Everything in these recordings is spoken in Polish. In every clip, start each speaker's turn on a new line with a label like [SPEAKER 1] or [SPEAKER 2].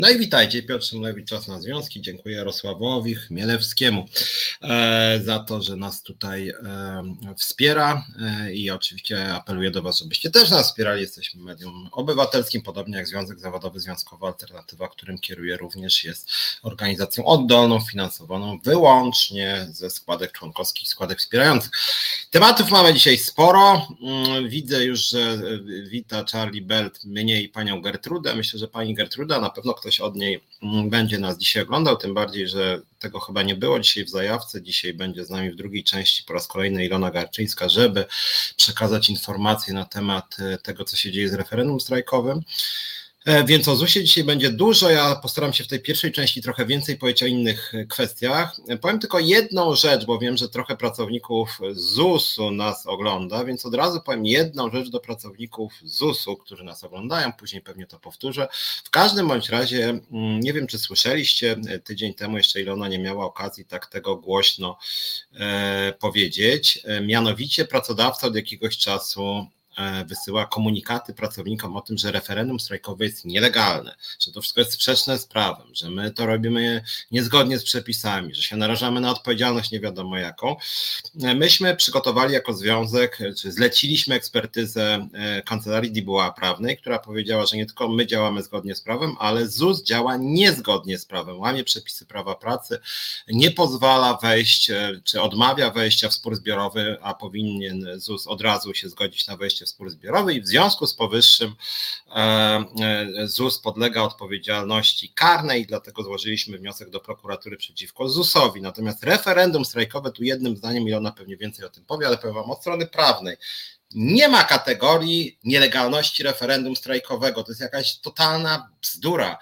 [SPEAKER 1] No i witajcie, Piotr Szymlewicz, Czas na Związki. Dziękuję Jarosławowi Chmielewskiemu za to, że nas tutaj wspiera i oczywiście apeluję do Was, żebyście też nas wspierali. Jesteśmy medium obywatelskim, podobnie jak Związek Zawodowy Związkowa Alternatywa, którym kieruję, również jest organizacją oddolną, finansowaną wyłącznie ze składek członkowskich, składek wspierających. Tematów mamy dzisiaj sporo. Widzę już, że wita Charlie Belt mnie i panią Gertrudę. Myślę, że pani Gertruda, na pewno ktoś od niej będzie nas dzisiaj oglądał, tym bardziej, że tego chyba nie było dzisiaj w zajawce. Dzisiaj będzie z nami w drugiej części po raz kolejny Ilona Garczyńska, żeby przekazać informacje na temat tego, co się dzieje z referendum strajkowym. Więc o ZUS-ie dzisiaj będzie dużo, ja postaram się w tej pierwszej części trochę więcej powiedzieć o innych kwestiach. Powiem tylko jedną rzecz, bo wiem, że trochę pracowników ZUS-u nas ogląda, więc od razu powiem jedną rzecz do pracowników ZUS-u, którzy nas oglądają, później pewnie to powtórzę. W każdym bądź razie, nie wiem, czy słyszeliście, tydzień temu jeszcze Ilona nie miała okazji tak tego głośno powiedzieć, mianowicie pracodawca od jakiegoś czasu wysyła komunikaty pracownikom o tym, że referendum strajkowe jest nielegalne, że to wszystko jest sprzeczne z prawem, że my to robimy niezgodnie z przepisami, że się narażamy na odpowiedzialność nie wiadomo jaką. Myśmy przygotowali jako związek, czy zleciliśmy ekspertyzę Kancelarii Dibuła Prawnej, która powiedziała, że nie tylko my działamy zgodnie z prawem, ale ZUS działa niezgodnie z prawem, łamie przepisy prawa pracy, nie pozwala wejść, czy odmawia wejścia w spór zbiorowy, a powinien ZUS od razu się zgodzić na wejście w spór zbiorowy i w związku z powyższym ZUS podlega odpowiedzialności karnej, dlatego złożyliśmy wniosek do prokuratury przeciwko ZUS-owi. Natomiast referendum strajkowe, tu jednym zdaniem, Ilona pewnie więcej o tym powie, ale powiem wam od strony prawnej. Nie ma kategorii nielegalności referendum strajkowego, to jest jakaś totalna bzdura.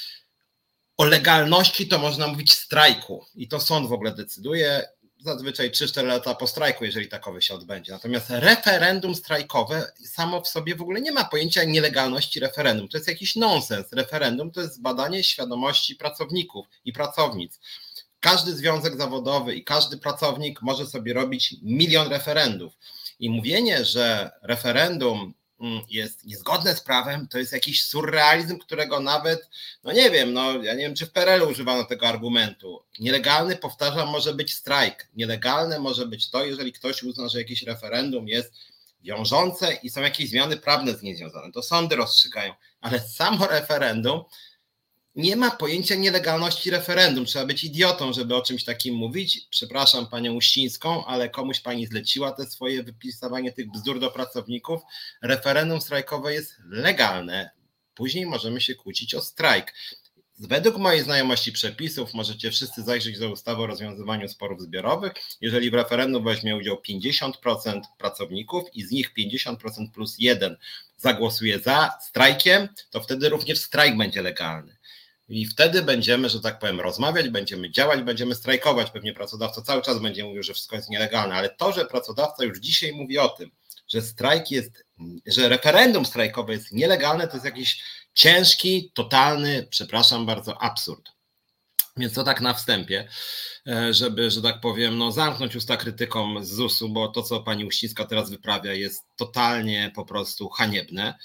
[SPEAKER 1] O legalności to można mówić strajku i to sąd w ogóle decyduje. Zazwyczaj 3-4 lata po strajku, jeżeli takowy się odbędzie. Natomiast referendum strajkowe samo w sobie w ogóle nie ma pojęcia nielegalności referendum. To jest jakiś nonsens. Referendum to jest badanie świadomości pracowników i pracownic. Każdy związek zawodowy i każdy pracownik może sobie robić milion referendów. I mówienie, że referendum jest niezgodne z prawem, to jest jakiś surrealizm, którego nawet, ja nie wiem, czy w PRL-u używano tego argumentu. Nielegalny, powtarzam, może być strajk. Nielegalne może być to, jeżeli ktoś uzna, że jakieś referendum jest wiążące i są jakieś zmiany prawne z nim związane. To sądy rozstrzygają, ale samo referendum nie ma pojęcia nielegalności referendum. Trzeba być idiotą, żeby o czymś takim mówić. Przepraszam panią Uścińską, ale komuś pani zleciła te swoje wypisywanie tych bzdur do pracowników. Referendum strajkowe jest legalne. Później możemy się kłócić o strajk. Według mojej znajomości przepisów możecie wszyscy zajrzeć do ustawy o rozwiązywaniu sporów zbiorowych. Jeżeli w referendum weźmie udział 50% pracowników i z nich 50% plus 1 zagłosuje za strajkiem, to wtedy również strajk będzie legalny. I wtedy będziemy, że tak powiem, rozmawiać, będziemy działać, będziemy strajkować. Pewnie pracodawca cały czas będzie mówił, że wszystko jest nielegalne, ale to, że pracodawca już dzisiaj mówi o tym, że strajk jest, że referendum strajkowe jest nielegalne, to jest jakiś ciężki, totalny, przepraszam bardzo, absurd. Więc to tak na wstępie, żeby, że tak powiem, zamknąć usta krytykom z ZUS-u, bo to, co pani Uścińska teraz wyprawia, jest totalnie po prostu haniebne.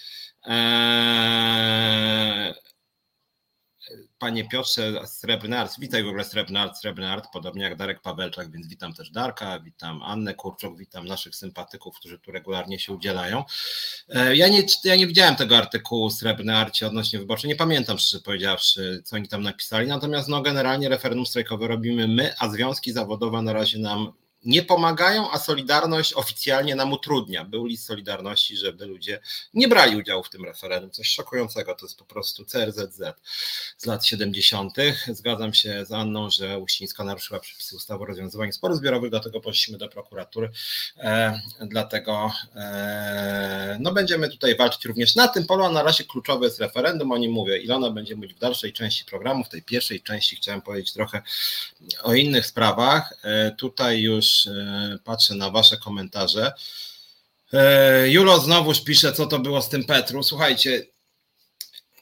[SPEAKER 1] Panie Piotrze Srebrnart, witaj w ogóle Srebrnart, podobnie jak Darek Pawelczak, więc witam też Darka, witam Annę Kurczuk, witam naszych sympatyków, którzy tu regularnie się udzielają. Ja nie widziałem tego artykułu Srebrnarcie odnośnie wyborczej, nie pamiętam szczerze powiedziawszy, co oni tam napisali, natomiast generalnie referendum strajkowe robimy my, a związki zawodowe na razie nam nie pomagają, a Solidarność oficjalnie nam utrudnia. Był list Solidarności, żeby ludzie nie brali udziału w tym referendum. Coś szokującego, to jest po prostu CRZZ z lat 70. Zgadzam się z Anną, że Uścińska naruszyła przepisy ustawy o rozwiązywaniu sporów zbiorowych, dlatego poszliśmy do prokuratury. Dlatego będziemy tutaj walczyć również na tym polu, a na razie kluczowe jest referendum. O nim mówię. Ilona będzie mówić w dalszej części programu. W tej pierwszej części chciałem powiedzieć trochę o innych sprawach. Tutaj już patrzę na wasze komentarze. Julo znowuż pisze, co to było z tym Petru. Słuchajcie,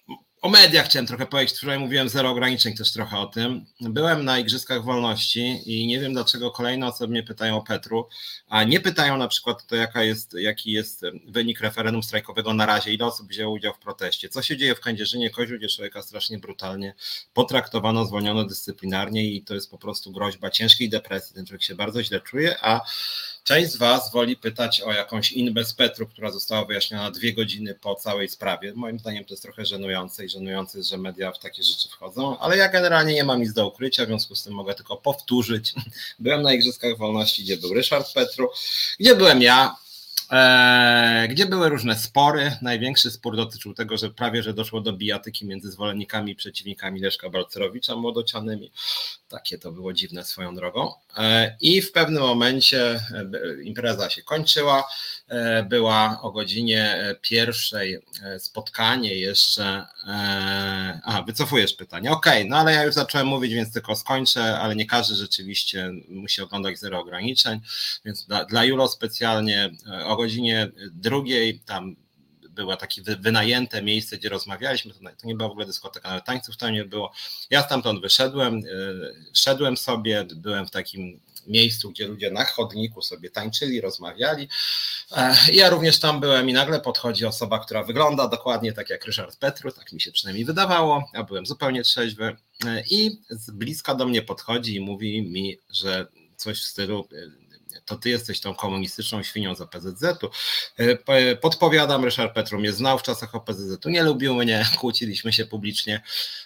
[SPEAKER 1] O mediach chciałem trochę powiedzieć, wczoraj mówiłem zero ograniczeń też trochę o tym. Byłem na Igrzyskach Wolności i nie wiem dlaczego kolejne osoby mnie pytają o Petru, a nie pytają na przykład to jaki jest wynik referendum strajkowego na razie, ile osób wzięło udział w proteście, co się dzieje w Kędzierzynie Koźlu, gdzie człowieka strasznie brutalnie potraktowano, zwolniono dyscyplinarnie i to jest po prostu groźba ciężkiej depresji, ten człowiek się bardzo źle czuje, a część z Was woli pytać o jakąś inbę z Petru, która została wyjaśniona 2 godziny po całej sprawie. Moim zdaniem to jest trochę żenujące i żenujące jest, że media w takie rzeczy wchodzą, ale ja generalnie nie mam nic do ukrycia, w związku z tym mogę tylko powtórzyć. Byłem na Igrzyskach Wolności, gdzie był Ryszard Petru, gdzie byłem ja, gdzie były różne spory. Największy spór dotyczył tego, że prawie że doszło do bijatyki między zwolennikami i przeciwnikami Leszka Balcerowicza młodocianymi. Takie to było dziwne swoją drogą. I w pewnym momencie impreza się kończyła. Była o godzinie 1:00 spotkanie jeszcze. Wycofujesz pytanie. Okej, no ale ja już zacząłem mówić, więc tylko skończę, ale nie każdy rzeczywiście musi oglądać zero ograniczeń, więc dla Julo specjalnie o godzinie 2:00 tam było takie wynajęte miejsce, gdzie rozmawialiśmy, to nie była w ogóle dyskoteka, nawet tańców tam nie było. Ja stamtąd wyszedłem, szedłem sobie, byłem w takim miejscu, gdzie ludzie na chodniku sobie tańczyli, rozmawiali. Ja również tam byłem i nagle podchodzi osoba, która wygląda dokładnie tak jak Ryszard Petru, tak mi się przynajmniej wydawało, ja byłem zupełnie trzeźwy i z bliska do mnie podchodzi i mówi mi, że coś w stylu: to ty jesteś tą komunistyczną świnią z OPZZ-u. Podpowiadam, Ryszard Petru mnie znał w czasach OPZZ-u, nie lubił mnie, kłóciliśmy się publicznie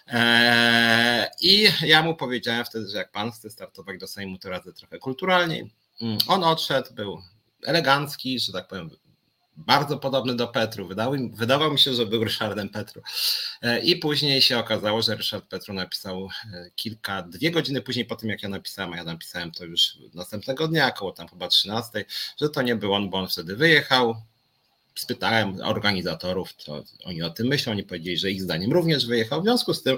[SPEAKER 1] i ja mu powiedziałem wtedy, że jak pan chce startować do Sejmu, to radzę trochę kulturalniej. On odszedł, był elegancki, że tak powiem, bardzo podobny do Petru. Wydawało mi się, że był Ryszardem Petru. I później się okazało, że Ryszard Petru napisał 2 godziny później po tym, jak ja napisałem, a ja napisałem to już następnego dnia, około tam chyba 13:00, że to nie był on, bo on wtedy wyjechał. Spytałem organizatorów, co oni o tym myślą, oni powiedzieli, że ich zdaniem również wyjechał. W związku z tym,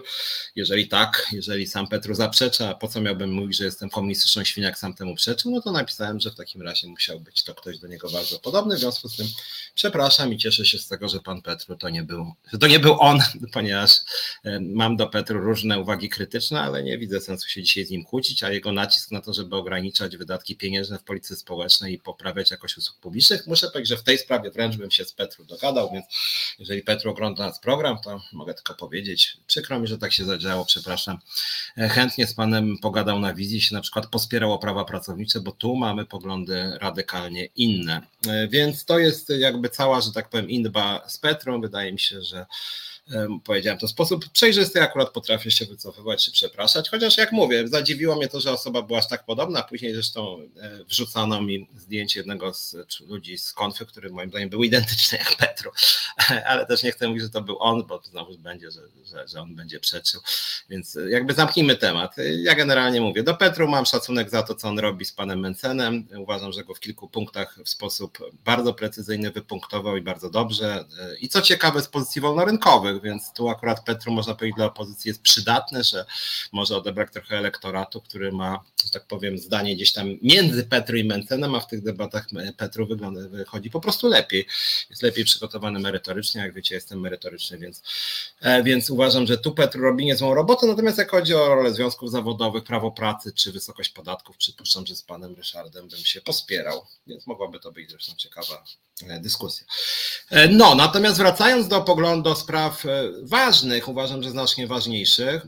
[SPEAKER 1] jeżeli sam Petru zaprzecza, po co miałbym mówić, że jestem komunistyczną świnią, jak sam temu przeczył, no to napisałem, że w takim razie musiał być to ktoś do niego bardzo podobny. W związku z tym przepraszam i cieszę się z tego, że pan Petru to nie był on, ponieważ mam do Petru różne uwagi krytyczne, ale nie widzę sensu się dzisiaj z nim kłócić, a jego nacisk na to, żeby ograniczać wydatki pieniężne w polityce społecznej i poprawiać jakość usług publicznych, muszę powiedzieć, że w tej sprawie wręcz bym się z Petru dogadał, więc jeżeli Petru ogląda nasz program, to mogę tylko powiedzieć, przykro mi, że tak się zadziało, przepraszam. Chętnie z panem pogadał na wizji, się na przykład pospierał o prawa pracownicze, bo tu mamy poglądy radykalnie inne. Więc to jest jakby cała, że tak powiem, inba z Petrą. Wydaje mi się, że powiedziałem to w sposób przejrzysty, akurat potrafię się wycofywać czy przepraszać, chociaż jak mówię, zadziwiło mnie to, że osoba była aż tak podobna, później zresztą wrzucano mi zdjęcie jednego z ludzi z konfy, który moim zdaniem był identyczny jak Petru, ale też nie chcę mówić, że to był on, bo znowu będzie, że on będzie przeczył, więc jakby zamknijmy temat. Ja generalnie mówię, do Petru mam szacunek za to, co on robi z panem Mencenem, uważam, że go w kilku punktach w sposób bardzo precyzyjny wypunktował i bardzo dobrze i co ciekawe z pozycji wolnorynkowych, więc tu akurat Petru, można powiedzieć, dla opozycji jest przydatne, że może odebrać trochę elektoratu, który ma, że tak powiem, zdanie gdzieś tam między Petru i Mencenem, a w tych debatach Petru wychodzi po prostu lepiej. Jest lepiej przygotowany merytorycznie, jak wiecie, jestem merytoryczny, więc uważam, że tu Petru robi niezłą robotę, natomiast jak chodzi o rolę związków zawodowych, prawo pracy czy wysokość podatków, przypuszczam, że z panem Ryszardem bym się pospierał, więc mogłaby to być zresztą ciekawa dyskusja. No, natomiast wracając do spraw ważnych, uważam, że znacznie ważniejszych,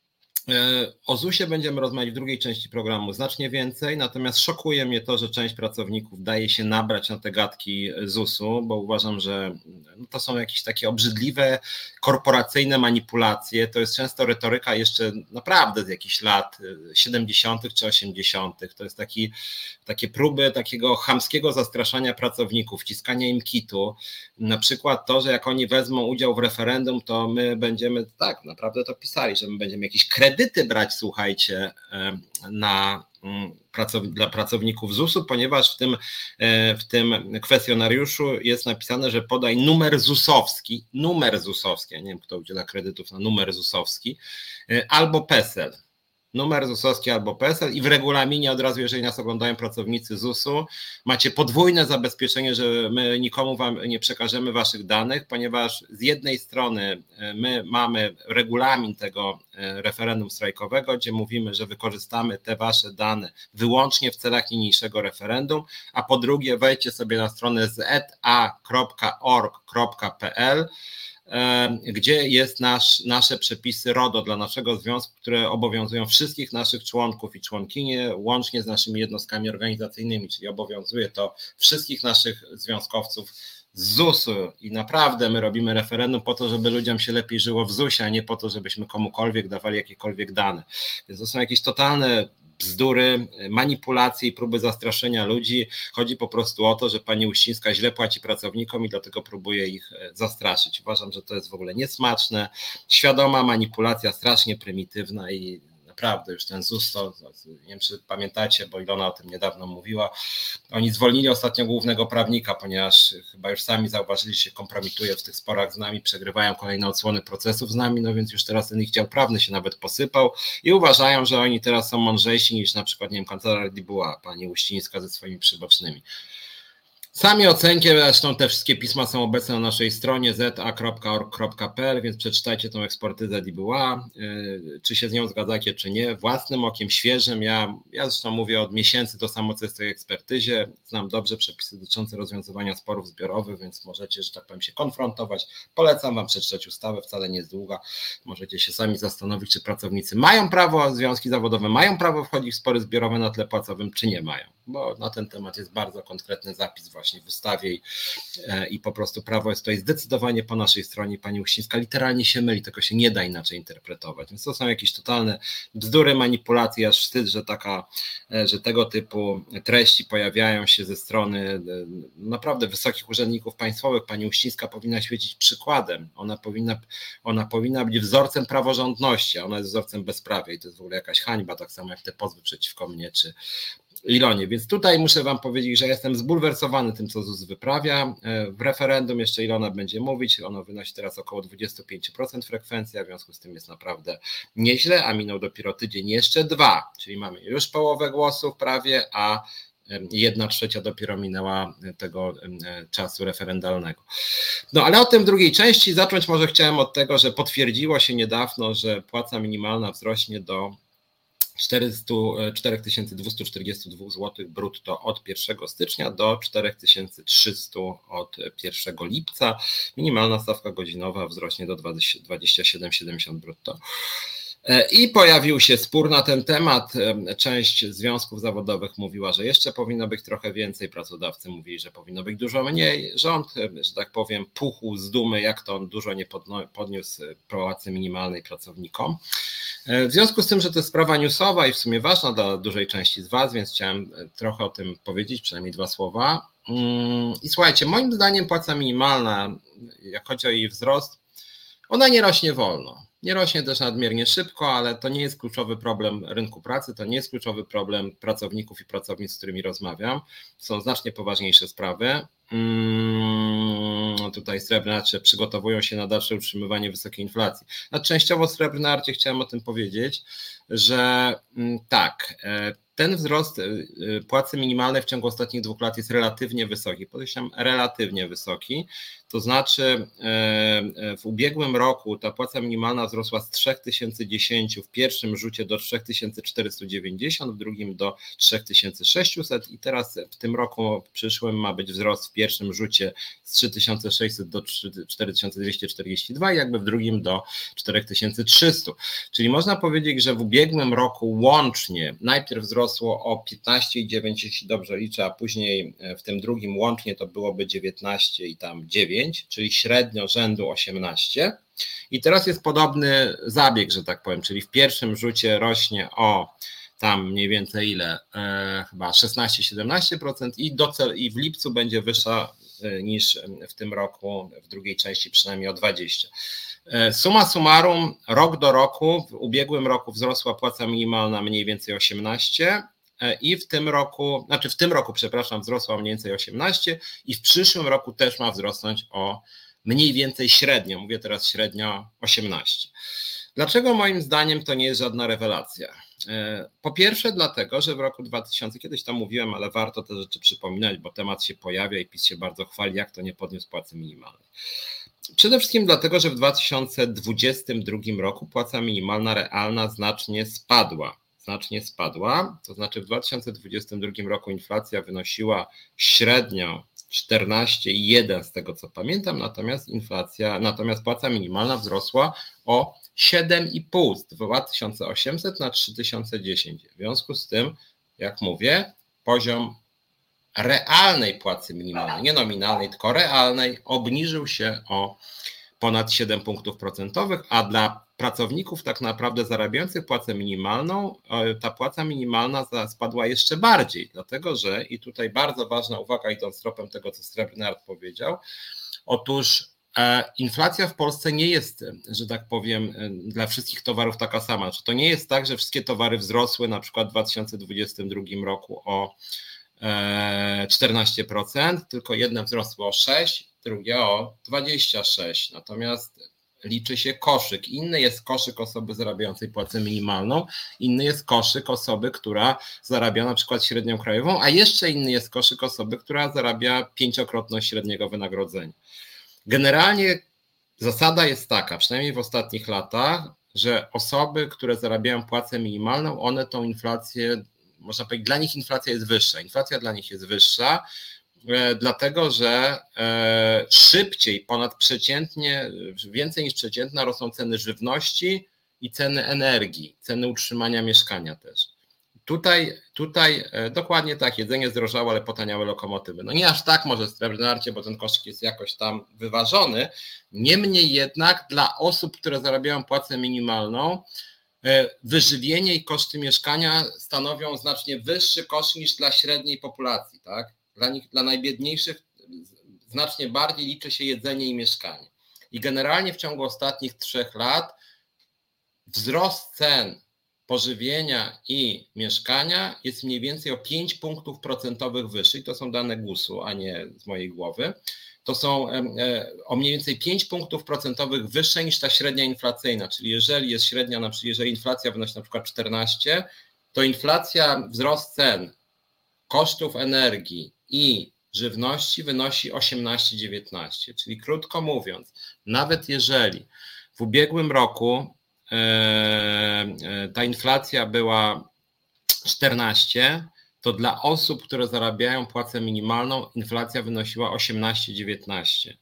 [SPEAKER 1] o ZUS-ie będziemy rozmawiać w drugiej części programu znacznie więcej, natomiast szokuje mnie to, że część pracowników daje się nabrać na te gadki ZUS-u, bo uważam, że to są jakieś takie obrzydliwe, korporacyjne manipulacje. To jest często retoryka jeszcze naprawdę z jakichś lat 70. czy 80. To jest takie próby takiego chamskiego zastraszania pracowników, wciskania im kitu. Na przykład to, że jak oni wezmą udział w referendum, to my będziemy, tak naprawdę to pisali, że my będziemy jakieś kredyty brać, słuchajcie, dla pracowników ZUS-u, ponieważ w tym kwestionariuszu jest napisane, że podaj numer ZUS-owski, ja nie wiem, kto udziela kredytów na numer ZUS-owski, albo PESEL. numer ZUS-owski albo PESEL i w regulaminie od razu, jeżeli nas oglądają pracownicy ZUS-u, macie podwójne zabezpieczenie, że my nikomu wam nie przekażemy waszych danych, ponieważ z jednej strony my mamy regulamin tego referendum strajkowego, gdzie mówimy, że wykorzystamy te wasze dane wyłącznie w celach niniejszego referendum, a po drugie wejdźcie sobie na stronę za.org.pl, gdzie jest nasze przepisy RODO dla naszego związku, które obowiązują wszystkich naszych członków i członkinie, łącznie z naszymi jednostkami organizacyjnymi, czyli obowiązuje to wszystkich naszych związkowców z ZUS-u i naprawdę my robimy referendum po to, żeby ludziom się lepiej żyło w ZUS-ie, a nie po to, żebyśmy komukolwiek dawali jakiekolwiek dane. Więc to są jakieś totalne bzdury, manipulacje i próby zastraszenia ludzi. Chodzi po prostu o to, że pani Uścińska źle płaci pracownikom i dlatego próbuje ich zastraszyć. Uważam, że to jest w ogóle niesmaczne, świadoma manipulacja, strasznie prymitywna i naprawdę już ten ZUS, to nie wiem, czy pamiętacie, bo Ilona o tym niedawno mówiła, oni zwolnili ostatnio głównego prawnika, ponieważ chyba już sami zauważyli, że się kompromituje w tych sporach z nami, przegrywają kolejne odsłony procesów z nami, no więc już teraz ten ich dział prawny się nawet posypał i uważają, że oni teraz są mądrzejsi niż na przykład, nie wiem, kancelaria Dibuła, pani Uścińska ze swoimi przybocznymi. Sami ocencie, zresztą te wszystkie pisma są obecne na naszej stronie za.org.pl, więc przeczytajcie tą ekspertyzę Dibuła, czy się z nią zgadzacie, czy nie, własnym okiem, świeżym. Ja zresztą mówię od miesięcy to samo, co jest w tej ekspertyzie, znam dobrze przepisy dotyczące rozwiązywania sporów zbiorowych, więc możecie, że tak powiem, się konfrontować. Polecam wam przeczytać ustawę, wcale nie jest długa, możecie się sami zastanowić, czy pracownicy mają prawo, związki zawodowe mają prawo wchodzić w spory zbiorowe na tle płacowym, czy nie mają, bo na ten temat jest bardzo konkretny zapis właśnie w ustawie i po prostu prawo jest tutaj zdecydowanie po naszej stronie. Pani Uścińska literalnie się myli, tego się nie da inaczej interpretować. Więc to są jakieś totalne bzdury, manipulacje, aż wstyd, że tego typu treści pojawiają się ze strony naprawdę wysokich urzędników państwowych. Pani Uścińska powinna świecić przykładem. Ona powinna być wzorcem praworządności, a ona jest wzorcem bezprawia i to jest w ogóle jakaś hańba, tak samo jak te pozwy przeciwko mnie czy Ilonie. Więc tutaj muszę wam powiedzieć, że jestem zbulwersowany tym, co ZUS wyprawia. W referendum jeszcze Ilona będzie mówić, ono wynosi teraz około 25% frekwencja, w związku z tym jest naprawdę nieźle, a minął dopiero tydzień, jeszcze 2, czyli mamy już połowę głosów prawie, a 1/3 dopiero minęła tego czasu referendalnego. No ale o tym drugiej części zacząć może chciałem od tego, że potwierdziło się niedawno, że płaca minimalna wzrośnie do 4242 zł brutto od 1 stycznia do 4300 od 1 lipca. Minimalna stawka godzinowa wzrośnie do 27,70 brutto. I pojawił się spór na ten temat. Część związków zawodowych mówiła, że jeszcze powinno być trochę więcej, pracodawcy mówili, że powinno być dużo mniej. Rząd, że tak powiem, puchł z dumy, jak to on dużo nie podniósł płacy minimalnej pracownikom. W związku z tym, że to jest sprawa newsowa i w sumie ważna dla dużej części z was, więc chciałem trochę o tym powiedzieć, przynajmniej 2 słowa. I słuchajcie, moim zdaniem płaca minimalna, jak chodzi o jej wzrost, ona nie rośnie wolno. Nie rośnie też nadmiernie szybko, ale to nie jest kluczowy problem rynku pracy, to nie jest kluczowy problem pracowników i pracownic, z którymi rozmawiam. Są znacznie poważniejsze sprawy. Tutaj Srebrnarcie przygotowują się na dalsze utrzymywanie wysokiej inflacji. Częściowo Srebrnarcie chciałem o tym powiedzieć, że tak, ten wzrost płacy minimalnej w ciągu ostatnich 2 lat jest relatywnie wysoki, podkreślam relatywnie wysoki, to znaczy w ubiegłym roku ta płaca minimalna wzrosła z 3010 w pierwszym rzucie do 3490, w drugim do 3600 i teraz w tym roku przyszłym ma być wzrost w pierwszym rzucie z 3600 do 4242 i jakby w drugim do 4300. Czyli można powiedzieć, że w ubiegłym roku łącznie najpierw wzrosło o 15,9, jeśli dobrze liczę, a później w tym drugim łącznie to byłoby 19 i tam 9, czyli średnio rzędu 18. I teraz jest podobny zabieg, że tak powiem, czyli w pierwszym rzucie rośnie o tam mniej więcej ile, chyba 16-17% i w lipcu będzie wyższa niż w tym roku, w drugiej części przynajmniej o 20%. Summa summarum, rok do roku, w ubiegłym roku wzrosła płaca minimalna mniej więcej 18% i w tym roku wzrosła mniej więcej 18% i w przyszłym roku też ma wzrosnąć o mniej więcej średnio, mówię teraz średnio 18%. Dlaczego moim zdaniem to nie jest żadna rewelacja? Po pierwsze dlatego, że w roku 2000, kiedyś tam mówiłem, ale warto te rzeczy przypominać, bo temat się pojawia i PiS się bardzo chwali, jak to nie podniósł płacy minimalnej. Przede wszystkim dlatego, że w 2022 roku płaca minimalna realna znacznie spadła. To znaczy w 2022 roku inflacja wynosiła średnio 14,1 z tego co pamiętam, natomiast płaca minimalna wzrosła o 7,5 z 2800 na 3010. W związku z tym, jak mówię, poziom realnej płacy minimalnej, nie nominalnej, tylko realnej, obniżył się o ponad 7 punktów procentowych, a dla pracowników tak naprawdę zarabiających płacę minimalną, ta płaca minimalna spadła jeszcze bardziej, dlatego że, i tutaj bardzo ważna uwaga idąc tropem tego, co Srebrny Art powiedział, otóż inflacja w Polsce nie jest, że tak powiem, dla wszystkich towarów taka sama. To nie jest tak, że wszystkie towary wzrosły na przykład w 2022 roku o 14%, tylko jedne wzrosły o 6%, drugie o 26%. Natomiast liczy się koszyk. Inny jest koszyk osoby zarabiającej płacę minimalną, inny jest koszyk osoby, która zarabia na przykład średnią krajową, a jeszcze inny jest koszyk osoby, która zarabia 5-krotność średniego wynagrodzenia. Generalnie zasada jest taka, przynajmniej w ostatnich latach, że osoby, które zarabiają płacę minimalną, one tą inflację, można powiedzieć, dla nich inflacja jest wyższa. Inflacja dla nich jest wyższa, dlatego że szybciej, ponadprzeciętnie, więcej niż przeciętna rosną ceny żywności i ceny energii, ceny utrzymania mieszkania też. Tutaj dokładnie tak, jedzenie zdrożało, ale potaniały lokomotywy. No nie aż tak może w Srebrnym Arcie, bo ten koszyk jest jakoś tam wyważony. Niemniej jednak dla osób, które zarabiają płacę minimalną, wyżywienie i koszty mieszkania stanowią znacznie wyższy koszt niż dla średniej populacji, tak? Dla najbiedniejszych znacznie bardziej liczy się jedzenie i mieszkanie. I generalnie w ciągu ostatnich 3 lat wzrost cen pożywienia i mieszkania jest mniej więcej o 5 punktów procentowych wyższy. To są dane GUS-u, a nie z mojej głowy. To są o mniej więcej 5 punktów procentowych wyższe niż ta średnia inflacyjna, czyli jeżeli jest średnia, jeżeli inflacja wynosi na przykład 14, to inflacja, wzrost cen, kosztów energii i żywności wynosi 18-19, czyli krótko mówiąc, nawet jeżeli w ubiegłym roku ta inflacja była 14, to dla osób, które zarabiają płacę minimalną, inflacja wynosiła 18-19.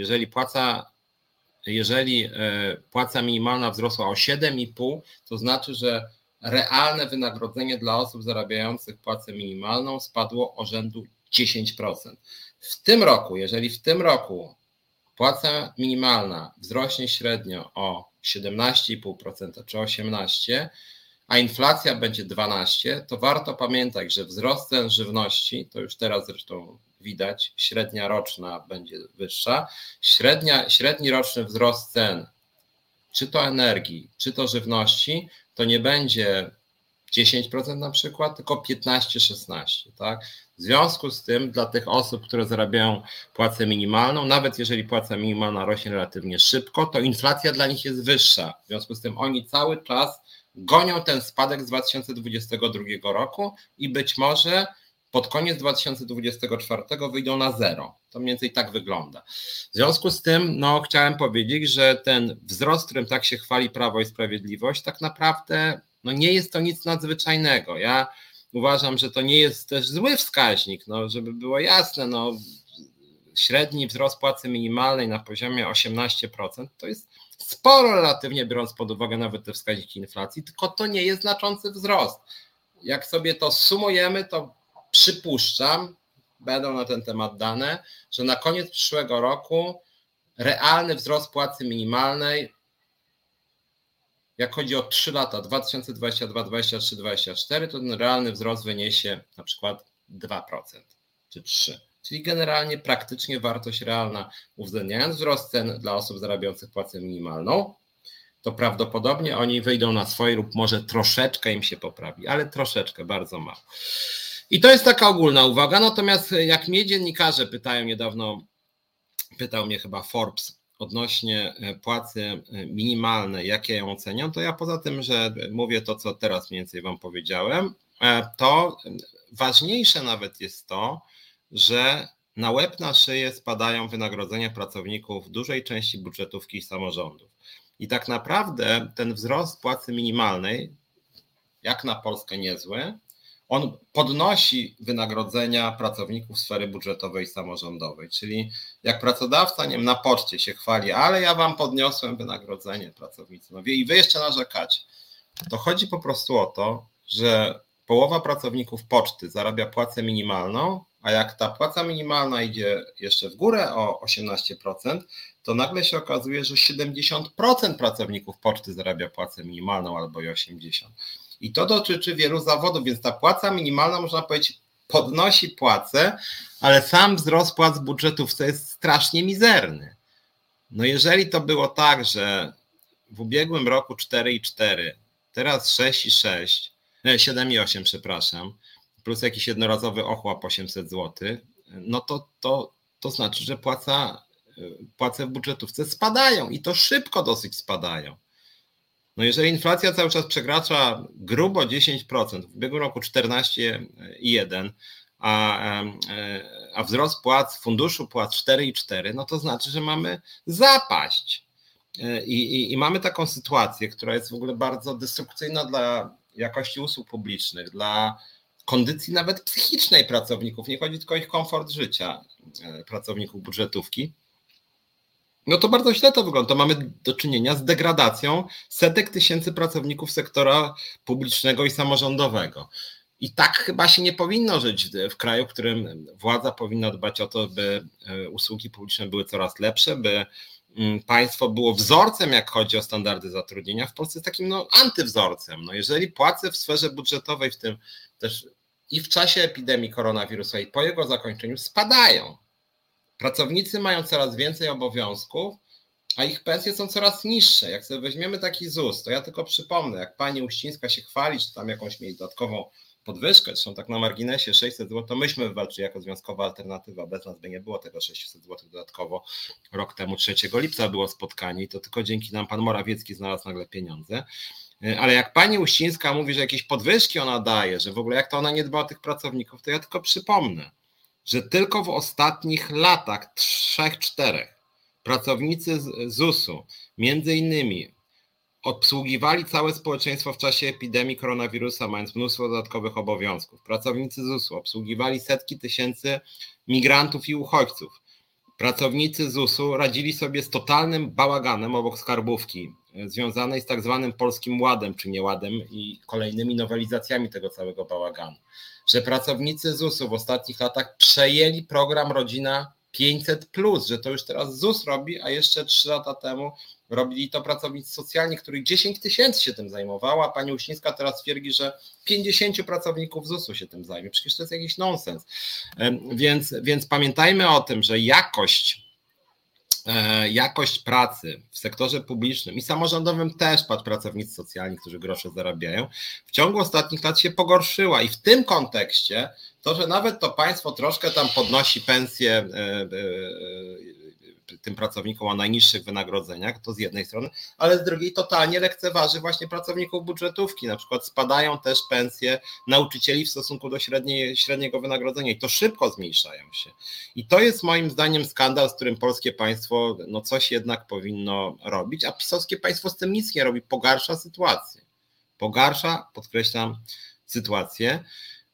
[SPEAKER 1] Jeżeli płaca minimalna wzrosła o 7,5, to znaczy, że realne wynagrodzenie dla osób zarabiających płacę minimalną spadło o rzędu 10%. W tym roku, jeżeli w tym roku płaca minimalna wzrośnie średnio o 17,5% czy 18%, a inflacja będzie 12%, to warto pamiętać, że wzrost cen żywności, to już teraz zresztą widać, średnia roczna będzie wyższa, średni roczny wzrost cen, czy to energii, czy to żywności, to nie będzie 10% na przykład, tylko 15-16%, tak? W związku z tym dla tych osób, które zarabiają płacę minimalną, nawet jeżeli płaca minimalna rośnie relatywnie szybko, to inflacja dla nich jest wyższa. W związku z tym oni cały czas gonią ten spadek z 2022 roku i być może pod koniec 2024 wyjdą na zero. To mniej więcej tak wygląda. W związku z tym chciałem powiedzieć, że ten wzrost, którym tak się chwali Prawo i Sprawiedliwość, tak naprawdę nie jest to nic nadzwyczajnego. Ja uważam, że to nie jest też zły wskaźnik, żeby było jasne, średni wzrost płacy minimalnej na poziomie 18% to jest sporo relatywnie, biorąc pod uwagę nawet te wskaźniki inflacji, tylko to nie jest znaczący wzrost. Jak sobie to sumujemy, to przypuszczam, będą na ten temat dane, że na koniec przyszłego roku realny wzrost płacy minimalnej, jak chodzi o 3 lata, 2022, 2023, 2024, to ten realny wzrost wyniesie na przykład 2% czy 3%. Czyli generalnie praktycznie wartość realna, uwzględniając wzrost cen dla osób zarabiających płacę minimalną, to prawdopodobnie oni wyjdą na swoje lub może troszeczkę im się poprawi, ale troszeczkę, bardzo mało. I to jest taka ogólna uwaga, natomiast jak mnie dziennikarze pytają niedawno, pytał mnie chyba Forbes odnośnie płacy minimalnej, jak ja ją oceniam, to ja poza tym, że mówię to, co teraz mniej więcej wam powiedziałem, to ważniejsze nawet jest to, że na łeb na szyję spadają wynagrodzenia pracowników dużej części budżetówki i samorządów. I tak naprawdę ten wzrost płacy minimalnej, jak na Polskę niezły, on podnosi wynagrodzenia pracowników sfery budżetowej i samorządowej. Czyli jak pracodawca, nie wiem, na poczcie się chwali, ale ja wam podniosłem wynagrodzenie pracownicy, no i wy jeszcze narzekacie. To chodzi po prostu o to, że połowa pracowników poczty zarabia płacę minimalną, a jak ta płaca minimalna idzie jeszcze w górę o 18%, to nagle się okazuje, że 70% pracowników poczty zarabia płacę minimalną albo i 80%. I to dotyczy wielu zawodów, więc ta płaca minimalna, można powiedzieć, podnosi płacę, ale sam wzrost płac w budżetówce jest strasznie mizerny. No jeżeli to było tak, że w ubiegłym roku 4,4, teraz 6,6, 7,8, przepraszam, plus jakiś jednorazowy ochłap 800 zł, no to znaczy, że płace w budżetówce spadają i to szybko dosyć spadają. No jeżeli inflacja cały czas przekracza grubo 10%, w ubiegłym roku 14,1%, a wzrost płac, funduszu płac 4,4%, no to znaczy, że mamy zapaść. I mamy taką sytuację, która jest w ogóle bardzo destrukcyjna dla jakości usług publicznych, dla kondycji nawet psychicznej pracowników, nie chodzi tylko o ich komfort życia pracowników budżetówki. No to bardzo źle to wygląda. To mamy do czynienia z degradacją setek tysięcy pracowników sektora publicznego i samorządowego. I tak chyba się nie powinno żyć w kraju, w którym władza powinna dbać o to, by usługi publiczne były coraz lepsze, by państwo było wzorcem, jak chodzi o standardy zatrudnienia. W Polsce jest takim antywzorcem. Jeżeli płace w sferze budżetowej, w tym też i w czasie epidemii koronawirusa i po jego zakończeniu spadają. Pracownicy mają coraz więcej obowiązków, a ich pensje są coraz niższe. Jak sobie weźmiemy taki ZUS, to ja tylko przypomnę, jak pani Uścińska się chwali, czy tam jakąś mieli dodatkową podwyżkę, zresztą tak na marginesie 600 zł, to myśmy wywalczyli jako związkowa alternatywa, bez nas by nie było tego 600 zł dodatkowo. Rok temu 3 lipca było spotkanie i to tylko dzięki nam pan Morawiecki znalazł nagle pieniądze. Ale jak pani Uścińska mówi, że jakieś podwyżki ona daje, że w ogóle jak to ona nie dba o tych pracowników, to ja tylko przypomnę, że tylko w ostatnich latach 3-4 pracownicy ZUS-u między innymi obsługiwali całe społeczeństwo w czasie epidemii koronawirusa, mając mnóstwo dodatkowych obowiązków. Pracownicy ZUS-u obsługiwali setki tysięcy migrantów i uchodźców. Pracownicy ZUS-u radzili sobie z totalnym bałaganem obok skarbówki związanej z tak zwanym Polskim Ładem czy nieładem i kolejnymi nowelizacjami tego całego bałaganu. Że pracownicy ZUS-u w ostatnich latach przejęli program Rodzina 500+, że to już teraz ZUS robi, a jeszcze 3 lata temu robili to pracownicy socjalni, których 10 tysięcy się tym zajmowało, a pani Uścińska teraz twierdzi, że 50 pracowników ZUS-u się tym zajmie. Przecież to jest jakiś nonsens. Więc pamiętajmy o tym, że jakość pracy w sektorze publicznym i samorządowym też, pracownicy socjalni, którzy grosze zarabiają, w ciągu ostatnich lat się pogorszyła i w tym kontekście to, że nawet to państwo troszkę tam podnosi pensje tym pracownikom o najniższych wynagrodzeniach, to z jednej strony, ale z drugiej totalnie lekceważy właśnie pracowników budżetówki. Na przykład spadają też pensje nauczycieli w stosunku do średniego wynagrodzenia i to szybko zmniejszają się. I to jest moim zdaniem skandal, z którym polskie państwo coś jednak powinno robić, a pisowskie państwo z tym nic nie robi, pogarsza sytuację. Podkreślam, sytuację.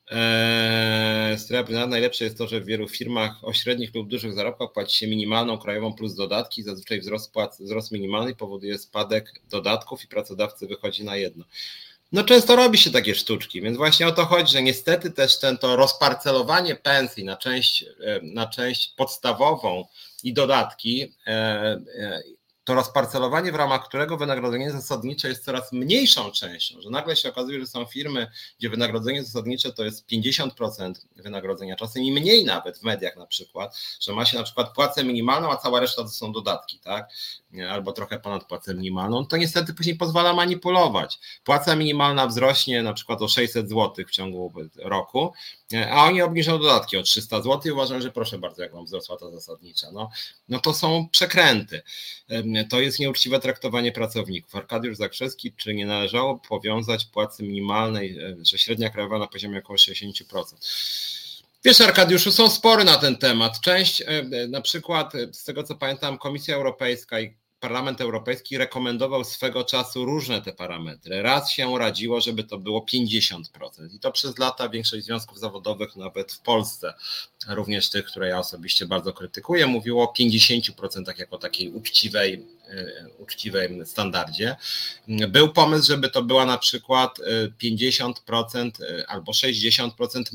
[SPEAKER 1] Najlepsze jest to, że w wielu firmach o średnich lub dużych zarobkach płaci się minimalną krajową plus dodatki. Zazwyczaj wzrost minimalny powoduje spadek dodatków i pracodawcy wychodzi na jedno. Często robi się takie sztuczki, więc właśnie o to chodzi, że niestety też to rozparcelowanie pensji na część podstawową i dodatki to rozparcelowanie, w ramach którego wynagrodzenie zasadnicze jest coraz mniejszą częścią, że nagle się okazuje, że są firmy, gdzie wynagrodzenie zasadnicze to jest 50% wynagrodzenia, czasem i mniej nawet w mediach na przykład, że ma się na przykład płacę minimalną, a cała reszta to są dodatki, tak? Albo trochę ponad płacę minimalną, to niestety później pozwala manipulować. Płaca minimalna wzrośnie na przykład o 600 zł w ciągu roku, a oni obniżą dodatki o 300 zł i uważam, że proszę bardzo, jak wam wzrosła ta zasadnicza. No to są przekręty. To jest nieuczciwe traktowanie pracowników. Arkadiusz Zakrzewski, czy nie należało powiązać płacy minimalnej, że średnia krajowa na poziomie około 60%? Wiesz, Arkadiuszu, są spory na ten temat. Część, na przykład z tego co pamiętam, Komisja Europejska i Parlament Europejski rekomendował swego czasu różne te parametry. Raz się radziło, żeby to było 50% i to przez lata większość związków zawodowych, nawet w Polsce, również tych, które ja osobiście bardzo krytykuję, mówiło o 50% jako takiej uczciwej standardzie. Był pomysł, żeby to była na przykład 50% albo 60%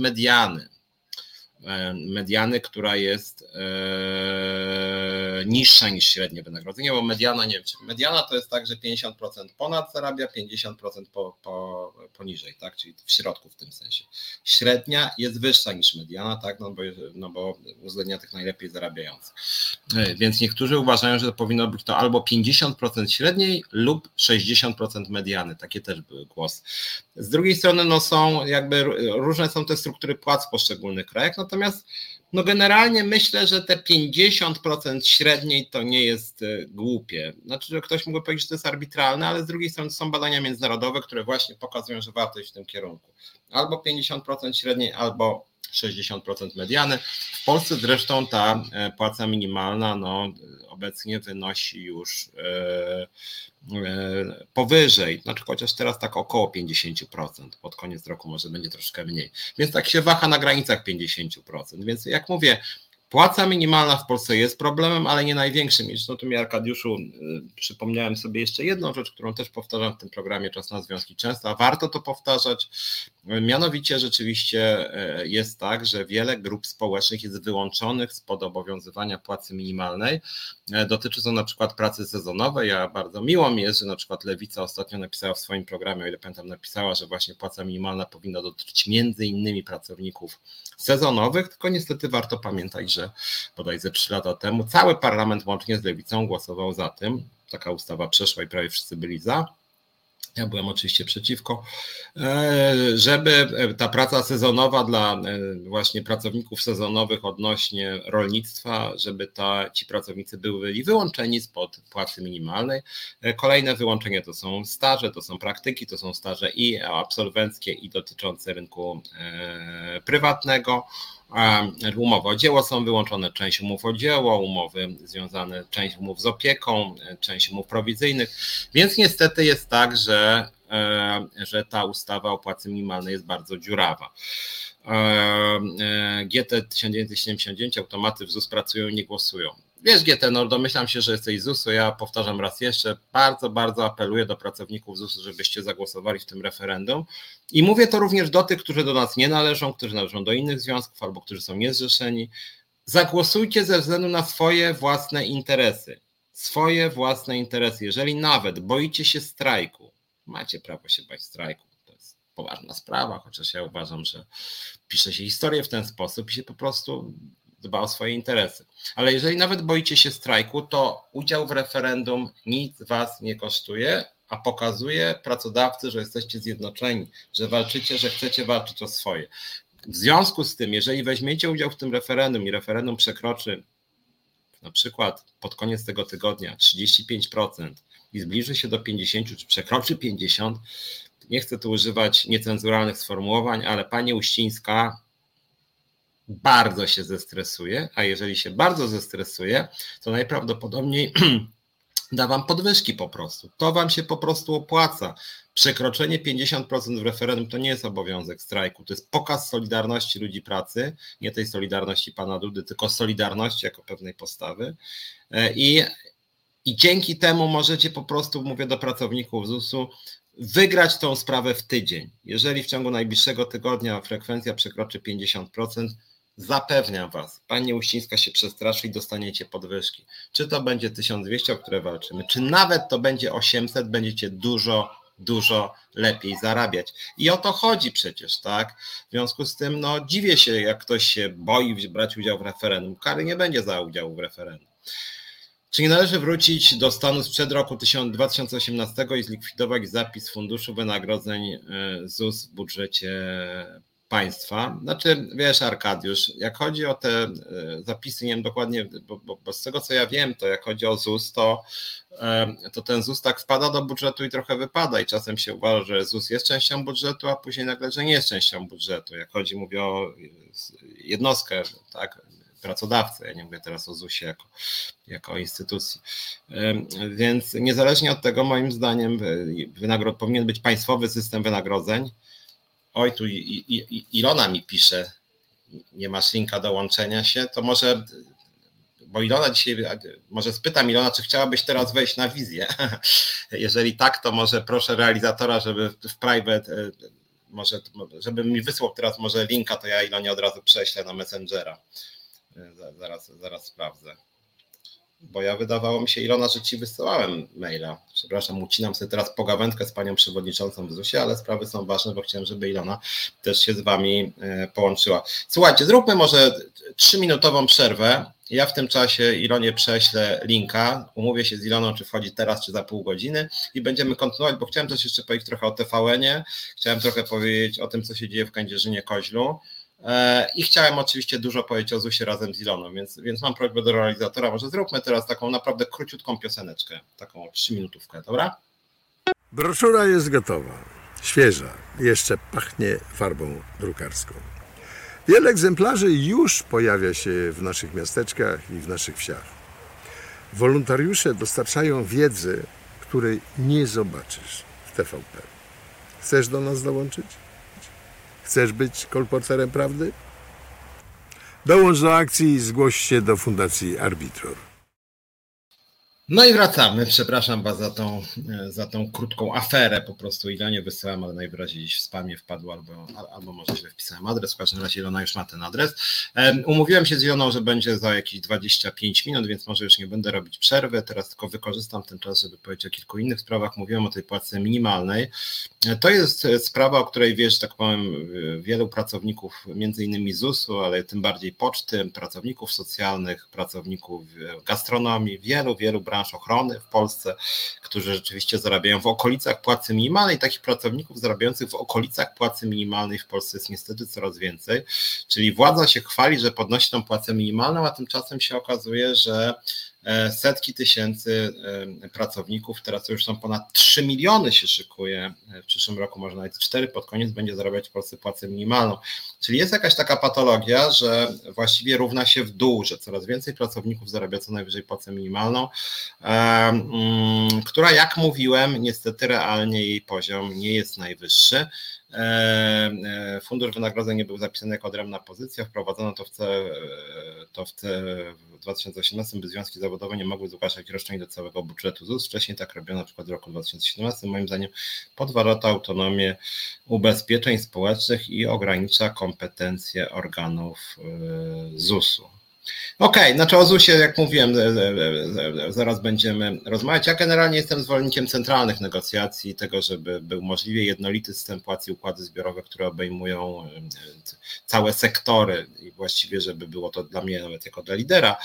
[SPEAKER 1] mediany, która jest niższa niż średnie wynagrodzenie, bo mediana, nie wiem, czy mediana to jest tak, że 50% ponad zarabia, 50% poniżej, tak, czyli w środku w tym sensie. Średnia jest wyższa niż mediana, tak, bo uwzględnia tych najlepiej zarabiających. Więc niektórzy uważają, że to powinno być to albo 50% średniej lub 60% mediany, takie też były głosy. Z drugiej strony są jakby różne są te struktury płac w poszczególnych krajach, natomiast generalnie myślę, że te 50% średniej to nie jest głupie. Znaczy, że ktoś mógłby powiedzieć, że to jest arbitralne, ale z drugiej strony są badania międzynarodowe, które właśnie pokazują, że warto iść w tym kierunku. Albo 50% średniej, albo 60% mediany. W Polsce zresztą ta płaca minimalna obecnie wynosi już powyżej, znaczy chociaż teraz tak około 50%, pod koniec roku może będzie troszkę mniej, więc tak się waha na granicach 50%, więc jak mówię, płaca minimalna w Polsce jest problemem, ale nie największym. I zresztą tu mi, Arkadiuszu, przypomniałem sobie jeszcze jedną rzecz, którą też powtarzam w tym programie Czas na Związki często, a warto to powtarzać. Mianowicie rzeczywiście jest tak, że wiele grup społecznych jest wyłączonych spod obowiązywania płacy minimalnej. Dotyczy to na przykład pracy sezonowej. Bardzo miło mi jest, że na przykład Lewica ostatnio napisała w swoim programie, o ile pamiętam, napisała, że właśnie płaca minimalna powinna dotyczyć między innymi pracowników sezonowych, tylko niestety warto pamiętać, że bodaj ze 3 lata temu cały parlament łącznie z Lewicą głosował za tym. Taka ustawa przeszła i prawie wszyscy byli za. Ja byłem oczywiście przeciwko, żeby ta praca sezonowa dla właśnie pracowników sezonowych odnośnie rolnictwa, żeby ci pracownicy byli wyłączeni spod płacy minimalnej. Kolejne wyłączenie to są staże, to są praktyki, to są staże i absolwenckie i dotyczące rynku prywatnego. Umowy o dzieło są wyłączone, część umów o dzieło, umowy związane, część umów z opieką, część umów prowizyjnych, więc niestety jest tak, że ta ustawa o płacy minimalnej jest bardzo dziurawa. GT 1979, automaty w ZUS pracują i nie głosują. Wiesz, GT, domyślam się, że jesteś z ZUS-u, ja powtarzam raz jeszcze, bardzo, bardzo apeluję do pracowników ZUS-u, żebyście zagłosowali w tym referendum i mówię to również do tych, którzy do nas nie należą, którzy należą do innych związków albo którzy są niezrzeszeni. Zagłosujcie ze względu na swoje własne interesy. Jeżeli nawet boicie się strajku, macie prawo się bać strajku, to jest poważna sprawa, chociaż ja uważam, że pisze się historię w ten sposób i się po prostu dba o swoje interesy. Ale jeżeli nawet boicie się strajku, to udział w referendum nic was nie kosztuje, a pokazuje pracodawcy, że jesteście zjednoczeni, że walczycie, że chcecie walczyć o swoje. W związku z tym, jeżeli weźmiecie udział w tym referendum i referendum przekroczy na przykład pod koniec tego tygodnia 35% i zbliży się do 50%, czy przekroczy 50%, nie chcę tu używać niecenzuralnych sformułowań, ale pani Uścińska bardzo się zestresuje, a jeżeli się bardzo zestresuje, to najprawdopodobniej da wam podwyżki po prostu. To wam się po prostu opłaca. Przekroczenie 50% w referendum to nie jest obowiązek strajku, to jest pokaz solidarności ludzi pracy, nie tej solidarności pana Dudy, tylko solidarności jako pewnej postawy. I dzięki temu możecie po prostu, mówię do pracowników ZUS-u, wygrać tą sprawę w tydzień. Jeżeli w ciągu najbliższego tygodnia frekwencja przekroczy 50%, Zapewniam was, pani Uścińska się przestraszy i dostaniecie podwyżki. Czy to będzie 1200, o które walczymy, czy nawet to będzie 800, będziecie dużo lepiej zarabiać. I o to chodzi przecież, tak? W związku z tym, dziwię się, jak ktoś się boi brać udział w referendum. Kary nie będzie za udział w referendum. Czy nie należy wrócić do stanu sprzed roku 2018 i zlikwidować zapis funduszu wynagrodzeń ZUS w budżecie państwa? Znaczy, wiesz, Arkadiusz, jak chodzi o te zapisy, nie wiem dokładnie, bo z tego co ja wiem, to jak chodzi o ZUS, to ten ZUS tak wpada do budżetu i trochę wypada i czasem się uważa, że ZUS jest częścią budżetu, a później nagle, że nie jest częścią budżetu. Jak chodzi, mówię o jednostkę, tak, pracodawcę, ja nie mówię teraz o ZUS-ie jako instytucji. Więc niezależnie od tego, moim zdaniem, powinien być państwowy system wynagrodzeń. Oj, tu Ilona mi pisze, nie masz linka do łączenia się, to może, bo Ilona dzisiaj, może spytam Ilona, czy chciałabyś teraz wejść na wizję. Jeżeli tak, to może proszę realizatora, żeby w private, może, żeby mi wysłał teraz może linka, to ja Ilonie od razu prześlę na Messengera. Zaraz sprawdzę. Bo ja wydawało mi się, Ilona, że ci wysyłałem maila. Przepraszam, ucinam sobie teraz pogawędkę z panią przewodniczącą w ZUS-ie, ale sprawy są ważne, bo chciałem, żeby Ilona też się z wami połączyła. Słuchajcie, zróbmy może 3-minutową przerwę. Ja w tym czasie Ilonie prześlę linka. Umówię się z Iloną, czy wchodzi teraz, czy za pół godziny i będziemy kontynuować, bo chciałem też jeszcze powiedzieć trochę o TVN-ie. Chciałem trochę powiedzieć o tym, co się dzieje w Kędzierzynie-Koźlu. I chciałem oczywiście dużo powiedzieć o ZUS-ie razem z Iloną, więc mam prośbę do realizatora, może zróbmy teraz taką naprawdę króciutką pioseneczkę, taką 3-minutówkę, dobra?
[SPEAKER 2] Broszura jest gotowa, świeża, jeszcze pachnie farbą drukarską. Wiele egzemplarzy już pojawia się w naszych miasteczkach i w naszych wsiach. Wolontariusze dostarczają wiedzy, której nie zobaczysz w TVP. Chcesz do nas dołączyć? Chcesz być kolporterem prawdy? Dołącz do akcji i zgłoś się do Fundacji Arbitror.
[SPEAKER 1] No i wracamy. Przepraszam was za tą krótką aferę. Po prostu Ilonie wysyłam, ale najwyraźniej gdzieś w spamie wpadło albo może źle wpisałem adres. W każdym razie Ilona już ma ten adres. Umówiłem się z Iloną, że będzie za jakieś 25 minut, więc może już nie będę robić przerwy. Teraz tylko wykorzystam ten czas, żeby powiedzieć o kilku innych sprawach. Mówiłem o tej płacy minimalnej. To jest sprawa, o której wiesz, tak powiem, wielu pracowników, między innymi ZUS-u, ale tym bardziej poczty, pracowników socjalnych, pracowników gastronomii, wielu branż ochrony w Polsce, którzy rzeczywiście zarabiają w okolicach płacy minimalnej. Takich pracowników zarabiających w okolicach płacy minimalnej w Polsce jest niestety coraz więcej. Czyli władza się chwali, że podnosi tą płacę minimalną, a tymczasem się okazuje, że setki tysięcy pracowników, teraz już są ponad 3 miliony się szykuje, w przyszłym roku może nawet 4, pod koniec będzie zarabiać w Polsce płacę minimalną. Czyli jest jakaś taka patologia, że właściwie równa się w dół, że coraz więcej pracowników zarabia co najwyżej płacę minimalną, która, jak mówiłem, niestety realnie jej poziom nie jest najwyższy. Fundusz wynagrodzeń nie był zapisany jako odrębna pozycja, wprowadzono to w 2018, by związki zawodowe nie mogły zgłaszać roszczeń do całego budżetu ZUS. Wcześniej tak robiono na przykład w roku 2017. Moim zdaniem podważa to autonomię ubezpieczeń społecznych i ogranicza kompetencje organów ZUS-u. Okej, znaczy o ZUS-ie, jak mówiłem, zaraz będziemy rozmawiać. Ja generalnie jestem zwolennikiem centralnych negocjacji, tego, żeby był możliwie jednolity system płac i układy zbiorowe, które obejmują całe sektory i właściwie, żeby było to dla mnie, nawet jako dla lidera,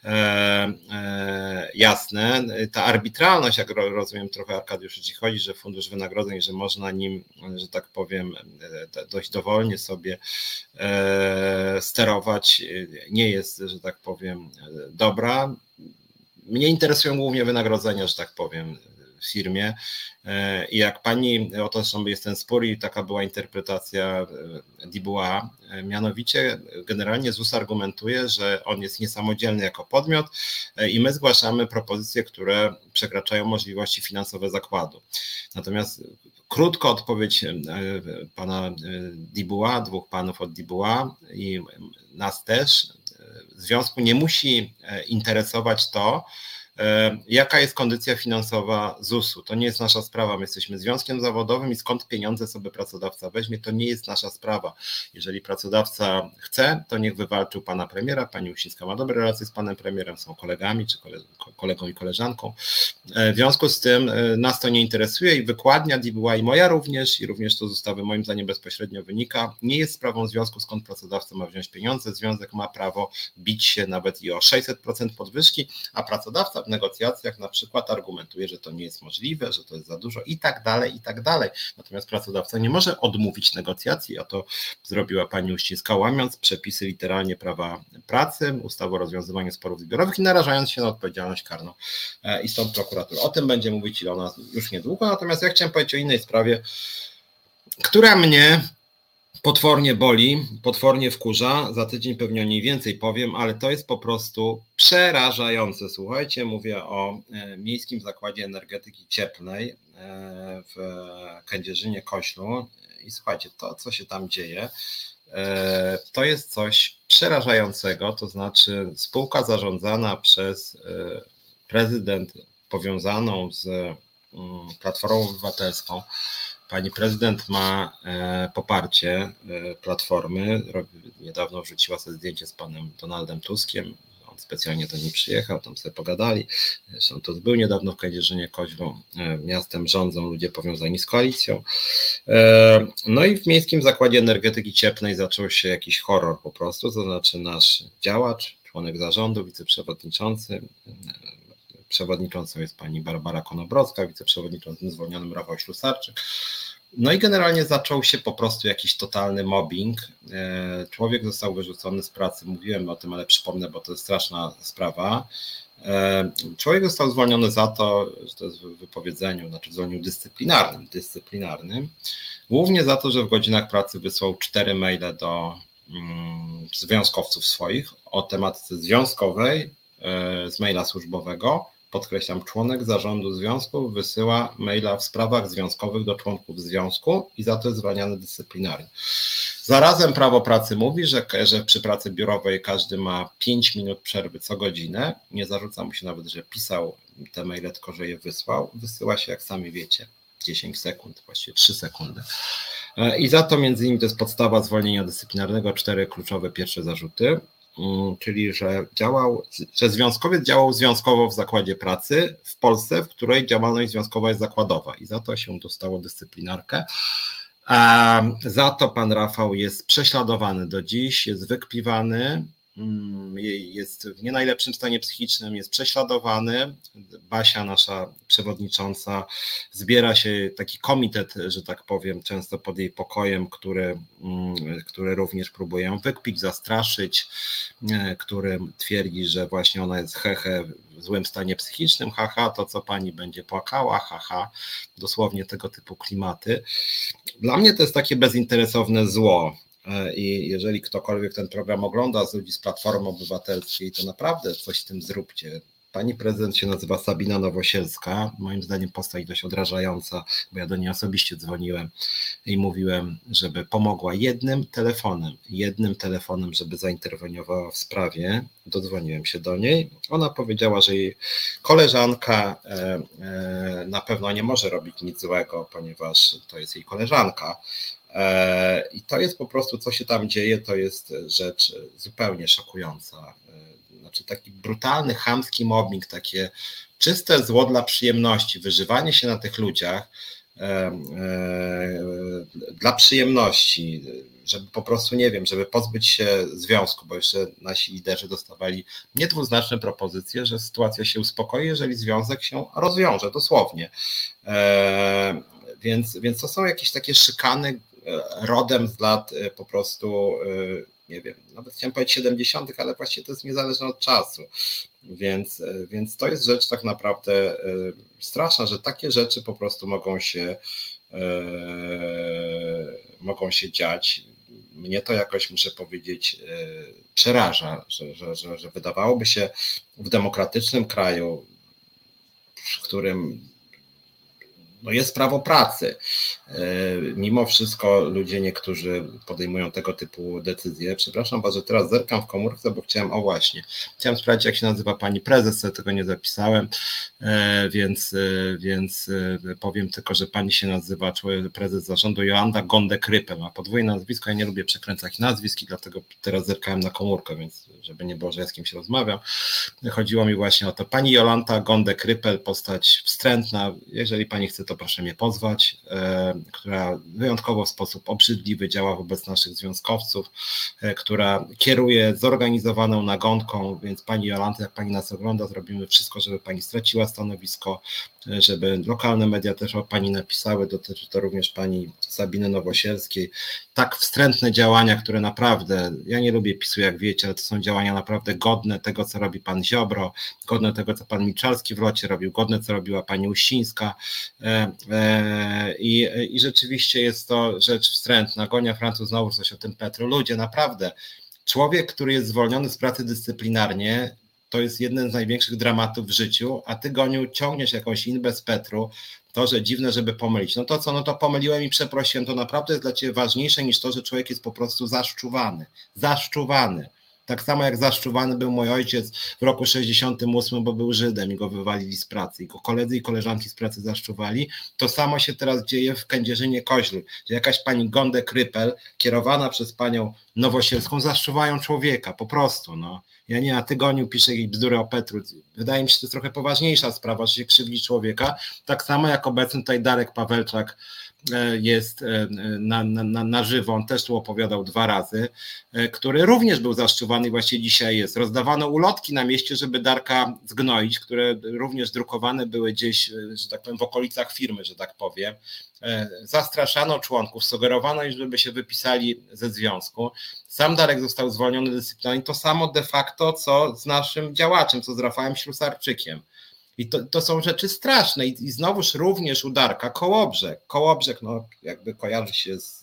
[SPEAKER 1] jasne. Ta arbitralność, jak rozumiem trochę, Arkadiusz, ci chodzi, że fundusz wynagrodzeń, że można nim, że tak powiem, dość dowolnie sobie sterować, nie jest, że tak powiem, dobra. Mnie interesują głównie wynagrodzenia, że tak powiem, w firmie. I jak pani, o to zresztą jest ten spór i taka była interpretacja Dubois, mianowicie generalnie ZUS argumentuje, że on jest niesamodzielny jako podmiot i my zgłaszamy propozycje, które przekraczają możliwości finansowe zakładu. Natomiast krótko odpowiedź pana Dubois, dwóch panów od Dubois i nas też, związku nie musi interesować to, Jaka jest kondycja finansowa ZUS-u? To nie jest nasza sprawa. My jesteśmy związkiem zawodowym i skąd pieniądze sobie pracodawca weźmie, to nie jest nasza sprawa. Jeżeli pracodawca chce, to niech wywalczy u pana premiera. Pani Uścińska ma dobre relacje z panem premierem, są kolegami czy kolegą i koleżanką. W związku z tym nas to nie interesuje i wykładnia DBY, moja również, i również to z ustawy moim zdaniem bezpośrednio wynika, nie jest sprawą związku, skąd pracodawca ma wziąć pieniądze. Związek ma prawo bić się nawet i o 600% podwyżki, a pracodawca w negocjacjach na przykład argumentuje, że to nie jest możliwe, że to jest za dużo i tak dalej, i tak dalej. Natomiast pracodawca nie może odmówić negocjacji, a to zrobiła pani Uścińska, łamiąc przepisy literalnie prawa pracy, ustawy o rozwiązywaniu sporów zbiorowych i narażając się na odpowiedzialność karną i stąd prokuratura. O tym będzie mówić Ilona już niedługo, natomiast ja chciałem powiedzieć o innej sprawie, która mnie potwornie boli, potwornie wkurza, za tydzień pewnie o niej więcej powiem, ale to jest po prostu przerażające. Słuchajcie, mówię o Miejskim Zakładzie Energetyki Cieplnej w Kędzierzynie-Koźlu i słuchajcie, to co się tam dzieje, to jest coś przerażającego, to znaczy spółka zarządzana przez prezydent powiązaną z Platformą Obywatelską. Pani prezydent ma poparcie Platformy. Niedawno wrzuciła sobie zdjęcie z panem Donaldem Tuskiem. On specjalnie do niej przyjechał, tam sobie pogadali. Zresztą to był niedawno w Kędzierzynie-Koźlu. Miastem rządzą ludzie powiązani z koalicją. No i w Miejskim Zakładzie Energetyki Cieplnej zaczął się jakiś horror po prostu. To znaczy nasz działacz, członek zarządu, wiceprzewodniczący, przewodniczącą jest pani Barbara Konobrowska, wiceprzewodniczącym zwolnionym Rafał Ślusarczyk. No i generalnie zaczął się po prostu jakiś totalny mobbing. Człowiek został wyrzucony z pracy, mówiłem o tym, ale przypomnę, bo to jest straszna sprawa. Człowiek został zwolniony za to, że to jest w wypowiedzeniu, znaczy w zwolnieniu dyscyplinarnym, głównie za to, że w godzinach pracy wysłał 4 maile do związkowców swoich o tematyce związkowej z maila służbowego. Podkreślam, członek zarządu związku wysyła maila w sprawach związkowych do członków związku i za to jest zwalniany dyscyplinarnie. Zarazem prawo pracy mówi, że przy pracy biurowej każdy ma 5 minut przerwy co godzinę. Nie zarzuca mu się nawet, że pisał te maile, tylko że je wysłał. Wysyła się, jak sami wiecie, 10 sekund, właściwie 3 sekundy. I za to między innymi to jest podstawa zwolnienia dyscyplinarnego, 4 kluczowe pierwsze zarzuty. Czyli że związkowiec działał związkowo w zakładzie pracy w Polsce, w której działalność związkowa jest zakładowa i za to się dostało dyscyplinarkę. A za to pan Rafał jest prześladowany do dziś, jest wykpiwany, jest w nie najlepszym stanie psychicznym, jest prześladowany. Basia, nasza przewodnicząca, zbiera się taki komitet, że tak powiem, często pod jej pokojem, który również próbuje ją wykpić, zastraszyć, który twierdzi, że właśnie ona jest w złym stanie psychicznym, haha, to co pani będzie płakała, haha, dosłownie tego typu klimaty. Dla mnie to jest takie bezinteresowne zło. I jeżeli ktokolwiek ten program ogląda z ludzi z Platformy Obywatelskiej, to naprawdę coś z tym zróbcie. Pani prezydent się nazywa Sabina Nowosielska, moim zdaniem postać dość odrażająca, bo ja do niej osobiście dzwoniłem i mówiłem, żeby pomogła jednym telefonem, żeby zainterweniowała w sprawie. Dodzwoniłem się do niej. Ona powiedziała, że jej koleżanka na pewno nie może robić nic złego, ponieważ to jest jej koleżanka. I to jest po prostu, co się tam dzieje, to jest rzecz zupełnie szokująca. Znaczy taki brutalny, chamski mobbing, takie czyste zło dla przyjemności, wyżywanie się na tych ludziach dla przyjemności, żeby po prostu, nie wiem, żeby pozbyć się związku, bo jeszcze nasi liderzy dostawali niedwuznaczne propozycje, że sytuacja się uspokoi, jeżeli związek się rozwiąże, dosłownie. Więc to są jakieś takie szykany rodem z lat po prostu, nie wiem, nawet chciałem powiedzieć 70., ale właściwie to jest niezależne od czasu. Więc to jest rzecz tak naprawdę straszna, że takie rzeczy po prostu mogą się dziać. Mnie to jakoś, muszę powiedzieć, przeraża, że wydawałoby się w demokratycznym kraju, w którym jest prawo pracy, Mimo wszystko ludzie niektórzy podejmują tego typu decyzje. Przepraszam bardzo, teraz zerkam w komórce, bo chciałem sprawdzić, jak się nazywa pani prezes, ja tego nie zapisałem, więc powiem tylko, że pani się nazywa prezes zarządu Jolanta Gondek-Rypel, ma podwójne nazwisko, ja nie lubię przekręcać nazwisk i dlatego teraz zerkałem na komórkę, więc żeby nie było, że ja z kimś rozmawiam. Chodziło mi właśnie o to. Pani Jolanta Gondek-Rypel, postać wstrętna, jeżeli pani chce, to proszę mnie pozwać, która wyjątkowo w sposób obrzydliwy działa wobec naszych związkowców, która kieruje zorganizowaną nagonką, więc pani Jolanta, jak pani nas ogląda, zrobimy wszystko, żeby pani straciła stanowisko, żeby lokalne media też o pani napisały, dotyczy to również pani Sabiny Nowosielskiej. Tak wstrętne działania, które naprawdę, ja nie lubię PiS-u, jak wiecie, ale to są działania naprawdę godne tego, co robi pan Ziobro, godne tego, co pan Milczarski w locie robił, godne, co robiła pani Uścińska i rzeczywiście jest to rzecz wstrętna. Gonia Francuz, znowu coś o tym Petru. Ludzie, naprawdę, człowiek, który jest zwolniony z pracy dyscyplinarnie, to jest jeden z największych dramatów w życiu, a ty, Goniu, ciągniesz jakąś inbę z Petru, to, że dziwne, żeby pomylić. No to co, no to pomyliłem i przeprosiłem, to naprawdę jest dla ciebie ważniejsze niż to, że człowiek jest po prostu zaszczuwany. Tak samo jak zaszczuwany był mój ojciec w roku 68, bo był Żydem i go wywalili z pracy. I go koledzy i koleżanki z pracy zaszczuwali. To samo się teraz dzieje w Kędzierzynie-Koźlu, gdzie jakaś pani Gondek-Rypel, kierowana przez panią Nowosielską, zaszczuwają człowieka, po prostu. No. Ja nie na tygodniu piszę jakieś bzdury o Petru. Wydaje mi się, że to jest trochę poważniejsza sprawa, że się krzywdzi człowieka. Tak samo jak obecny tutaj Darek Pawelczak jest na żywo, on też tu opowiadał 2 razy, który również był zaszczuwany i właśnie dzisiaj jest. Rozdawano ulotki na mieście, żeby Darka zgnoić, które również drukowane były gdzieś, że tak powiem, w okolicach firmy, że tak powiem. Zastraszano członków, sugerowano im, żeby się wypisali ze związku. Sam Darek został zwolniony dyscyplinarnie, to samo de facto, co z naszym działaczem, co z Rafałem Ślusarczykiem. I to są rzeczy straszne i znowuż również u Darka Kołobrzeg no jakby kojarzy się z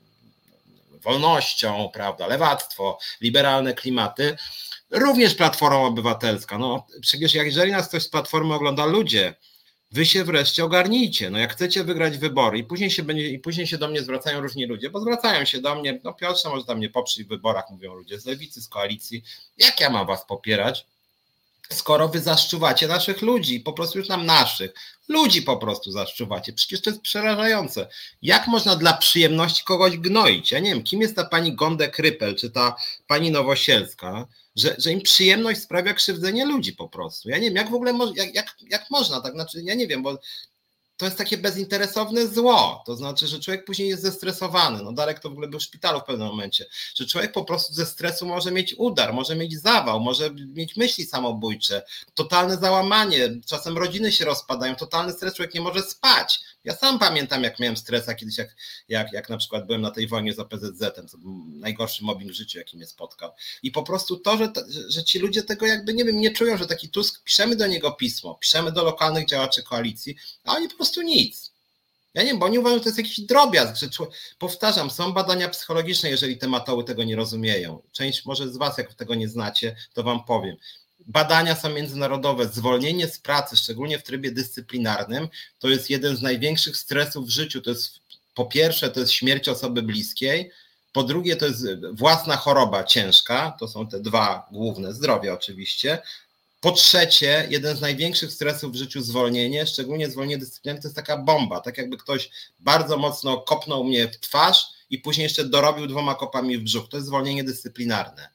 [SPEAKER 1] wolnością, prawda, lewactwo, liberalne klimaty, również Platforma Obywatelska, no przecież jeżeli nas ktoś z Platformy ogląda, ludzie, wy się wreszcie ogarnijcie, no jak chcecie wygrać wybory i później się do mnie zwracają różni ludzie, bo zwracają się do mnie, no Piotrze, może tam mnie poprzeć w wyborach, mówią ludzie z lewicy, z koalicji, jak ja mam was popierać, skoro wy zaszczuwacie naszych ludzi, po prostu już nam naszych ludzi po prostu zaszczuwacie. Przecież to jest przerażające. Jak można dla przyjemności kogoś gnoić? Ja nie wiem, kim jest ta pani Gondek-Rypel, czy ta pani Nowosielska, że im przyjemność sprawia krzywdzenie ludzi po prostu. Ja nie wiem, jak w ogóle jak można, tak znaczy, ja nie wiem, bo to jest takie bezinteresowne zło, to znaczy, że człowiek później jest zestresowany, no Darek to w ogóle był w szpitalu w pewnym momencie, że człowiek po prostu ze stresu może mieć udar, może mieć zawał, może mieć myśli samobójcze, totalne załamanie, czasem rodziny się rozpadają, totalny stres, człowiek nie może spać. Ja sam pamiętam, jak miałem stresa kiedyś, jak na przykład byłem na tej wojnie z OPZZ-em, to był najgorszy mobbing w życiu, jaki mnie spotkał. I po prostu to, że ci ludzie tego jakby, nie wiem, nie czują, że taki Tusk, piszemy do niego pismo, piszemy do lokalnych działaczy koalicji, a oni po prostu nic. Ja nie wiem, bo oni uważają, że to jest jakiś drobiazg, że powtarzam, są badania psychologiczne, jeżeli te matoły tego nie rozumieją. Część może z was, jak tego nie znacie, to wam powiem. Badania są międzynarodowe. Zwolnienie z pracy, szczególnie w trybie dyscyplinarnym, to jest jeden z największych stresów w życiu. To jest, po pierwsze, to jest śmierć osoby bliskiej, po drugie, to jest własna choroba ciężka, to są te 2 główne, zdrowie oczywiście. Po trzecie, jeden z największych stresów w życiu zwolnienie, szczególnie zwolnienie dyscyplinarne, to jest taka bomba, tak jakby ktoś bardzo mocno kopnął mnie w twarz i później jeszcze dorobił 2 kopami w brzuch. To jest zwolnienie dyscyplinarne.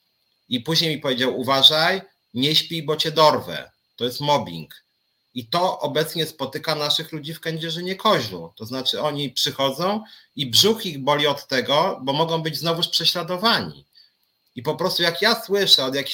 [SPEAKER 1] I później mi powiedział, uważaj, nie śpij, bo cię dorwę. To jest mobbing. I to obecnie spotyka naszych ludzi w Kędzierzynie-Koźlu. To znaczy oni przychodzą i brzuch ich boli od tego, bo mogą być znowuż prześladowani. I po prostu jak ja słyszę od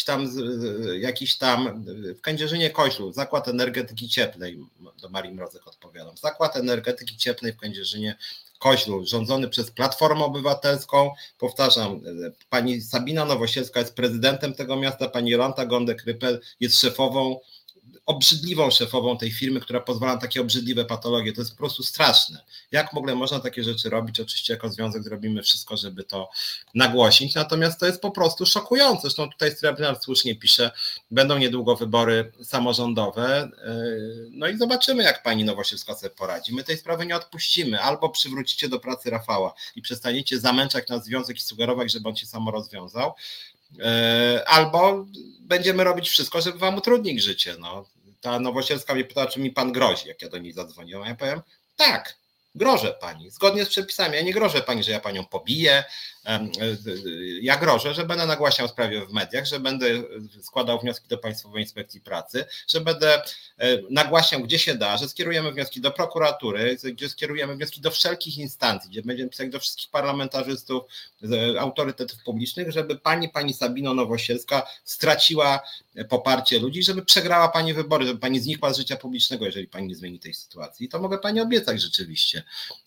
[SPEAKER 1] jakiś tam w Kędzierzynie-Koźlu, Zakład Energetyki Cieplnej, do Marii Mrozek odpowiadam, Zakład Energetyki Cieplnej w Kędzierzynie-Koźlu, rządzony przez Platformę Obywatelską, powtarzam, pani Sabina Nowosielska jest prezydentem tego miasta, pani Jolanta Gondek-Rypel jest szefową obrzydliwą szefową tej firmy, która pozwala na takie obrzydliwe patologie. To jest po prostu straszne. Jak w ogóle można takie rzeczy robić? Oczywiście jako związek zrobimy wszystko, żeby to nagłośnić, natomiast to jest po prostu szokujące. Zresztą tutaj Srebrnar słusznie pisze, będą niedługo wybory samorządowe, no i zobaczymy, jak pani Nowosielska sobie poradzi. My tej sprawy nie odpuścimy. Albo przywrócicie do pracy Rafała i przestaniecie zamęczać nas związek i sugerować, żeby on się samo rozwiązał, albo będziemy robić wszystko, żeby wam utrudnić życie. No, ta Nowosielska mnie pytała, czy mi pan grozi, jak ja do niej zadzwoniłem. Ja powiem, tak, grożę pani, zgodnie z przepisami. Ja nie grożę pani, że ja panią pobiję. Ja grożę, że będę nagłaśniał sprawę w mediach, że będę składał wnioski do Państwowej Inspekcji Pracy, że będę nagłaśniał, gdzie się da, że skierujemy wnioski do prokuratury, gdzie skierujemy wnioski do wszelkich instancji, gdzie będziemy pisać do wszystkich parlamentarzystów, autorytetów publicznych, żeby pani Sabino Nowosielska straciła poparcie ludzi, żeby przegrała pani wybory, żeby pani znikła z życia publicznego, jeżeli pani nie zmieni tej sytuacji. I to mogę pani obiecać rzeczywiście.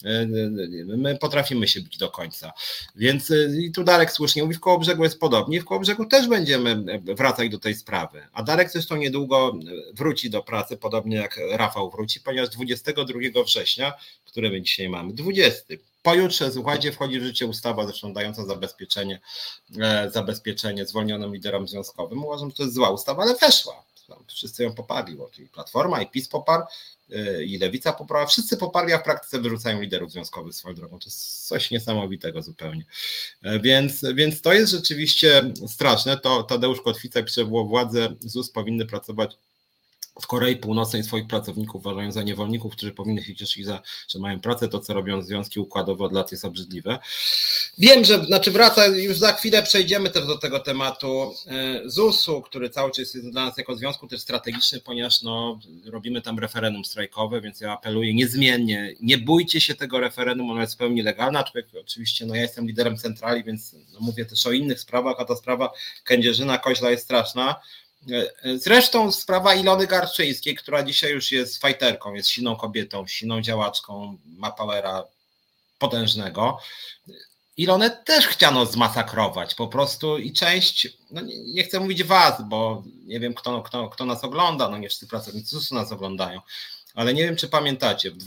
[SPEAKER 1] My potrafimy się bić do końca. Więc i tu Darek słusznie mówi, w Kołobrzegu jest podobnie, w Kołobrzegu też będziemy wracać do tej sprawy. A Darek zresztą niedługo wróci do pracy, podobnie jak Rafał wróci, ponieważ 22 września, który my dzisiaj mamy, 20. Pojutrze, słuchajcie, wchodzi w życie ustawa zresztą dająca zabezpieczenie zwolnionym liderom związkowym. Uważam, że to jest zła ustawa, ale weszła. Wszyscy ją poparli, czyli Platforma i PiS poparł, i Lewica poparła, wszyscy poparli, a w praktyce wyrzucają liderów związkowych swoją drogą. To jest coś niesamowitego zupełnie. Więc to jest rzeczywiście straszne. To Tadeusz Kotwica pisze, władze ZUS powinny pracować w Korei Północnej swoich pracowników uważają za niewolników, którzy powinny się cieszyć, że mają pracę. To, co robią związki układowe od lat, jest obrzydliwe. Wiem, że wraca, już za chwilę przejdziemy też do tego tematu ZUS-u, który cały czas jest dla nas jako związku też strategiczny, ponieważ robimy tam referendum strajkowe, więc ja apeluję niezmiennie, nie bójcie się tego referendum, ono jest w pełni legalne, aczkolwiek oczywiście ja jestem liderem centrali, więc mówię też o innych sprawach, a ta sprawa Kędzierzyna-Koźla jest straszna. Zresztą sprawa Ilony Garczyńskiej, która dzisiaj już jest fajterką, jest silną kobietą, silną działaczką, ma powera potężnego. Ilonę też chciano zmasakrować po prostu i część, nie chcę mówić was, bo nie wiem kto nas ogląda, nie wszyscy pracownicy ZUS-u nas oglądają, ale nie wiem czy pamiętacie, w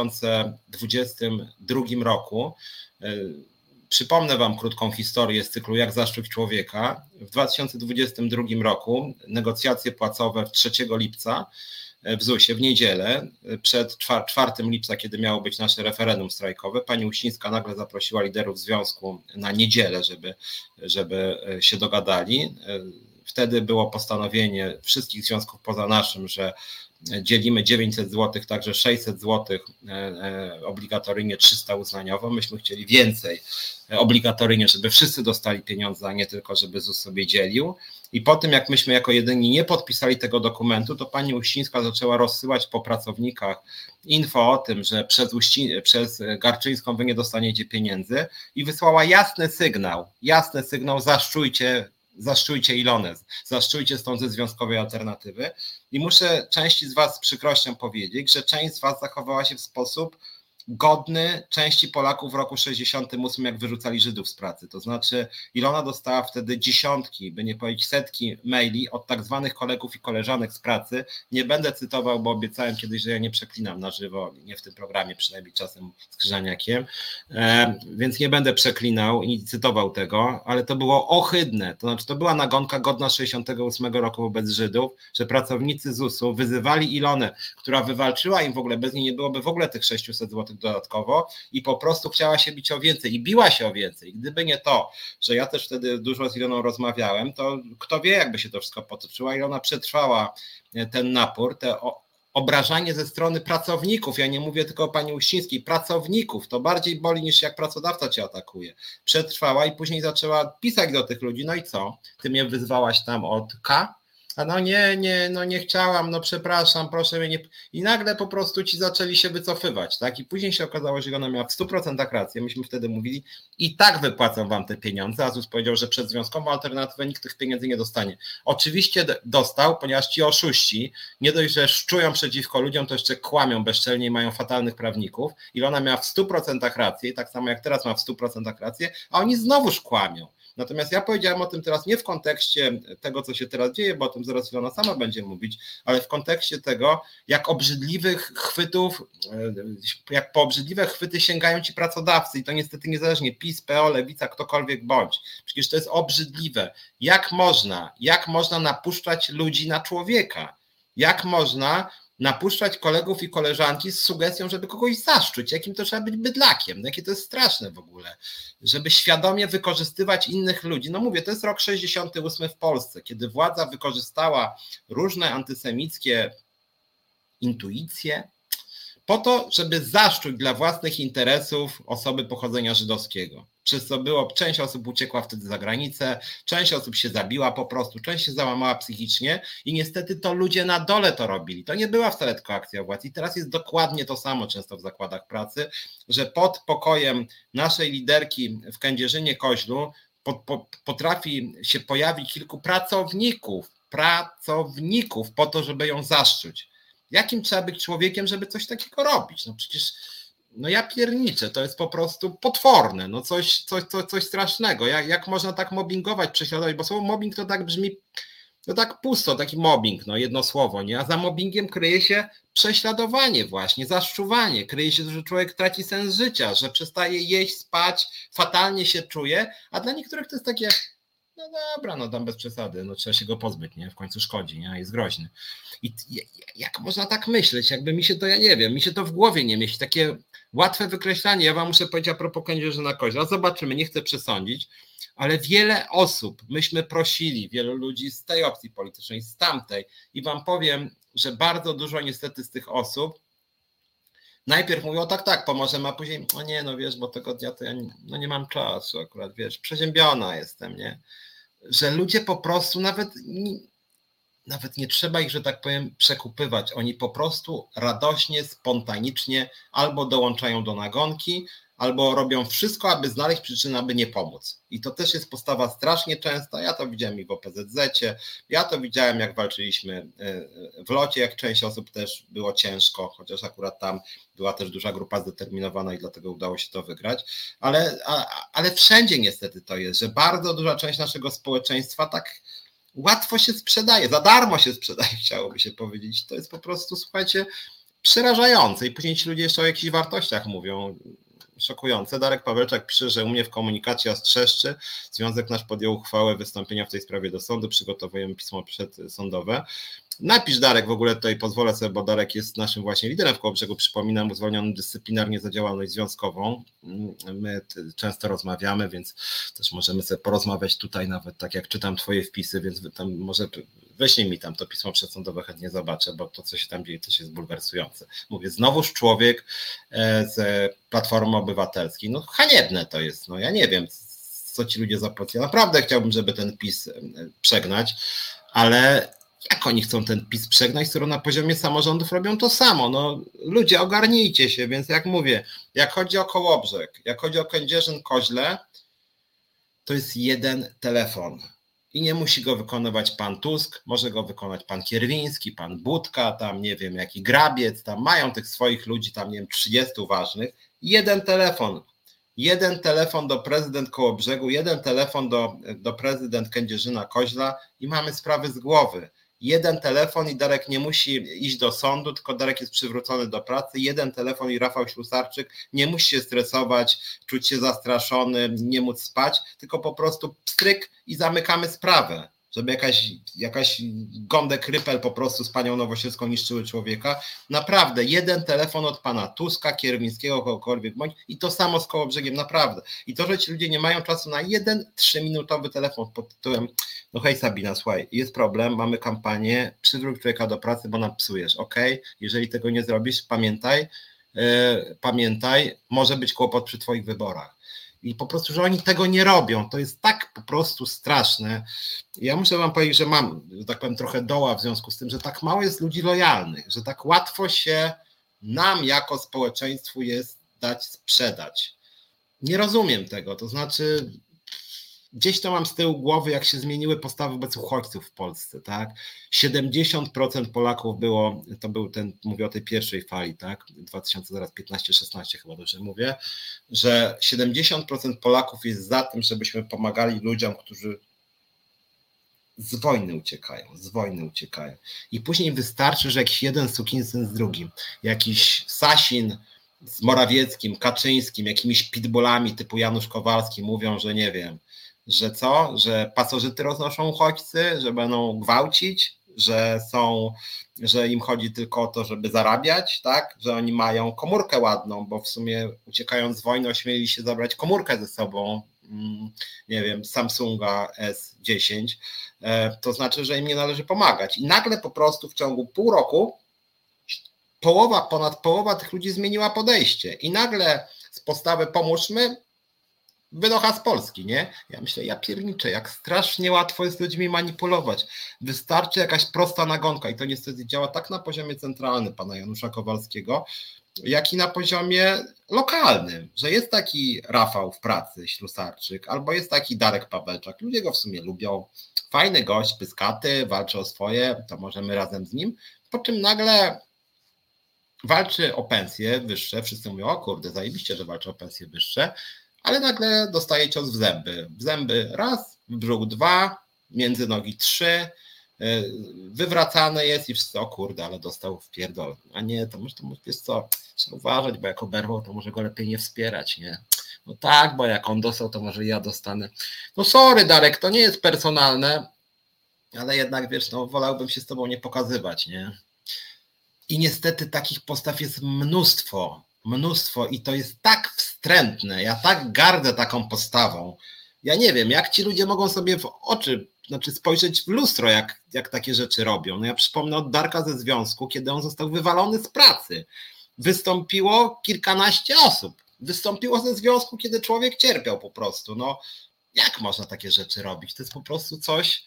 [SPEAKER 1] 2022 roku, przypomnę wam krótką historię z cyklu Jak zaszczuć człowieka. W 2022 roku negocjacje płacowe 3 lipca w ZUS-ie w niedzielę, przed 4 lipca, kiedy miało być nasze referendum strajkowe, pani Uścińska nagle zaprosiła liderów związku na niedzielę, żeby się dogadali. Wtedy było postanowienie wszystkich związków poza naszym, że dzielimy 900 zł, także 600 zł obligatoryjnie, 300 uznaniowo. Myśmy chcieli więcej obligatoryjnie, żeby wszyscy dostali pieniądze, a nie tylko, żeby ZUS sobie dzielił. I po tym, jak myśmy jako jedyni nie podpisali tego dokumentu, to pani Uścińska zaczęła rozsyłać po pracownikach info o tym, że przez Garczyńską wy nie dostaniecie pieniędzy i wysłała jasny sygnał, zaszczujcie Ilonę, zaszczujcie stąd ze związkowej alternatywy. I muszę części z was z przykrością powiedzieć, że część z was zachowała się w sposób godny części Polaków w roku 68, jak wyrzucali Żydów z pracy. To znaczy Ilona dostała wtedy dziesiątki, by nie powiedzieć setki maili od tak zwanych kolegów i koleżanek z pracy. Nie będę cytował, bo obiecałem kiedyś, że ja nie przeklinam na żywo, nie w tym programie, przynajmniej czasem z Krzyżaniakiem, więc nie będę przeklinał i cytował tego, ale to było ohydne. To znaczy to była nagonka godna 68 roku wobec Żydów, że pracownicy ZUS-u wyzywali Ilonę, która wywalczyła im w ogóle, bez niej nie byłoby w ogóle tych 600 zł dodatkowo i po prostu chciała się bić o więcej i biła się o więcej. Gdyby nie to, że ja też wtedy dużo z Iloną rozmawiałem, to kto wie, jakby się to wszystko potoczyło. Ilona przetrwała ten napór, obrażanie ze strony pracowników, ja nie mówię tylko o pani Uścińskiej, pracowników, to bardziej boli niż jak pracodawca cię atakuje. Przetrwała i później zaczęła pisać do tych ludzi, no i co? Ty mnie wyzwałaś tam od K? A nie chciałam, przepraszam, proszę mnie nie... I nagle po prostu ci zaczęli się wycofywać, tak? I później się okazało, że ona miała w 100% rację, myśmy wtedy mówili i tak wypłacą wam te pieniądze, a ZUS powiedział, że przez związkową alternatywę nikt tych pieniędzy nie dostanie. Oczywiście dostał, ponieważ ci oszuści nie dość, że szczują przeciwko ludziom, to jeszcze kłamią bezczelnie i mają fatalnych prawników. Ilona miała w 100% rację, tak samo jak teraz ma w 100% rację, a oni znowuż kłamią. Natomiast ja powiedziałem o tym teraz nie w kontekście tego, co się teraz dzieje, bo o tym zaraz Ilona sama będzie mówić, ale w kontekście tego, jak po obrzydliwe chwyty sięgają ci pracodawcy i to niestety niezależnie PiS, PO, Lewica, ktokolwiek bądź. Przecież to jest obrzydliwe. Jak można napuszczać ludzi na człowieka? Jak można napuszczać kolegów i koleżanki z sugestią, żeby kogoś zaszczuć? Jakim to trzeba być bydlakiem? Jakie to jest straszne w ogóle, żeby świadomie wykorzystywać innych ludzi. No mówię, to jest rok 68 w Polsce, kiedy władza wykorzystała różne antysemickie intuicje po to, żeby zaszczuć dla własnych interesów osoby pochodzenia żydowskiego. Przez co część osób uciekła wtedy za granicę, część osób się zabiła po prostu, część się załamała psychicznie i niestety to ludzie na dole to robili. To nie była wcale tylko akcja władz i teraz jest dokładnie to samo często w zakładach pracy, że pod pokojem naszej liderki w Kędzierzynie-Koźlu potrafi się pojawić kilku pracowników po to, żeby ją zaszczuć. Jakim trzeba być człowiekiem, żeby coś takiego robić? No przecież, no ja pierniczę, to jest po prostu potworne, no coś strasznego. Jak można tak mobbingować, prześladować, bo słowo mobbing to tak brzmi, to tak pusto, taki mobbing, no jedno słowo, nie? A za mobbingiem kryje się prześladowanie właśnie, zaszczuwanie, kryje się, że człowiek traci sens życia, że przestaje jeść, spać, fatalnie się czuje, a dla niektórych to jest takie, no dobra, no tam bez przesady, no trzeba się go pozbyć, nie? W końcu szkodzi, nie? Jest groźny. I jak można tak myśleć? Jakby mi się to, ja nie wiem, mi się to w głowie nie mieści, takie łatwe wykreślanie. Ja wam muszę powiedzieć a propos Kędzierzyna-Koźla, zobaczymy, nie chcę przesądzić, ale wiele osób, myśmy prosili, wielu ludzi z tej opcji politycznej, z tamtej i wam powiem, że bardzo dużo niestety z tych osób najpierw mówią, tak, pomożemy, a później, no nie, no wiesz, bo tego dnia to ja nie mam czasu akurat, wiesz, przeziębiona jestem, nie? Że ludzie po prostu nawet nie trzeba ich, że tak powiem, przekupywać. Oni po prostu radośnie, spontanicznie albo dołączają do nagonki, albo robią wszystko, aby znaleźć przyczynę, aby nie pomóc. I to też jest postawa strasznie częsta. Ja to widziałem i w OPZZ-cie, ja to widziałem, jak walczyliśmy w locie, jak część osób też było ciężko, chociaż akurat tam była też duża grupa zdeterminowana i dlatego udało się to wygrać. Ale wszędzie niestety to jest, że bardzo duża część naszego społeczeństwa tak łatwo się sprzedaje, za darmo się sprzedaje, chciałoby się powiedzieć. To jest po prostu, słuchajcie, przerażające. I później ci ludzie jeszcze o jakichś wartościach mówią. Szokujące. Darek Pawełczak pisze, że u mnie w komunikacie Ostrzeszczy związek nasz podjął uchwałę wystąpienia w tej sprawie do sądu, przygotowujemy pismo przedsądowe. Napisz, Darek, w ogóle tutaj pozwolę sobie, bo Darek jest naszym właśnie liderem w Kołobrzegu, przypominam, zwolniony dyscyplinarnie za działalność związkową. My często rozmawiamy, więc też możemy sobie porozmawiać tutaj nawet, tak jak czytam twoje wpisy, więc tam może weźmie mi tam to pismo przedsądowe, chętnie zobaczę, bo to, co się tam dzieje, też jest bulwersujące. Mówię, znowuż człowiek z Platformy Obywatelskiej. No haniebne to jest, no ja nie wiem, co ci ludzie zapłacili. Naprawdę chciałbym, żeby ten PiS przegnać, ale jak oni chcą ten PiS przegnać, skoro na poziomie samorządów robią to samo? No ludzie, ogarnijcie się, więc jak mówię, jak chodzi o Kołobrzeg, jak chodzi o Kędzierzyn-Koźle, to jest jeden telefon i nie musi go wykonywać pan Tusk, może go wykonać pan Kierwiński, pan Budka, tam nie wiem jaki Grabiec, tam mają tych swoich ludzi, tam nie wiem 30 ważnych, jeden telefon do prezydent Kołobrzegu, jeden telefon do prezydent Kędzierzyna-Koźla i mamy sprawy z głowy. Jeden telefon i Darek nie musi iść do sądu, tylko Darek jest przywrócony do pracy. Jeden telefon i Rafał Ślusarczyk nie musi się stresować, czuć się zastraszony, nie móc spać, tylko po prostu pstryk i zamykamy sprawę. Żeby jakaś Gądek Rypel po prostu z panią Nowosielską niszczyły człowieka. Naprawdę, jeden telefon od pana Tuska, Kierwińskiego, kogokolwiek bądź i to samo z Kołobrzegiem, naprawdę. I to, że ci ludzie nie mają czasu na jeden 3-minutowy telefon pod tytułem no hej Sabina, słuchaj, jest problem, mamy kampanię, przywróć człowieka do pracy, bo nam psujesz, okej? Jeżeli tego nie zrobisz, pamiętaj, może być kłopot przy twoich wyborach. I po prostu, że oni tego nie robią, to jest tak po prostu straszne. Ja muszę wam powiedzieć, że mam, że tak powiem, trochę doła w związku z tym, że tak mało jest ludzi lojalnych, że tak łatwo się nam jako społeczeństwu jest dać sprzedać. Nie rozumiem tego, to znaczy gdzieś to mam z tyłu głowy, jak się zmieniły postawy wobec uchodźców w Polsce, tak? 70% Polaków było, to był ten, mówię o tej pierwszej fali, tak? 2015-16 chyba dobrze mówię, że 70% Polaków jest za tym, żebyśmy pomagali ludziom, którzy z wojny uciekają. I później wystarczy, że jakiś jeden sukinsyn z drugim, jakiś Sasin z Morawieckim, Kaczyńskim, jakimiś pitbullami typu Janusz Kowalski mówią, że nie wiem, że co, że pasożyty roznoszą uchodźcy, że będą gwałcić, że im chodzi tylko o to, żeby zarabiać, tak, że oni mają komórkę ładną, bo w sumie uciekając z wojny ośmielili się zabrać komórkę ze sobą, nie wiem, Samsunga S10, to znaczy, że im nie należy pomagać. I nagle po prostu w ciągu pół roku ponad połowa tych ludzi zmieniła podejście i nagle z postawy pomóżmy wynocha z Polski, nie? Ja myślę, ja pierniczę, jak strasznie łatwo jest ludźmi manipulować. Wystarczy jakaś prosta nagonka i to niestety działa tak na poziomie centralnym pana Janusza Kowalskiego, jak i na poziomie lokalnym, że jest taki Rafał w pracy, Ślusarczyk, albo jest taki Darek Pawełczak. Ludzie go w sumie lubią. Fajny gość, pyskaty, walczy o swoje, to możemy razem z nim. Po czym nagle walczy o pensje wyższe. Wszyscy mówią, o kurde, zajebiście, że walczy o pensje wyższe, ale nagle dostaje cios w zęby. W zęby raz, w brzuch dwa, między nogi trzy, wywracane jest i wszyscy, o kurde, ale dostał w pierdol. A nie, to może wiesz co, trzeba uważać, bo jak oberwał, to może go lepiej nie wspierać, nie? No tak, bo jak on dostał, to może ja dostanę. No sorry Darek, to nie jest personalne, ale jednak wiesz, no wolałbym się z tobą nie pokazywać, nie? I niestety takich postaw jest mnóstwo i to jest tak wstrętne, ja tak gardzę taką postawą. Ja nie wiem, jak ci ludzie mogą sobie w oczy, znaczy spojrzeć w lustro, jak takie rzeczy robią. No ja przypomnę od Darka ze związku, kiedy on został wywalony z pracy. Wystąpiło kilkanaście osób. Wystąpiło ze związku, kiedy człowiek cierpiał po prostu. No jak można takie rzeczy robić? To jest po prostu coś,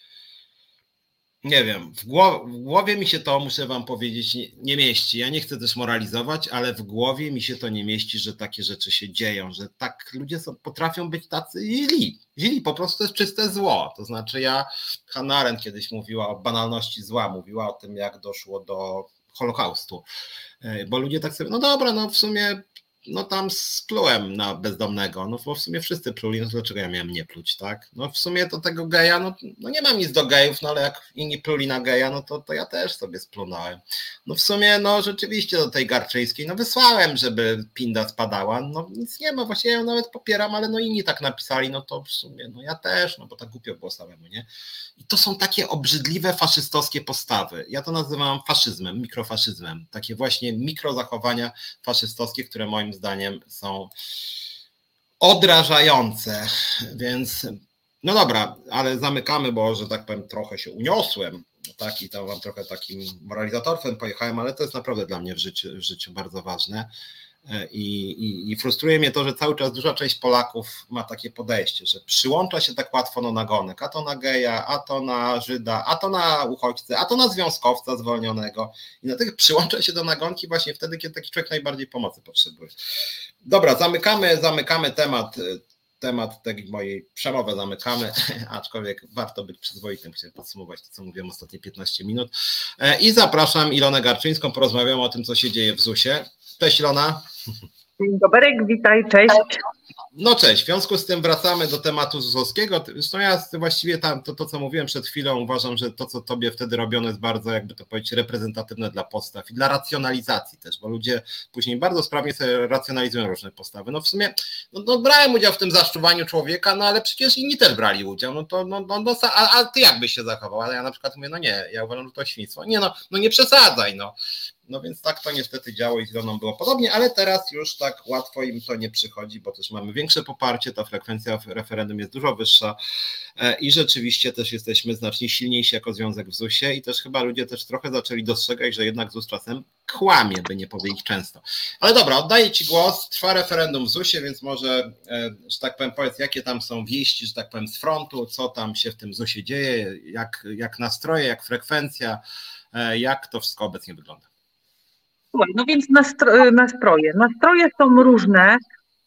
[SPEAKER 1] nie wiem, w głowie mi się to, muszę wam powiedzieć, nie mieści. Ja nie chcę też moralizować, ale w głowie mi się to nie mieści, że takie rzeczy się dzieją, że tak ludzie potrafią być tacy źli, po prostu to jest czyste zło. To znaczy Hannah Arendt kiedyś mówiła o banalności zła, mówiła o tym, jak doszło do Holokaustu, bo ludzie tak sobie, no dobra, no w sumie no tam splułem na bezdomnego, no bo w sumie wszyscy pluli, no to dlaczego ja miałem nie pluć, tak? No w sumie to tego geja, no nie mam nic do gejów, no ale jak inni pluli na geja, no to ja też sobie splunąłem. No w sumie, no rzeczywiście do tej Garczyńskiej, no wysłałem, żeby pinda spadała, no nic nie ma, właśnie ja ją nawet popieram, ale no inni tak napisali, no to w sumie, no ja też, no bo tak głupio było samemu, nie? I to są takie obrzydliwe faszystowskie postawy. Ja to nazywam faszyzmem, mikrofaszyzmem, takie właśnie mikrozachowania faszystowskie, które moim zdaniem są odrażające, więc no dobra, ale zamykamy, bo że tak powiem trochę się uniosłem, tak, i tam wam trochę takim moralizatorem pojechałem, ale to jest naprawdę dla mnie w życiu bardzo ważne. I frustruje mnie to, że cały czas duża część Polaków ma takie podejście, że przyłącza się tak łatwo na nagonek, a to na geja, a to na Żyda, a to na uchodźcę, a to na związkowca zwolnionego i dlatego przyłącza się do nagonki właśnie wtedy, kiedy taki człowiek najbardziej pomocy potrzebuje. Dobra, zamykamy temat tej mojej przemowy zamykamy, aczkolwiek warto być przyzwoitym, chciałem podsumować to, co mówiłem ostatnie 15 minut i zapraszam Ilonę Garczyńską, porozmawiamy o tym, co się dzieje w ZUS-ie. Cześć Ilona.
[SPEAKER 3] Dzień dobry, witaj, cześć.
[SPEAKER 1] No cześć, w związku z tym wracamy do tematu ZUS-owskiego. Zresztą ja właściwie to, co mówiłem przed chwilą, uważam, że to, co tobie wtedy robiono, jest bardzo, jakby to powiedzieć, reprezentatywne dla postaw i dla racjonalizacji też, bo ludzie później bardzo sprawnie sobie racjonalizują różne postawy. No w sumie, no brałem udział w tym zaszczuwaniu człowieka, no ale przecież inni też brali udział, a ty jak byś się zachował? Ale ja na przykład mówię, no nie, ja uważam, że to świństwo. Nie nie przesadzaj, No więc tak to niestety działo i z Iloną było podobnie, ale teraz już tak łatwo im to nie przychodzi, bo też mamy większe poparcie, ta frekwencja w referendum jest dużo wyższa i rzeczywiście też jesteśmy znacznie silniejsi jako związek w ZUS-ie i też chyba ludzie też trochę zaczęli dostrzegać, że jednak ZUS czasem kłamie, by nie powiedzieć często. Ale dobra, oddaję ci głos, trwa referendum w ZUS-ie, więc może, że tak powiem, powiedz, jakie tam są wieści, że tak powiem, z frontu, co tam się w tym ZUS-ie dzieje, jak nastroje, jak frekwencja, jak to wszystko obecnie wygląda.
[SPEAKER 3] No więc nastroje są różne.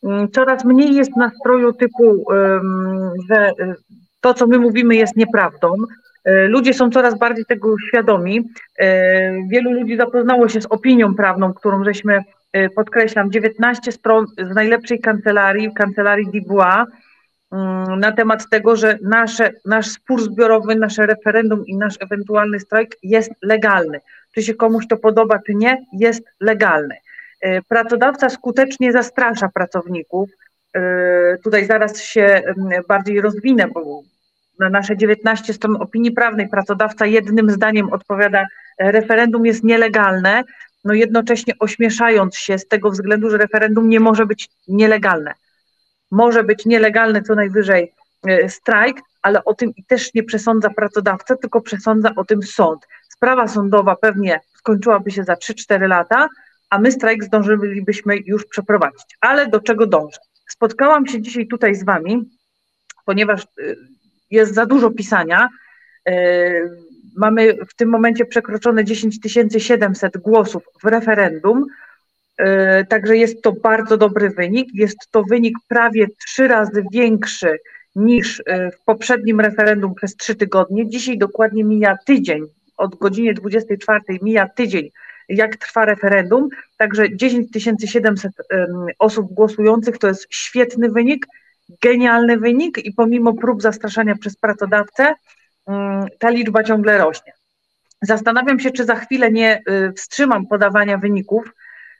[SPEAKER 3] coraz mniej jest nastroju typu, że to, co my mówimy, jest nieprawdą. Ludzie są coraz bardziej tego świadomi. Wielu ludzi zapoznało się z opinią prawną, którą żeśmy, podkreślam, 19 stron z najlepszej kancelarii Dubois, na temat tego, że nasz spór zbiorowy, nasze referendum i nasz ewentualny strajk jest legalny. Czy się komuś to podoba, czy nie, jest legalny. Pracodawca skutecznie zastrasza pracowników. Tutaj zaraz się bardziej rozwinę, bo na nasze 19 stron opinii prawnej pracodawca jednym zdaniem odpowiada, referendum jest nielegalne, no jednocześnie ośmieszając się z tego względu, że referendum nie może być nielegalne. Może być nielegalny co najwyżej strajk, ale o tym i też nie przesądza pracodawca, tylko przesądza o tym sąd. Sprawa sądowa pewnie skończyłaby się za 3-4 lata, a my strajk zdążylibyśmy już przeprowadzić. Ale do czego dążę? Spotkałam się dzisiaj tutaj z wami, ponieważ jest za dużo pisania. Mamy w tym momencie przekroczone 10 700 głosów w referendum, także jest to bardzo dobry wynik. Jest to wynik prawie 3 razy większy niż w poprzednim referendum przez 3 tygodnie. Dzisiaj dokładnie mija tydzień, od godziny 24 mija tydzień, jak trwa referendum, także 10 700 osób głosujących to jest świetny wynik, genialny wynik i pomimo prób zastraszania przez pracodawcę ta liczba ciągle rośnie. Zastanawiam się, czy za chwilę nie wstrzymam podawania wyników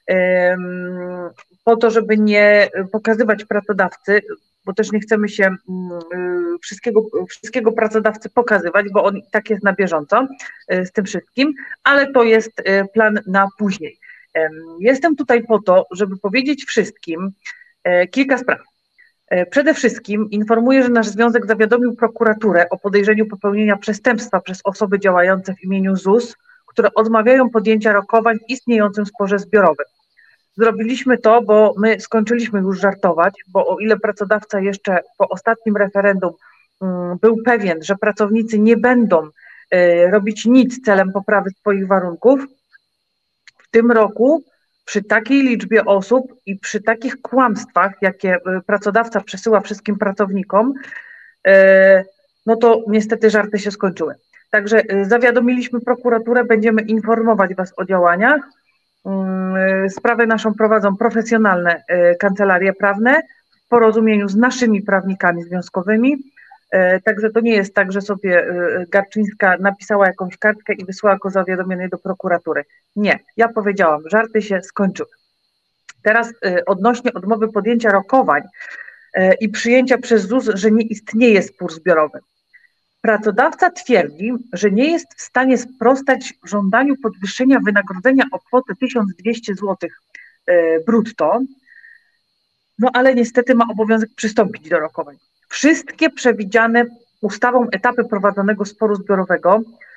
[SPEAKER 3] po to, żeby nie pokazywać pracodawcy, bo też nie chcemy się wszystkiego pracodawcy pokazywać, bo on i tak jest na bieżąco z tym wszystkim, ale to jest plan na później. Jestem tutaj po to, żeby powiedzieć wszystkim kilka spraw. Przede wszystkim informuję, że nasz związek zawiadomił prokuraturę o podejrzeniu popełnienia przestępstwa przez osoby działające w imieniu ZUS, które odmawiają podjęcia rokowań w istniejącym sporze zbiorowym. Zrobiliśmy to, bo my skończyliśmy już żartować, bo o ile pracodawca jeszcze po ostatnim referendum był pewien, że pracownicy nie będą robić nic celem poprawy swoich warunków, w tym roku przy takiej liczbie osób i przy takich kłamstwach, jakie pracodawca przesyła wszystkim pracownikom, no to niestety żarty się skończyły. Także zawiadomiliśmy prokuraturę, będziemy informować Was o działaniach. Sprawę naszą prowadzą profesjonalne kancelarie prawne w porozumieniu z naszymi prawnikami związkowymi. Także to nie jest tak, że sobie Garczyńska napisała jakąś kartkę i wysłała go zawiadomienie do prokuratury. Nie, ja powiedziałam, żarty się skończyły. Teraz odnośnie odmowy podjęcia rokowań i przyjęcia przez ZUS, że nie istnieje spór zbiorowy. Pracodawca twierdzi, że nie jest w stanie sprostać żądaniu podwyższenia wynagrodzenia o kwotę 1200 zł brutto, no ale niestety ma obowiązek przystąpić do rokowań. Wszystkie przewidziane ustawą etapy prowadzonego sporu zbiorowego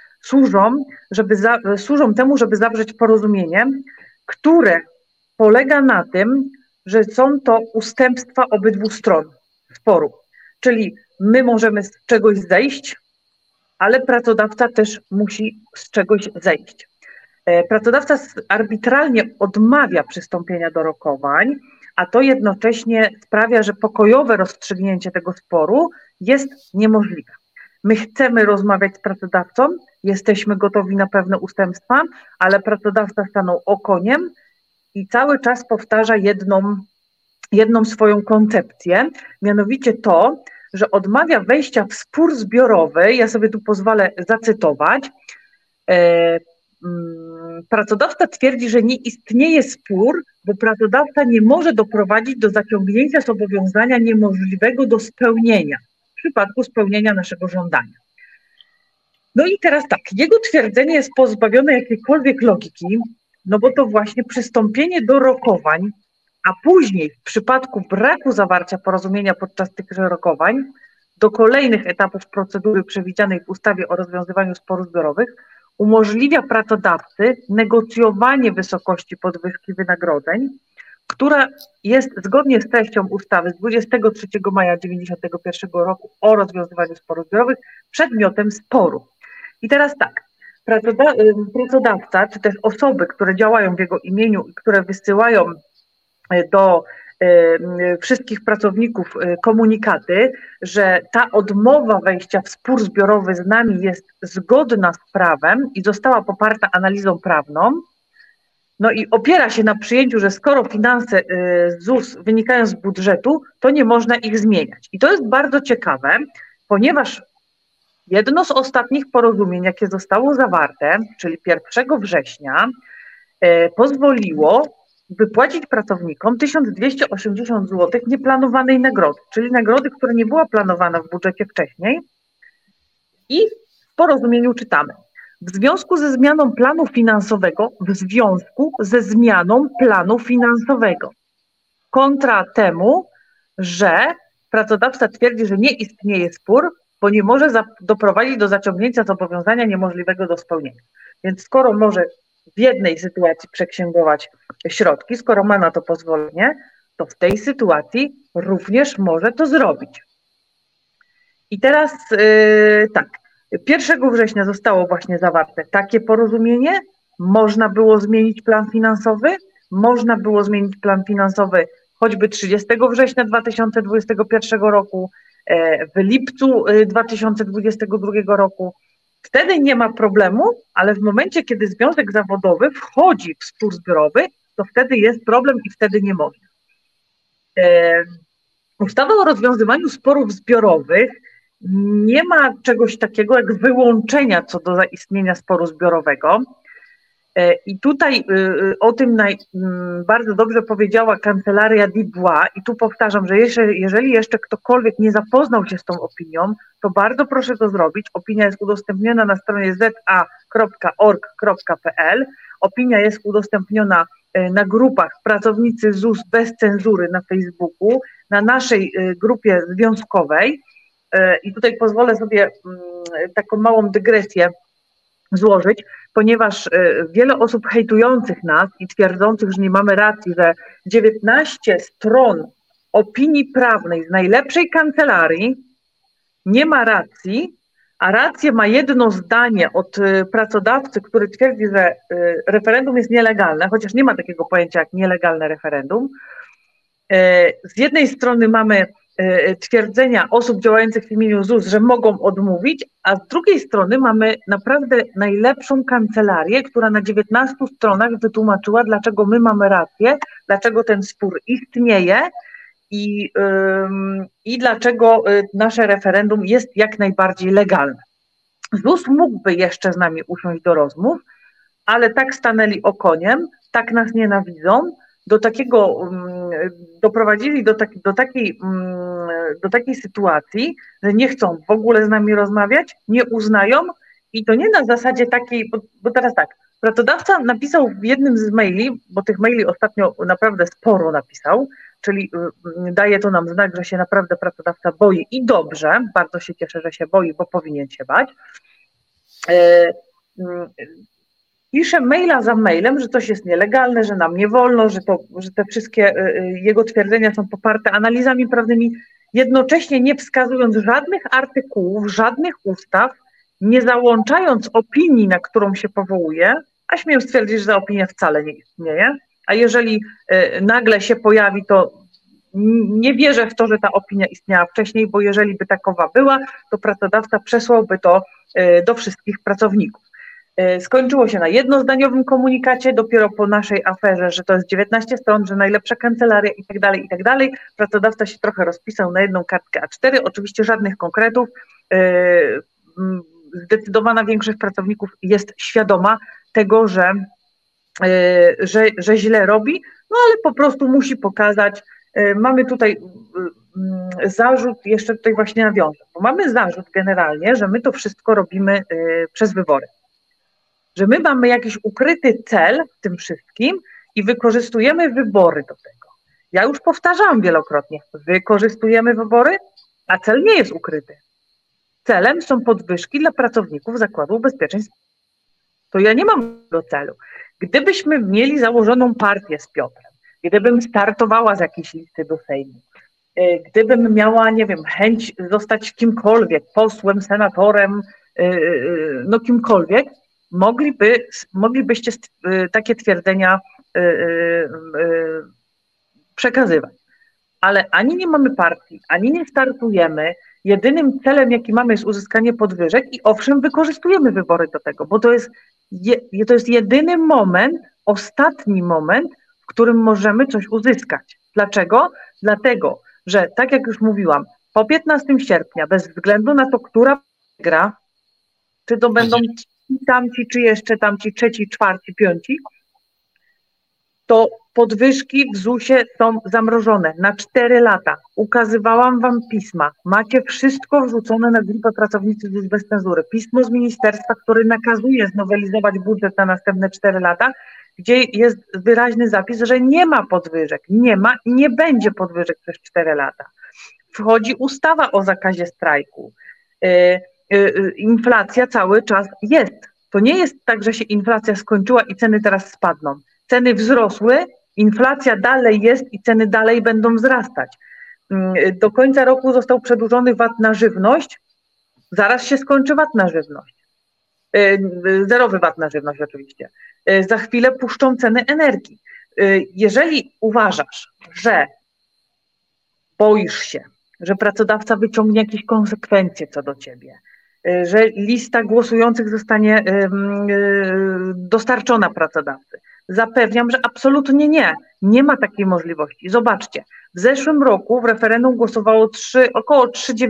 [SPEAKER 3] służą temu, żeby zawrzeć porozumienie, które polega na tym, że są to ustępstwa obydwu stron sporu. Czyli my możemy z czegoś zejść, ale pracodawca też musi z czegoś zejść. Pracodawca arbitralnie odmawia przystąpienia do rokowań, a to jednocześnie sprawia, że pokojowe rozstrzygnięcie tego sporu jest niemożliwe. My chcemy rozmawiać z pracodawcą, jesteśmy gotowi na pewne ustępstwa, ale pracodawca stanął okoniem i cały czas powtarza jedną swoją koncepcję, mianowicie to, że odmawia wejścia w spór zbiorowy. Ja sobie tu pozwolę zacytować. Pracodawca twierdzi, że nie istnieje spór, bo pracodawca nie może doprowadzić do zaciągnięcia zobowiązania niemożliwego do spełnienia w przypadku spełnienia naszego żądania. No i teraz tak, jego twierdzenie jest pozbawione jakiejkolwiek logiki, no bo to właśnie przystąpienie do rokowań, a później w przypadku braku zawarcia porozumienia podczas tych rokowań do kolejnych etapów procedury przewidzianej w ustawie o rozwiązywaniu sporów zbiorowych umożliwia pracodawcy negocjowanie wysokości podwyżki wynagrodzeń, która jest zgodnie z treścią ustawy z 23 maja 1991 roku o rozwiązywaniu sporów zbiorowych przedmiotem sporu. I teraz tak, pracodawca, czy też osoby, które działają w jego imieniu i które wysyłają do wszystkich pracowników komunikaty, że ta odmowa wejścia w spór zbiorowy z nami jest zgodna z prawem i została poparta analizą prawną. No i opiera się na przyjęciu, że skoro finanse ZUS wynikają z budżetu, to nie można ich zmieniać. I to jest bardzo ciekawe, ponieważ jedno z ostatnich porozumień, jakie zostało zawarte, czyli 1 września, pozwoliło wypłacić pracownikom 1280 zł nieplanowanej nagrody, czyli nagrody, która nie była planowana w budżecie wcześniej. I w porozumieniu czytamy: w związku ze zmianą planu finansowego, kontra temu, że pracodawca twierdzi, że nie istnieje spór, bo nie może doprowadzić do zaciągnięcia zobowiązania niemożliwego do spełnienia. Więc skoro może w jednej sytuacji przeksięgować środki, skoro ma na to pozwolenie, to w tej sytuacji również może to zrobić. I teraz tak, 1 września zostało właśnie zawarte takie porozumienie, można było zmienić plan finansowy, można było zmienić plan finansowy choćby 30 września 2021 roku, w lipcu 2022 roku. Wtedy nie ma problemu, ale w momencie, kiedy związek zawodowy wchodzi w spór zbiorowy, to wtedy jest problem i wtedy nie można. Ustawa o rozwiązywaniu sporów zbiorowych nie ma czegoś takiego jak wyłączenia co do zaistnienia sporu zbiorowego. I tutaj o tym bardzo dobrze powiedziała kancelaria Dubois i tu powtarzam, że jeżeli jeszcze ktokolwiek nie zapoznał się z tą opinią, to bardzo proszę to zrobić. Opinia jest udostępniona na stronie za.org.pl. Opinia jest udostępniona na grupach Pracownicy ZUS bez cenzury na Facebooku, na naszej grupie związkowej. I tutaj pozwolę sobie taką małą dygresję złożyć, ponieważ wiele osób hejtujących nas i twierdzących, że nie mamy racji, że 19 stron opinii prawnej z najlepszej kancelarii nie ma racji, a rację ma jedno zdanie od pracodawcy, który twierdzi, że referendum jest nielegalne, chociaż nie ma takiego pojęcia jak nielegalne referendum. Z jednej strony mamy twierdzenia osób działających w imieniu ZUS, że mogą odmówić, a z drugiej strony mamy naprawdę najlepszą kancelarię, która na 19 stronach wytłumaczyła, dlaczego my mamy rację, dlaczego ten spór istnieje i dlaczego nasze referendum jest jak najbardziej legalne. ZUS mógłby jeszcze z nami usiąść do rozmów, ale tak stanęli okoniem, tak nas nienawidzą, doprowadzili do takiej sytuacji, że nie chcą w ogóle z nami rozmawiać, nie uznają i to nie na zasadzie takiej, bo teraz tak, pracodawca napisał w jednym z maili, bo tych maili ostatnio naprawdę sporo napisał, czyli daje to nam znak, że się naprawdę pracodawca boi i dobrze, bardzo się cieszę, że się boi, bo powinien się bać. Pisze maila za mailem, że coś jest nielegalne, że nam nie wolno, że te wszystkie jego twierdzenia są poparte analizami prawnymi, jednocześnie nie wskazując żadnych artykułów, żadnych ustaw, nie załączając opinii, na którą się powołuje, a śmiem stwierdzić, że ta opinia wcale nie istnieje, a jeżeli nagle się pojawi, to nie wierzę w to, że ta opinia istniała wcześniej, bo jeżeli by takowa była, to pracodawca przesłałby to do wszystkich pracowników. Skończyło się na jednozdaniowym komunikacie, dopiero po naszej aferze, że to jest 19 stron, że najlepsza kancelaria i tak dalej. Pracodawca się trochę rozpisał na jedną kartkę A4, oczywiście żadnych konkretów. Zdecydowana większość pracowników jest świadoma tego, że źle robi, no ale po prostu musi pokazać. Mamy tutaj zarzut, jeszcze tutaj właśnie nawiążę, bo mamy zarzut generalnie, że my to wszystko robimy przez wybory. Że my mamy jakiś ukryty cel w tym wszystkim i wykorzystujemy wybory do tego. Ja już powtarzałam wielokrotnie, wykorzystujemy wybory, a cel nie jest ukryty. Celem są podwyżki dla pracowników Zakładu Ubezpieczeń Społecznych. To ja nie mam tego celu. Gdybyśmy mieli założoną partię z Piotrem, gdybym startowała z jakiejś listy do Sejmu, gdybym miała, nie wiem, chęć zostać kimkolwiek, posłem, senatorem, no kimkolwiek, moglibyście takie twierdzenia przekazywać. ale ani nie mamy partii, ani nie startujemy. Jedynym celem, jaki mamy, jest uzyskanie podwyżek i owszem, wykorzystujemy wybory do tego, bo to jest jedyny moment, ostatni moment, w którym możemy coś uzyskać. Dlaczego? Dlatego, że tak jak już mówiłam, po 15 sierpnia, bez względu na to, która gra, czy to będą tamci, czy jeszcze tamci, trzeci, czwarci, piąci, to podwyżki w ZUS-ie są zamrożone na 4 lata. Ukazywałam wam pisma. Macie wszystko wrzucone na grupę Pracownicy ZUS bez cenzury. Pismo z ministerstwa, które nakazuje znowelizować budżet na następne 4 lata, gdzie jest wyraźny zapis, że nie ma podwyżek. Nie ma i nie będzie podwyżek przez 4 lata. Wchodzi ustawa o zakazie strajku. Inflacja cały czas jest. To nie jest tak, że się inflacja skończyła i ceny teraz spadną. Ceny wzrosły, inflacja dalej jest i ceny dalej będą wzrastać. Do końca roku został przedłużony VAT na żywność. Zaraz się skończy VAT na żywność. Zerowy VAT na żywność oczywiście. Za chwilę puszczą ceny energii. Jeżeli uważasz, że boisz się, że pracodawca wyciągnie jakieś konsekwencje co do ciebie, że lista głosujących zostanie dostarczona pracodawcy, zapewniam, że absolutnie nie. Nie ma takiej możliwości. Zobaczcie, w zeszłym roku w referendum głosowało około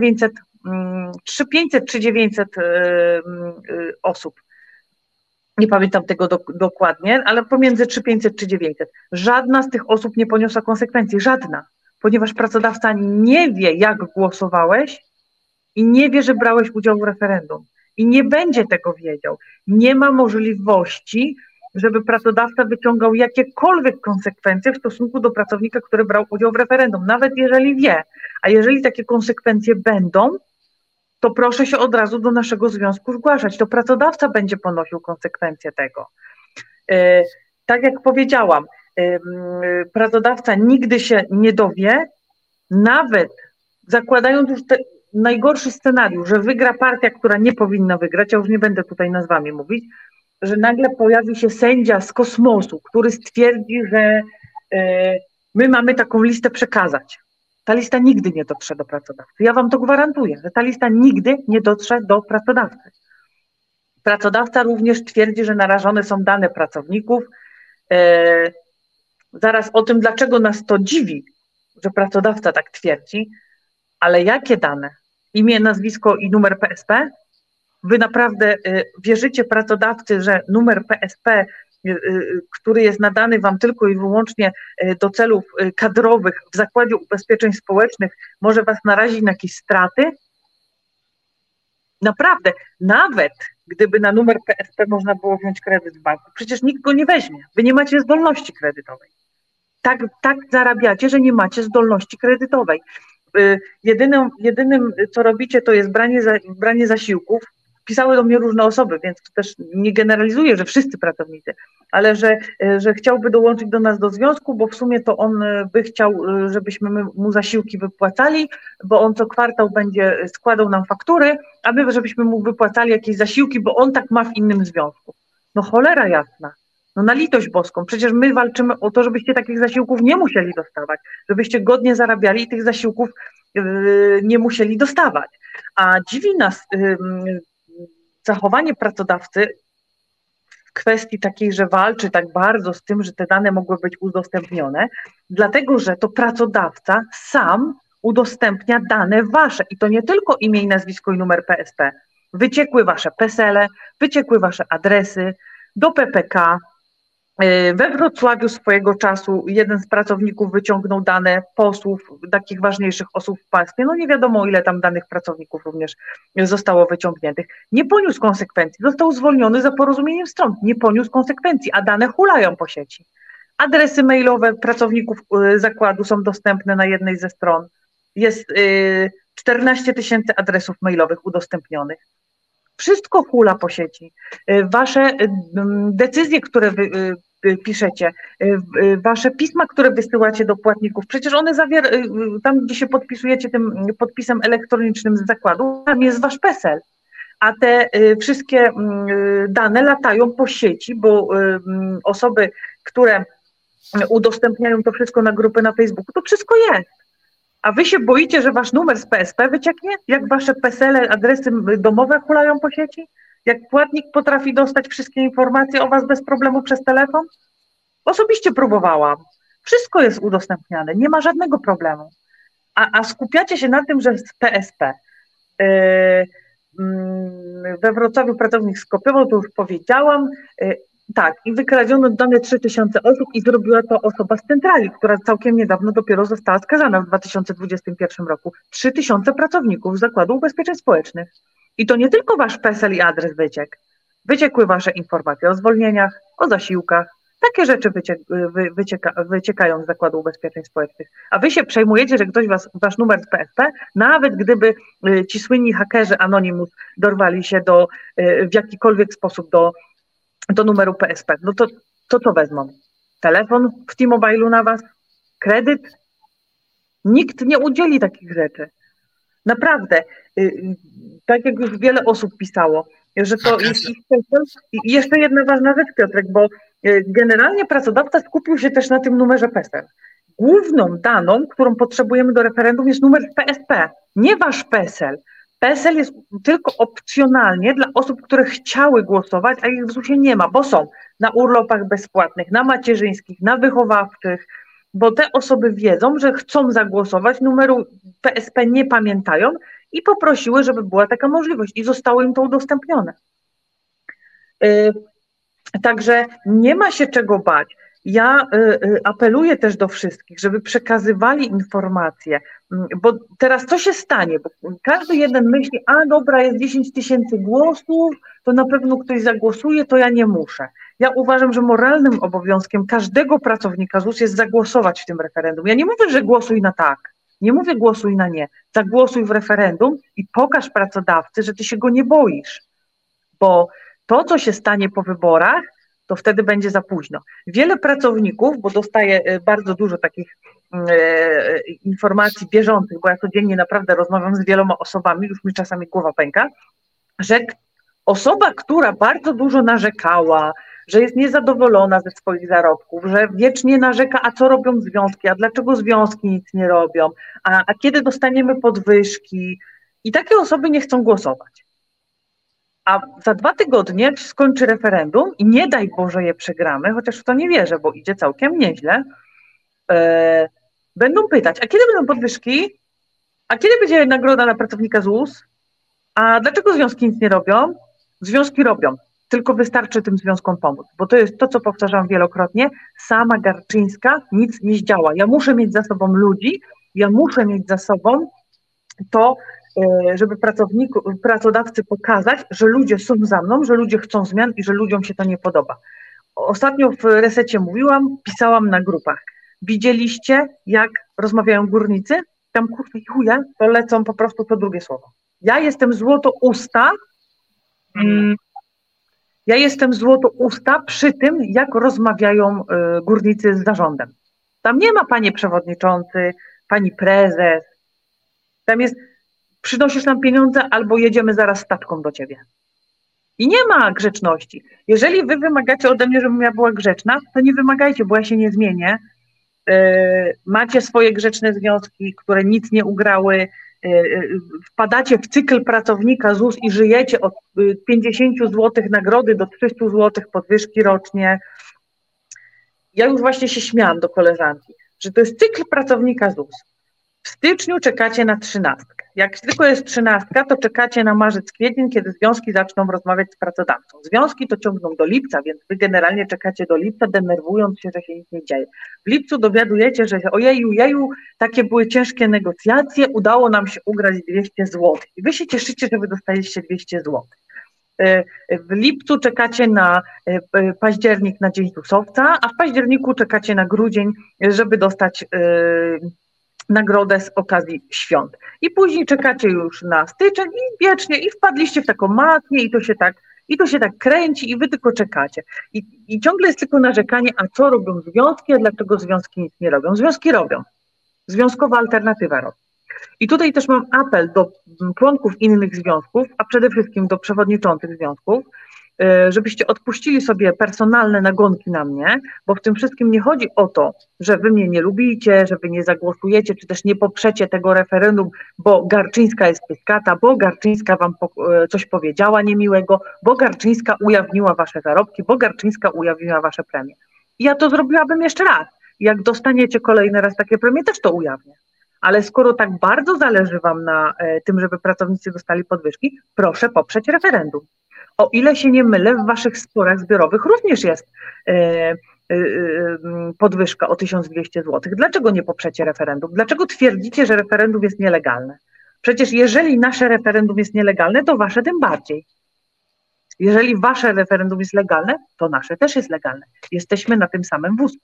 [SPEAKER 3] 3500 osób. Nie pamiętam tego dokładnie, ale pomiędzy 3500 czy 900. Żadna z tych osób nie poniosła konsekwencji. Żadna. Ponieważ pracodawca nie wie, jak głosowałeś i nie wie, że brałeś udział w referendum. I nie będzie tego wiedział. Nie ma możliwości, żeby pracodawca wyciągał jakiekolwiek konsekwencje w stosunku do pracownika, który brał udział w referendum, nawet jeżeli wie. A jeżeli takie konsekwencje będą, to proszę się od razu do naszego związku zgłaszać. To pracodawca będzie ponosił konsekwencje tego. Tak jak powiedziałam, pracodawca nigdy się nie dowie, nawet zakładając już najgorszy scenariusz, że wygra partia, która nie powinna wygrać, ja już nie będę tutaj nazwami mówić, że nagle pojawi się sędzia z kosmosu, który stwierdzi, że my mamy taką listę przekazać. Ta lista nigdy nie dotrze do pracodawcy. Ja wam to gwarantuję, że ta lista nigdy nie dotrze do pracodawcy. Pracodawca również twierdzi, że narażone są dane pracowników. Zaraz o tym, dlaczego nas to dziwi, że pracodawca tak twierdzi, ale jakie dane? Imię, nazwisko i numer PSP? Wy naprawdę wierzycie pracodawcy, że numer PSP, który jest nadany wam tylko i wyłącznie do celów kadrowych w Zakładzie Ubezpieczeń Społecznych, może was narazić na jakieś straty? Naprawdę, nawet gdyby na numer PSP można było wziąć kredyt w banku, przecież nikt go nie weźmie. Wy nie macie zdolności kredytowej. Tak zarabiacie, że nie macie zdolności kredytowej. Jedynym, co robicie, to jest branie zasiłków. Pisały do mnie różne osoby, więc to też nie generalizuję, że wszyscy pracownicy, ale że chciałby dołączyć do nas do związku, bo w sumie to on by chciał, żebyśmy mu zasiłki wypłacali, bo on co kwartał będzie składał nam faktury, a my żebyśmy mu wypłacali jakieś zasiłki, bo on tak ma w innym związku. No cholera jasna. No na litość boską, przecież my walczymy o to, żebyście takich zasiłków nie musieli dostawać, żebyście godnie zarabiali i tych zasiłków nie musieli dostawać. A dziwi nas zachowanie pracodawcy w kwestii takiej, że walczy tak bardzo z tym, że te dane mogły być udostępnione, dlatego że to pracodawca sam udostępnia dane wasze i to nie tylko imię i nazwisko i numer PSP. Wyciekły wasze PESEL-e, wyciekły wasze adresy do PPK. We Wrocławiu swojego czasu jeden z pracowników wyciągnął dane posłów, takich ważniejszych osób w państwie. No nie wiadomo, ile tam danych pracowników również zostało wyciągniętych. Nie poniósł konsekwencji, został zwolniony za porozumieniem stron. Nie poniósł konsekwencji, a dane hulają po sieci. Adresy mailowe pracowników zakładu są dostępne na jednej ze stron. Jest 14 000 adresów mailowych udostępnionych. Wszystko hula po sieci. Wasze decyzje, które wy piszecie, wasze pisma, które wysyłacie do płatników, przecież one tam, gdzie się podpisujecie tym podpisem elektronicznym z zakładu, tam jest wasz PESEL. A te wszystkie dane latają po sieci, bo osoby, które udostępniają to wszystko na grupy na Facebooku, to wszystko jest. A wy się boicie, że wasz numer z PSP wycieknie? Jak wasze PESEL-e, adresy domowe hulają po sieci? Jak płatnik potrafi dostać wszystkie informacje o was bez problemu przez telefon? Osobiście próbowałam. Wszystko jest udostępniane, nie ma żadnego problemu. A skupiacie się na tym, że z PSP. We Wrocławiu pracownik skopiował, to już powiedziałam. Tak, i wykradziono dane 3000 osób i zrobiła to osoba z centrali, która całkiem niedawno dopiero została skazana w 2021 roku. 3000 pracowników Zakładu Ubezpieczeń Społecznych. I to nie tylko wasz PESEL i adres wyciekł. Wyciekły wasze informacje o zwolnieniach, o zasiłkach. Takie rzeczy wyciekają z Zakładu Ubezpieczeń Społecznych. A wy się przejmujecie, że ktoś wasz numer z PSP, nawet gdyby ci słynni hakerzy Anonymous dorwali się w jakikolwiek sposób do numeru PSP, no to co wezmą? Telefon w T-Mobile'u na was? Kredyt? Nikt nie udzieli takich rzeczy. Naprawdę, tak jak już wiele osób pisało, że to jest ich PESEL. I jeszcze jedna ważna rzecz, Piotrek, bo generalnie pracodawca skupił się też na tym numerze PESEL. Główną daną, którą potrzebujemy do referendum, jest numer PSP, nie wasz PESEL. PESEL jest tylko opcjonalnie dla osób, które chciały głosować, a ich w ZUS-ie nie ma, bo są na urlopach bezpłatnych, na macierzyńskich, na wychowawczych, bo te osoby wiedzą, że chcą zagłosować, numeru PSP nie pamiętają i poprosiły, żeby była taka możliwość i zostało im to udostępnione. Także nie ma się czego bać. Ja apeluję też do wszystkich, żeby przekazywali informacje, bo teraz co się stanie? Bo każdy jeden myśli, a dobra, jest 10 000 głosów, to na pewno ktoś zagłosuje, to ja nie muszę. Ja uważam, że moralnym obowiązkiem każdego pracownika ZUS jest zagłosować w tym referendum. Ja nie mówię, że głosuj na tak, nie mówię głosuj na nie. Zagłosuj w referendum i pokaż pracodawcy, że ty się go nie boisz, bo to, co się stanie po wyborach, to wtedy będzie za późno. Wiele pracowników, bo dostaję bardzo dużo takich informacji bieżących, bo ja codziennie naprawdę rozmawiam z wieloma osobami, już mi czasami głowa pęka, że osoba, która bardzo dużo narzekała, że jest niezadowolona ze swoich zarobków, że wiecznie narzeka, a co robią związki, a dlaczego związki nic nie robią, a kiedy dostaniemy podwyżki, i takie osoby nie chcą głosować. A za 2 tygodnie skończy referendum i nie daj Boże je przegramy, chociaż w to nie wierzę, bo idzie całkiem nieźle, będą pytać, a kiedy będą podwyżki? A kiedy będzie nagroda dla pracownika ZUS? A dlaczego związki nic nie robią? Związki robią, tylko wystarczy tym związkom pomóc, bo to jest to, co powtarzam wielokrotnie, sama Garczyńska nic nie zdziała. Ja muszę mieć za sobą ludzi, ja muszę mieć za sobą to, żeby pracodawcy pokazać, że ludzie są za mną, że ludzie chcą zmian i że ludziom się to nie podoba. Ostatnio w Resecie mówiłam, pisałam na grupach. Widzieliście, jak rozmawiają górnicy? Tam kurwa chuje, to lecą po prostu to drugie słowo. Ja jestem złotousta przy tym, jak rozmawiają górnicy z zarządem. Tam nie ma panie przewodniczący, pani prezes, tam jest przynosisz nam pieniądze albo jedziemy zaraz staczką do ciebie. I nie ma grzeczności. Jeżeli wy wymagacie ode mnie, żebym ja była grzeczna, to nie wymagajcie, bo ja się nie zmienię. Macie swoje grzeczne związki, które nic nie ugrały, wpadacie w cykl pracownika ZUS i żyjecie od 50 zł nagrody do 300 zł podwyżki rocznie. Ja już właśnie się śmiałam do koleżanki, że to jest cykl pracownika ZUS. W styczniu czekacie na 13. Jak tylko jest 13, to czekacie na marzec, kwiecień, kiedy związki zaczną rozmawiać z pracodawcą. Związki to ciągną do lipca, więc wy generalnie czekacie do lipca, denerwując się, że się nic nie dzieje. W lipcu dowiadujecie, że ojeju, takie były ciężkie negocjacje, udało nam się ugrać 200 zł. I wy się cieszycie, że wy dostaliście 200 zł. W lipcu czekacie na październik, na Dzień ZUS-owca, a w październiku czekacie na grudzień, żeby dostać nagrodę z okazji świąt. I później czekacie już na styczeń i wiecznie, i wpadliście w taką matnię i to się tak kręci i wy tylko czekacie. I ciągle jest tylko narzekanie, a co robią związki, a dlaczego związki nic nie robią? Związki robią. Związkowa alternatywa robi. I tutaj też mam apel do członków innych związków, a przede wszystkim do przewodniczących związków, żebyście odpuścili sobie personalne nagonki na mnie, bo w tym wszystkim nie chodzi o to, że wy mnie nie lubicie, że wy nie zagłosujecie, czy też nie poprzecie tego referendum, bo Garczyńska jest pyskata, bo Garczyńska wam coś powiedziała niemiłego, bo Garczyńska ujawniła wasze zarobki, bo Garczyńska ujawniła wasze premie. I ja to zrobiłabym jeszcze raz. Jak dostaniecie kolejny raz takie premie, też to ujawnię. Ale skoro tak bardzo zależy wam na tym, żeby pracownicy dostali podwyżki, proszę poprzeć referendum. O ile się nie mylę, w waszych sporach zbiorowych również jest podwyżka o 1200 zł. Dlaczego nie poprzecie referendum? Dlaczego twierdzicie, że referendum jest nielegalne? Przecież jeżeli nasze referendum jest nielegalne, to wasze tym bardziej. Jeżeli wasze referendum jest legalne, to nasze też jest legalne. Jesteśmy na tym samym wózku.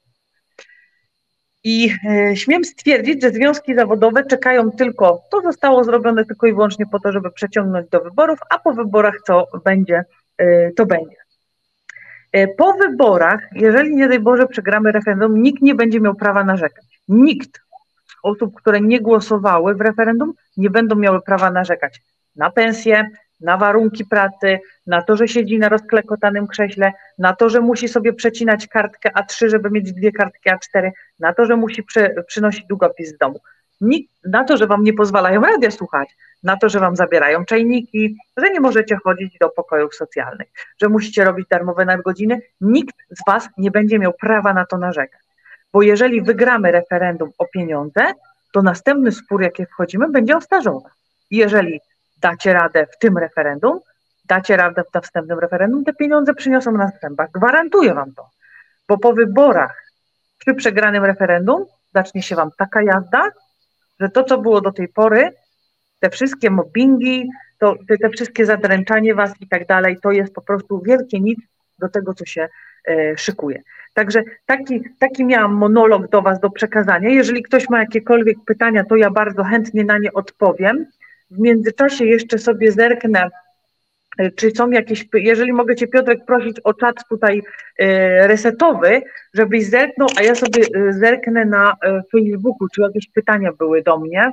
[SPEAKER 3] I śmiem stwierdzić, że związki zawodowe czekają tylko, to zostało zrobione tylko i wyłącznie po to, żeby przeciągnąć do wyborów, a po wyborach co będzie, to będzie. Po wyborach, jeżeli nie daj Boże przegramy referendum, nikt nie będzie miał prawa narzekać. Nikt z osób, które nie głosowały w referendum, nie będą miały prawa narzekać na pensję, na warunki pracy, na to, że siedzi na rozklekotanym krześle, na to, że musi sobie przecinać kartkę A3, żeby mieć 2 kartki A4, na to, że musi przynosić długopis z domu. Na to, że wam nie pozwalają radia słuchać, na to, że wam zabierają czajniki, że nie możecie chodzić do pokojów socjalnych, że musicie robić darmowe nadgodziny. Nikt z was nie będzie miał prawa na to narzekać. Bo jeżeli wygramy referendum o pieniądze, to następny spór, jaki wchodzimy, będzie o stażowe. Jeżeli dacie radę w tym referendum, dacie radę w następnym referendum, te pieniądze przyniosą na zębach. Gwarantuję wam to. Bo po wyborach, przy przegranym referendum, zacznie się wam taka jazda, że to, co było do tej pory, te wszystkie mobbingi, te wszystkie zadręczanie was i tak dalej, to jest po prostu wielkie nic do tego, co się szykuje. Także taki miałam monolog do was do przekazania. Jeżeli ktoś ma jakiekolwiek pytania, to ja bardzo chętnie na nie odpowiem. W międzyczasie jeszcze sobie zerknę, czy są jakieś, jeżeli mogę cię, Piotrek, prosić o czat tutaj resetowy, żebyś zerknął, a ja sobie zerknę na Facebooku, czy jakieś pytania były do mnie,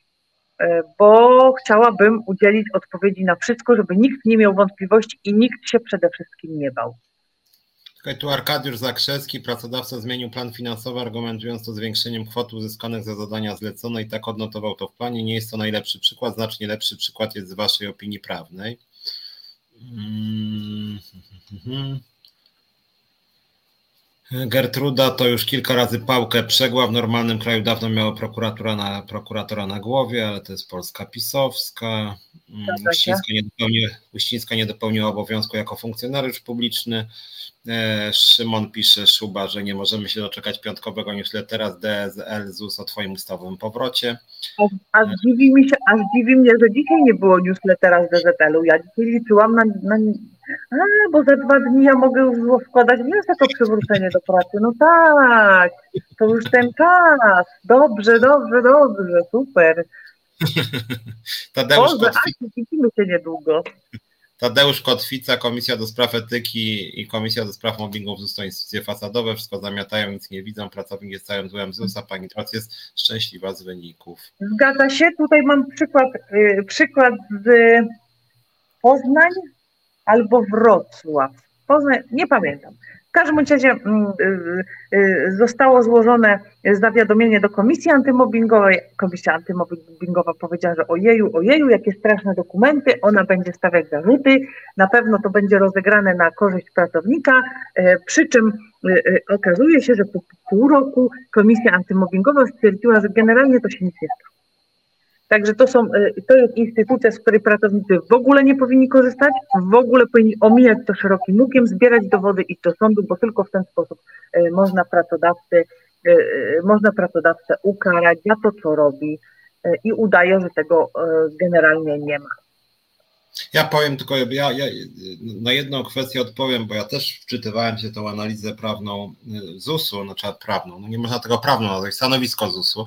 [SPEAKER 3] bo chciałabym udzielić odpowiedzi na wszystko, żeby nikt nie miał wątpliwości i nikt się przede wszystkim nie bał.
[SPEAKER 1] Tu Arkadiusz Zakrzewski, pracodawca zmienił plan finansowy, argumentując to zwiększeniem kwot uzyskanych za zadania zlecone i tak odnotował to w planie. Nie jest to najlepszy przykład, znacznie lepszy przykład jest z waszej opinii prawnej. Gertruda to już kilka razy pałkę przegła. W normalnym kraju dawno miała prokuratora na głowie, ale to jest Polska pisowska. Uścińska nie dopełniła obowiązku jako funkcjonariusz publiczny. Szymon pisze, Szuba, że nie możemy się doczekać piątkowego newslettera z DSL ZUS o twoim ustawowym powrocie.
[SPEAKER 3] Aż dziwi mnie, że dzisiaj nie było newslettera z DZL-u. Ja dzisiaj liczyłam bo za 2 dni ja mogę już składać wniosek o przywrócenie do pracy. No tak, to już ten czas. Dobrze, super. Widzimy się niedługo.
[SPEAKER 1] Tadeusz Kotwica, Komisja do Spraw Etyki i Komisja do Spraw Mobbingu w to instytucje fasadowe, wszystko zamiatają, nic nie widzą, pracownik jest całym złem ZUS-a, pani Trac jest szczęśliwa z wyników.
[SPEAKER 3] Zgadza się, tutaj mam przykład z Poznań albo Wrocław. Poznań, nie pamiętam. W każdym razie zostało złożone zawiadomienie do komisji antymobbingowej. Komisja antymobbingowa powiedziała, że ojeju, jakie straszne dokumenty, ona będzie stawiać zarzuty, na pewno to będzie rozegrane na korzyść pracownika, przy czym okazuje się, że po pół roku komisja antymobbingowa stwierdziła, że generalnie to się nic nie stało. Także to jest instytucja, z której pracownicy w ogóle nie powinni korzystać, w ogóle powinni omijać to szerokim łukiem, zbierać dowody, iść do sądu, bo tylko w ten sposób można pracodawcę ukarać za to, co robi i udaje, że tego generalnie nie ma.
[SPEAKER 1] Ja powiem tylko, ja na jedną kwestię odpowiem, bo ja też wczytywałem się tą analizę prawną ZUS-u, znaczy prawną, no nie można tego prawną nazwać, stanowisko ZUS-u.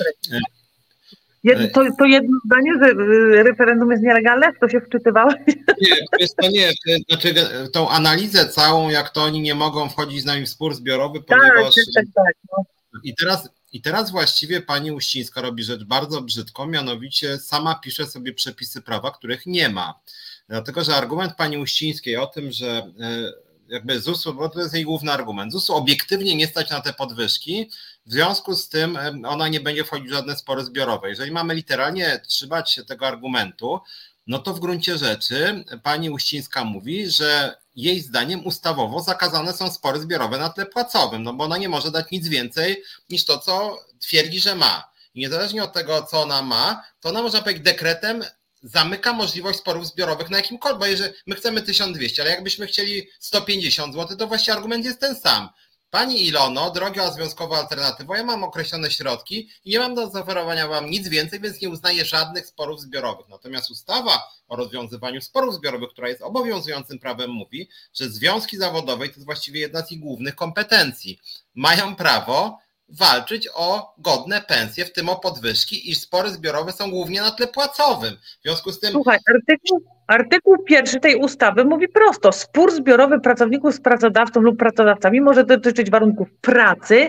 [SPEAKER 3] To jedno zdanie, że referendum jest nielegalne? W to się wczytywałeś?
[SPEAKER 1] Nie, znaczy tą analizę całą, jak to oni nie mogą wchodzić z nami w spór zbiorowy, ponieważ...
[SPEAKER 3] Tak. No.
[SPEAKER 1] I teraz I teraz właściwie pani Uścińska robi rzecz bardzo brzydką, mianowicie sama pisze sobie przepisy prawa, których nie ma. Dlatego, że argument pani Uścińskiej o tym, że jakby ZUS, bo to jest jej główny argument, ZUS-u obiektywnie nie stać na te podwyżki, w związku z tym ona nie będzie wchodzić w żadne spory zbiorowe. Jeżeli mamy literalnie trzymać się tego argumentu, no to w gruncie rzeczy pani Uścińska mówi, że jej zdaniem ustawowo zakazane są spory zbiorowe na tle płacowym, no bo ona nie może dać nic więcej niż to, co twierdzi, że ma. I niezależnie od tego, co ona ma, to ona, można powiedzieć, dekretem zamyka możliwość sporów zbiorowych na jakimkolwiek, bo jeżeli my chcemy 1200, ale jakbyśmy chcieli 150 zł, to właściwie argument jest ten sam. Pani Ilono, droga związkowa alternatywa, ja mam określone środki i nie mam do zaoferowania wam nic więcej, więc nie uznaję żadnych sporów zbiorowych. Natomiast ustawa o rozwiązywaniu sporów zbiorowych, która jest obowiązującym prawem, mówi, że związki zawodowe, to jest właściwie jedna z ich głównych kompetencji, mają prawo walczyć o godne pensje, w tym o podwyżki, i spory zbiorowe są głównie na tle płacowym. W związku z tym...
[SPEAKER 3] Słuchaj, artykuł 1 tej ustawy mówi prosto: spór zbiorowy pracowników z pracodawcą lub pracodawcami może dotyczyć warunków pracy,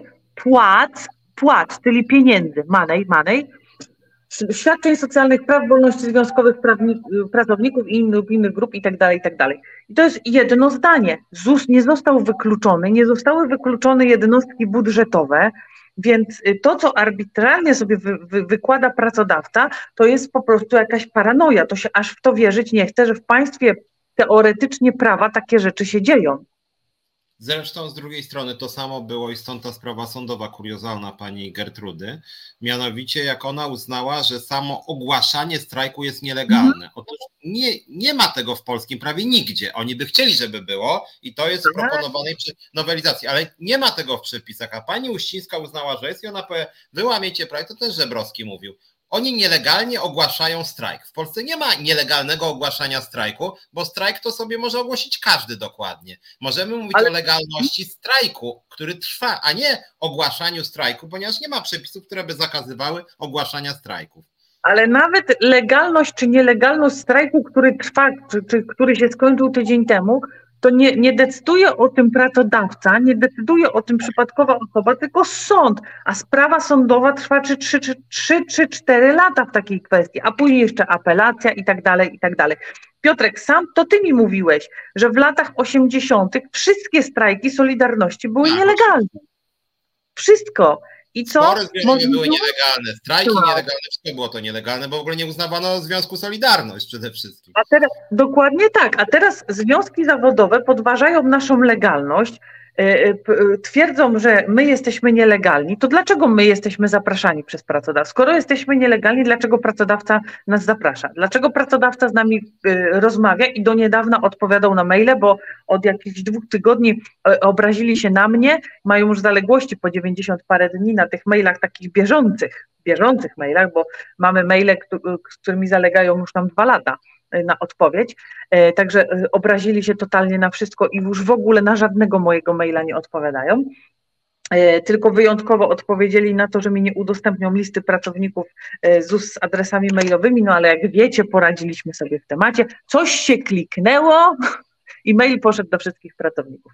[SPEAKER 3] płac, czyli pieniędzy, money, świadczeń socjalnych, praw, wolności związkowych pracowników i innych grup itd. I to jest jedno zdanie. ZUS nie został wykluczony, nie zostały wykluczone jednostki budżetowe, więc to, co arbitralnie sobie wykłada pracodawca, to jest po prostu jakaś paranoja. To się aż w to wierzyć nie chce, że w państwie teoretycznie prawa takie rzeczy się dzieją.
[SPEAKER 1] Zresztą z drugiej strony to samo było i stąd ta sprawa sądowa kuriozalna pani Gertrudy, mianowicie jak ona uznała, że samo ogłaszanie strajku jest nielegalne. Otóż nie ma tego w polskim prawie nigdzie. Oni by chcieli, żeby było i to jest w proponowanej nowelizacji, ale nie ma tego w przepisach, a pani Uścińska uznała, że jest i ona powie, wy łamiecie prawo, to też Żebrowski mówił. Oni nielegalnie ogłaszają strajk. W Polsce nie ma nielegalnego ogłaszania strajku, bo strajk to sobie może ogłosić każdy dokładnie. Możemy mówić o legalności strajku, który trwa, a nie ogłaszaniu strajku, ponieważ nie ma przepisów, które by zakazywały ogłaszania strajków.
[SPEAKER 3] Ale nawet legalność czy nielegalność strajku, który trwa, czy który się skończył tydzień temu, to nie decyduje o tym pracodawca, nie decyduje o tym przypadkowa osoba, tylko sąd, a sprawa sądowa trwa 3 czy 4 lata w takiej kwestii, a później jeszcze apelacja i tak dalej. Piotrek, sam to ty mi mówiłeś, że w latach 80. wszystkie strajki Solidarności były nielegalne. Wszystko. I co?
[SPEAKER 1] Spory zbiorowe były nielegalne, strajki nielegalne, wszystko było to nielegalne, bo w ogóle nie uznawano Związku Solidarność przede wszystkim.
[SPEAKER 3] A teraz, dokładnie tak, a teraz związki zawodowe podważają naszą legalność, twierdzą, że my jesteśmy nielegalni, to dlaczego my jesteśmy zapraszani przez pracodawcę? Skoro jesteśmy nielegalni, dlaczego pracodawca nas zaprasza? Dlaczego pracodawca z nami rozmawia i do niedawna odpowiadał na maile, bo od jakichś 2 tygodni obrazili się na mnie, mają już zaległości po 90 parę dni na tych mailach takich bieżących mailach, bo mamy maile, z którymi zalegają już nam 2 lata na odpowiedź, także obrazili się totalnie na wszystko i już w ogóle na żadnego mojego maila nie odpowiadają, tylko wyjątkowo odpowiedzieli na to, że mi nie udostępnią listy pracowników ZUS z adresami mailowymi, no ale jak wiecie, poradziliśmy sobie w temacie, coś się kliknęło i mail poszedł do wszystkich pracowników.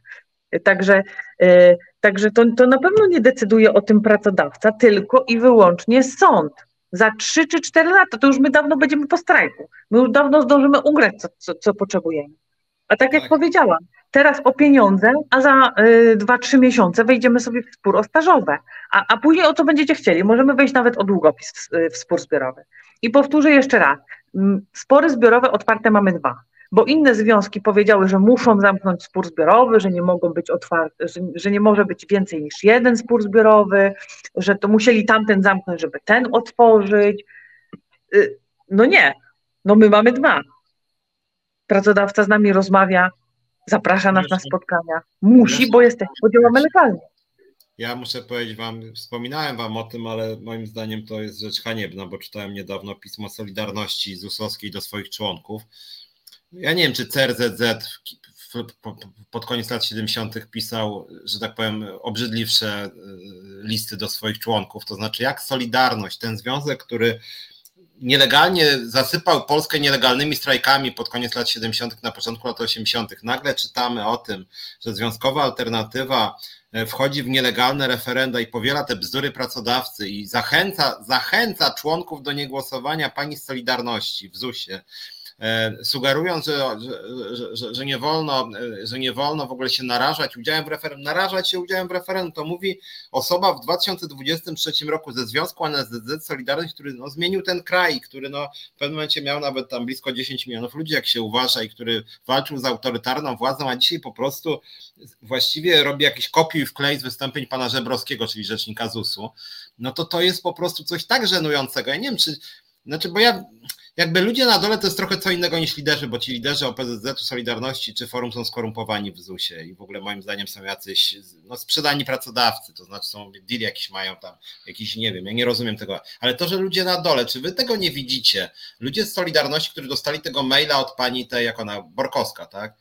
[SPEAKER 3] Także to na pewno nie decyduje o tym pracodawca, tylko i wyłącznie sąd. Za 3 czy 4 lata to już my dawno będziemy po strajku. My już dawno zdążymy ugrać, co potrzebujemy. A tak jak powiedziałam, teraz o pieniądze, a za 2-3 miesiące wejdziemy sobie w spór o stażowe. A później o co będziecie chcieli? Możemy wejść nawet o długopis w spór zbiorowy. I powtórzę jeszcze raz. Spory zbiorowe otwarte mamy 2. Bo inne związki powiedziały, że muszą zamknąć spór zbiorowy, że nie mogą być otwarte, że nie może być więcej niż 1 spór zbiorowy, że to musieli tamten zamknąć, żeby ten otworzyć. No nie, no my mamy 2. Pracodawca z nami rozmawia, zaprasza nas na spotkania. Musi, bo działamy legalnie.
[SPEAKER 1] Ja muszę powiedzieć wam, wspominałem wam o tym, ale moim zdaniem to jest rzecz haniebna, bo czytałem niedawno pismo Solidarności ZUS-owskiej do swoich członków. Ja nie wiem, czy CRZZ pod koniec lat 70. pisał, że tak powiem, obrzydliwsze listy do swoich członków. To znaczy, jak Solidarność, ten związek, który nielegalnie zasypał Polskę nielegalnymi strajkami pod koniec lat 70., na początku lat 80., nagle czytamy o tym, że Związkowa Alternatywa wchodzi w nielegalne referenda i powiela te bzdury pracodawcy i zachęca członków do niegłosowania pani z Solidarności w ZUS-ie, sugerując, że nie wolno w ogóle się narażać udziałem w referendum, to mówi osoba w 2023 roku ze Związku NSZZ Solidarność, który zmienił ten kraj, który w pewnym momencie miał nawet tam blisko 10 milionów ludzi, jak się uważa, i który walczył z autorytarną władzą, a dzisiaj po prostu właściwie robi jakiś kopiuj wklej z wystąpień pana Żebrowskiego, czyli rzecznika ZUS-u, to jest po prostu coś tak żenującego. Ja nie wiem, bo jakby ludzie na dole to jest trochę co innego niż liderzy, bo ci liderzy OPZZ-u, Solidarności czy Forum są skorumpowani w ZUS-ie i w ogóle moim zdaniem są jacyś sprzedani pracodawcy, to znaczy są deal jakiś mają tam, jakiś nie wiem, ja nie rozumiem tego, ale to, że ludzie na dole, czy wy tego nie widzicie? Ludzie z Solidarności, którzy dostali tego maila od pani tej, jak ona, Borkowska, tak?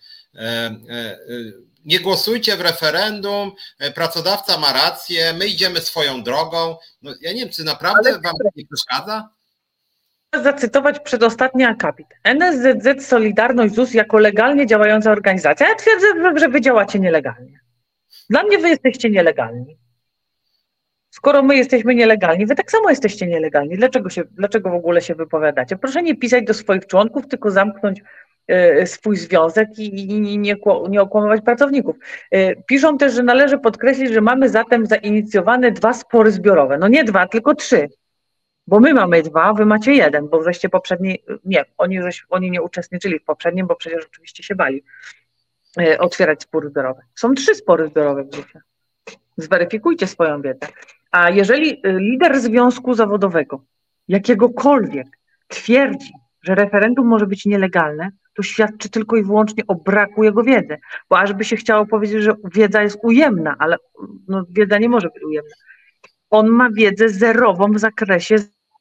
[SPEAKER 1] Nie głosujcie w referendum, pracodawca ma rację, my idziemy swoją drogą. Ja nie wiem, czy naprawdę wam nie przeszkadza?
[SPEAKER 3] Zacytować przedostatni akapit. NSZZ Solidarność ZUS jako legalnie działająca organizacja. Ja twierdzę, że wy działacie nielegalnie. Dla mnie wy jesteście nielegalni. Skoro my jesteśmy nielegalni, wy tak samo jesteście nielegalni. Dlaczego w ogóle się wypowiadacie? Proszę nie pisać do swoich członków, tylko zamknąć swój związek i nie okłamywać pracowników. Piszą też, że należy podkreślić, że mamy zatem zainicjowane 2 spory zbiorowe. No nie 2, tylko 3. Bo my mamy 2, wy macie 1, bo żeście poprzedni, nie, oni nie uczestniczyli w poprzednim, bo przecież oczywiście się bali otwierać spory zbiorowe. Są 3 spory zbiorowe w ZUS-ie. Zweryfikujcie swoją wiedzę. A jeżeli lider związku zawodowego, jakiegokolwiek, twierdzi, że referendum może być nielegalne, to świadczy tylko i wyłącznie o braku jego wiedzy. Bo aż by się chciało powiedzieć, że wiedza jest ujemna, ale wiedza nie może być ujemna. On ma wiedzę zerową w zakresie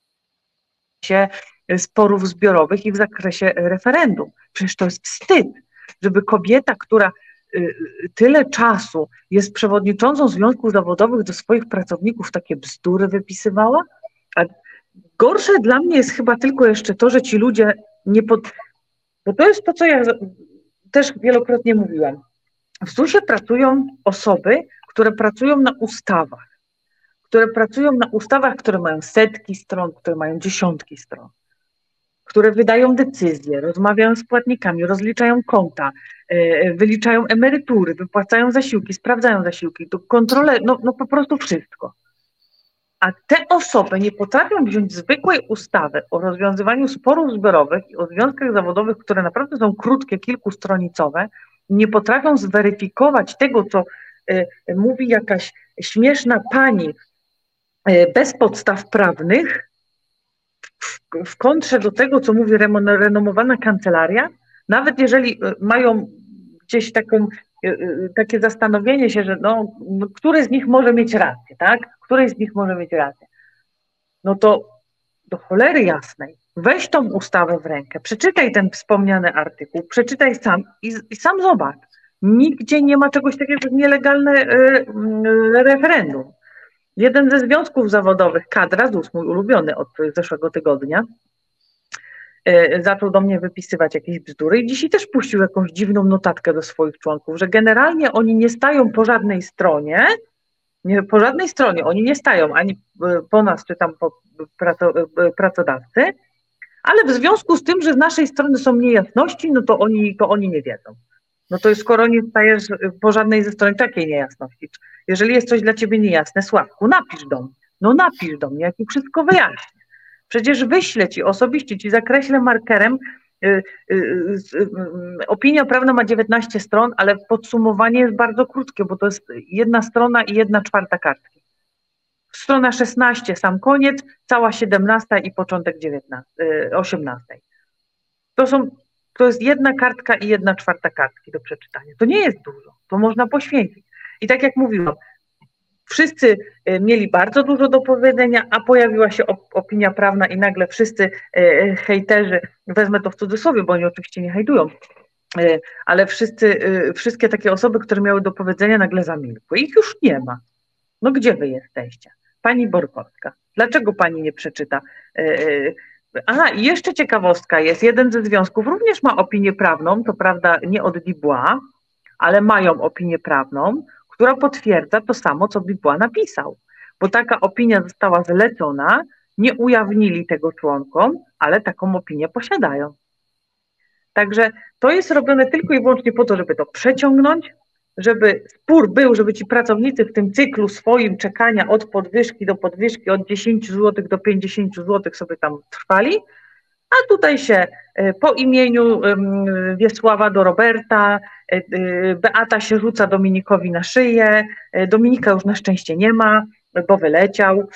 [SPEAKER 3] sporów zbiorowych i w zakresie referendum. Przecież to jest wstyd, żeby kobieta, która tyle czasu jest przewodniczącą związków zawodowych, do swoich pracowników takie bzdury wypisywała. A gorsze dla mnie jest chyba tylko jeszcze to, że ci ludzie bo to jest to, co ja też wielokrotnie mówiłam. W ZUS-ie pracują osoby, które pracują na ustawach, które mają setki stron, które mają dziesiątki stron, które wydają decyzje, rozmawiają z płatnikami, rozliczają konta, wyliczają emerytury, wypłacają zasiłki, sprawdzają zasiłki, to kontrolę, po prostu wszystko. A te osoby nie potrafią wziąć zwykłej ustawy o rozwiązywaniu sporów zbiorowych i o związkach zawodowych, które naprawdę są krótkie, kilkustronicowe, nie potrafią zweryfikować tego, co mówi jakaś śmieszna pani bez podstaw prawnych, w kontrze do tego, co mówi renomowana kancelaria, nawet jeżeli mają gdzieś takie zastanowienie się, że który z nich może mieć rację, tak? Któryś z nich może mieć rację. No to do cholery jasnej, weź tą ustawę w rękę, przeczytaj ten wspomniany artykuł, przeczytaj sam i sam zobacz. Nigdzie nie ma czegoś takiego jak nielegalne referendum. Jeden ze związków zawodowych, Kadra ZUS, mój ulubiony od zeszłego tygodnia, zaczął do mnie wypisywać jakieś bzdury i dzisiaj też puścił jakąś dziwną notatkę do swoich członków, że generalnie oni nie stają po żadnej stronie, oni nie stają ani po nas, czy tam po pracodawcy, ale w związku z tym, że z naszej strony są niejasności, to oni nie wiedzą. No to skoro nie stajesz po żadnej ze stron takiej niejasności, jeżeli jest coś dla ciebie niejasne, Sławku, napisz do mnie. Napisz do mnie, jak ci wszystko wyjaśnię. Przecież wyślę ci, osobiście ci zakreślę markerem, opinia prawna ma 19 stron, ale podsumowanie jest bardzo krótkie, bo to jest 1 strona i 1/4 kartki. Strona 16, sam koniec, cała 17 i początek 18. To jest 1 kartka i 1/4 kartki do przeczytania. To nie jest dużo, to można poświęcić. I tak jak mówiłam, wszyscy mieli bardzo dużo do powiedzenia, a pojawiła się opinia prawna i nagle wszyscy hejterzy, wezmę to w cudzysłowie, bo oni oczywiście nie hejtują, ale wszystkie takie osoby, które miały do powiedzenia, nagle zamilkły. Ich już nie ma. No gdzie wy jesteście? Pani Borkowska, dlaczego pani nie przeczyta? Aha, i jeszcze ciekawostka jest, jeden ze związków również ma opinię prawną, to prawda nie od Dubois, ale mają opinię prawną, która potwierdza to samo, co Dubois napisał, bo taka opinia została zlecona, nie ujawnili tego członkom, ale taką opinię posiadają. Także to jest robione tylko i wyłącznie po to, żeby to przeciągnąć, żeby spór był, żeby ci pracownicy w tym cyklu swoim czekania od podwyżki do podwyżki, od 10 zł do 50 zł sobie tam trwali, a tutaj się po imieniu Wiesława do Roberta, Beata się rzuca Dominikowi na szyję, Dominika już na szczęście nie ma, bo wyleciał.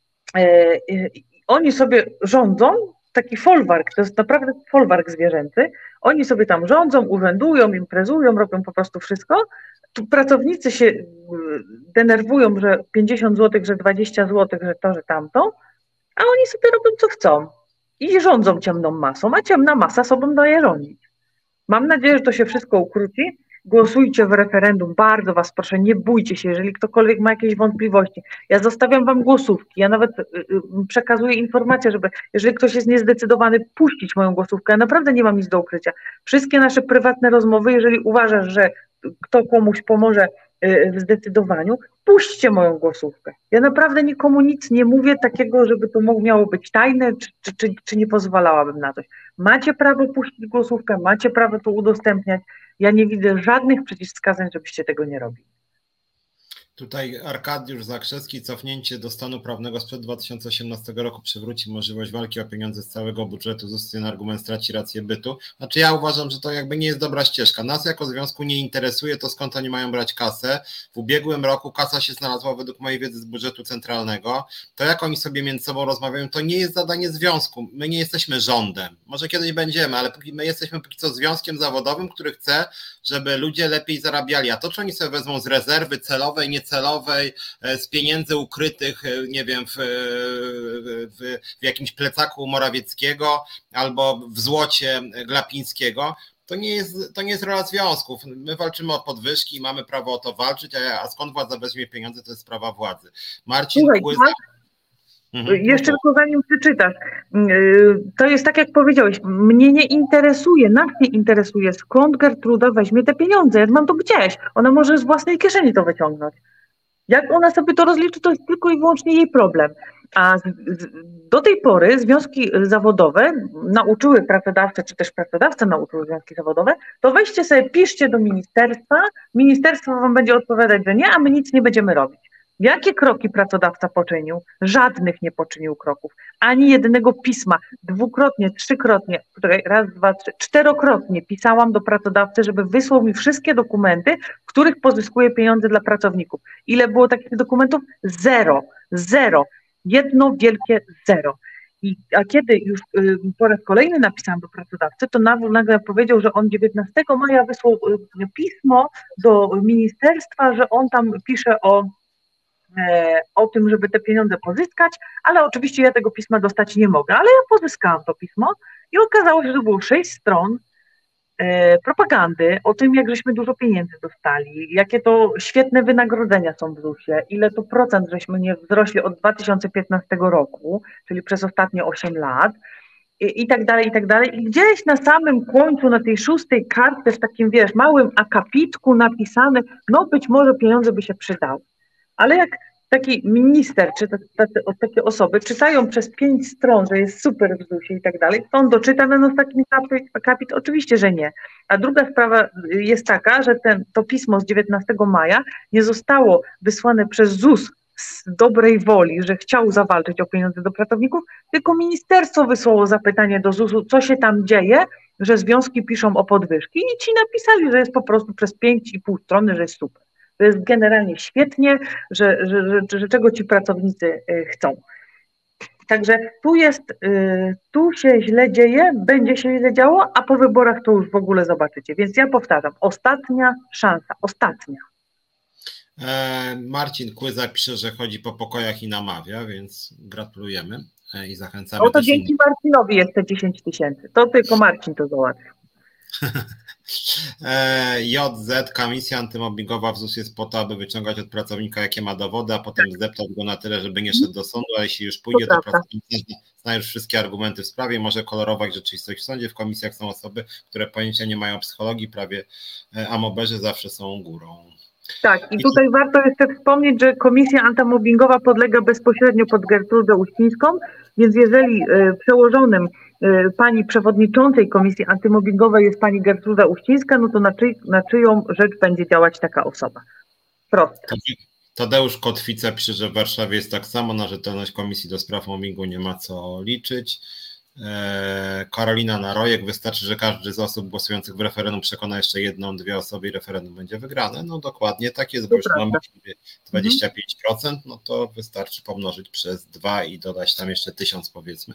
[SPEAKER 3] Oni sobie rządzą, taki folwark, to jest naprawdę folwark zwierzęcy, oni sobie tam rządzą, urzędują, imprezują, robią po prostu wszystko. Tu pracownicy się denerwują, że 50 zł, że 20 zł, że to, że tamto, a oni sobie robią co chcą i rządzą ciemną masą, a ciemna masa sobą daje rządzić. Mam nadzieję, że to się wszystko ukróci. Głosujcie w referendum, bardzo was proszę, nie bójcie się, jeżeli ktokolwiek ma jakieś wątpliwości. Ja zostawiam wam głosówki, ja nawet przekazuję informację, żeby, jeżeli ktoś jest niezdecydowany, puścić moją głosówkę. Ja naprawdę nie mam nic do ukrycia. Wszystkie nasze prywatne rozmowy, jeżeli uważasz, że kto komuś pomoże w zdecydowaniu, puśćcie moją głosówkę. Ja naprawdę nikomu nic nie mówię takiego, żeby to miało być tajne, czy nie pozwalałabym na coś. Macie prawo puścić głosówkę, macie prawo to udostępniać. Ja nie widzę żadnych przeciwwskazań, żebyście tego nie robili.
[SPEAKER 1] Tutaj Arkadiusz Zakrzewski, cofnięcie do stanu prawnego sprzed 2018 roku przywróci możliwość walki o pieniądze z całego budżetu ZUS, ten argument straci rację bytu. Znaczy ja uważam, że to jakby nie jest dobra ścieżka. Nas jako związku nie interesuje to, skąd oni mają brać kasę. W ubiegłym roku kasa się znalazła według mojej wiedzy z budżetu centralnego. To jak oni sobie między sobą rozmawiają, to nie jest zadanie związku. My nie jesteśmy rządem. Może kiedyś będziemy, ale my jesteśmy póki co związkiem zawodowym, który chce, żeby ludzie lepiej zarabiali. A to, czy oni sobie wezmą z rezerwy celowej, niecelowej, z pieniędzy ukrytych, nie wiem, w jakimś plecaku Morawieckiego albo w złocie Glapińskiego, to nie jest rola związków. My walczymy o podwyżki i mamy prawo o to walczyć, a skąd władza weźmie pieniądze, to jest sprawa władzy. Marcin Kłyza.
[SPEAKER 3] Jeszcze tylko zanim przeczytasz, to jest tak jak powiedziałeś, mnie nie interesuje, nas nie interesuje, skąd Gertruda weźmie te pieniądze, ja mam to gdzieś, ona może z własnej kieszeni to wyciągnąć. Jak ona sobie to rozliczy, to jest tylko i wyłącznie jej problem. A do tej pory związki zawodowe nauczyły pracodawcę, czy też pracodawca nauczył związki zawodowe, to weźcie sobie, piszcie do ministerstwo wam będzie odpowiadać, że nie, a my nic nie będziemy robić. Jakie kroki pracodawca poczynił? Żadnych nie poczynił kroków. Ani jednego pisma. Dwukrotnie, trzykrotnie, raz, dwa, trzy, czterokrotnie pisałam do pracodawcy, żeby wysłał mi wszystkie dokumenty, w których pozyskuje pieniądze dla pracowników. Ile było takich dokumentów? Zero. Zero. Jedno wielkie zero. A kiedy już po raz kolejny napisałam do pracodawcy, to nagle powiedział, że on 19 maja wysłał pismo do ministerstwa, że on tam pisze o tym, żeby te pieniądze pozyskać, ale oczywiście ja tego pisma dostać nie mogę, ale ja pozyskałam to pismo i okazało się, że to było 6 stron propagandy o tym, jak żeśmy dużo pieniędzy dostali, jakie to świetne wynagrodzenia są w ZUS-ie, ile to procent żeśmy nie wzrośli od 2015 roku, czyli przez ostatnie 8 lat i tak dalej, i tak dalej. I gdzieś na samym końcu, na tej 6. kartce w takim, wiesz, małym akapitku napisane, no być może pieniądze by się przydały. Ale jak taki minister, czy takie osoby czytają przez 5 stron, że jest super w ZUS-ie i tak dalej, to on doczyta ten ostatni akapit? Oczywiście, że nie. A druga sprawa jest taka, że to pismo z 19 maja nie zostało wysłane przez ZUS z dobrej woli, że chciał zawalczyć o pieniądze do pracowników, tylko ministerstwo wysłało zapytanie do ZUS-u, co się tam dzieje, że związki piszą o podwyżki i ci napisali, że jest po prostu przez 5,5 strony, że jest super. To jest generalnie świetnie, że czego ci pracownicy chcą. Także tu się źle dzieje, będzie się źle działo, a po wyborach to już w ogóle zobaczycie. Więc ja powtarzam, ostatnia szansa, ostatnia.
[SPEAKER 1] Marcin Kłyza pisze, że chodzi po pokojach i namawia, więc gratulujemy i zachęcamy.
[SPEAKER 3] O to dzięki Marcinowi jest te 10 000. To tylko Marcin to załatwił.
[SPEAKER 1] JZ, komisja antymobbingowa w ZUS jest po to, aby wyciągać od pracownika, jakie ma dowody, a potem zdeptać go na tyle, żeby nie szedł do sądu, a jeśli już pójdzie, to pracownik zna już wszystkie argumenty w sprawie, może kolorować rzeczywistość w sądzie. W komisjach są osoby, które pojęcia nie mają psychologii, prawie amoberzy zawsze są górą.
[SPEAKER 3] Tak, i tutaj warto jeszcze wspomnieć, że komisja antymobbingowa podlega bezpośrednio pod Gertrudę Uścińską, więc jeżeli przełożonym pani przewodniczącej komisji antymobbingowej jest pani Gertruda Uścińska, no to na czyją rzecz będzie działać taka osoba. Proste.
[SPEAKER 1] Tadeusz Kotwica pisze, że w Warszawie jest tak samo, na rzetelność Komisji do Spraw Mobbingu nie ma co liczyć. Karolina Narojek, wystarczy, że każdy z osób głosujących w referendum przekona jeszcze jedną, dwie osoby i referendum będzie wygrane. No dokładnie tak jest, bo już mamy 25%, no to wystarczy pomnożyć przez 2 i dodać tam jeszcze 1000 powiedzmy.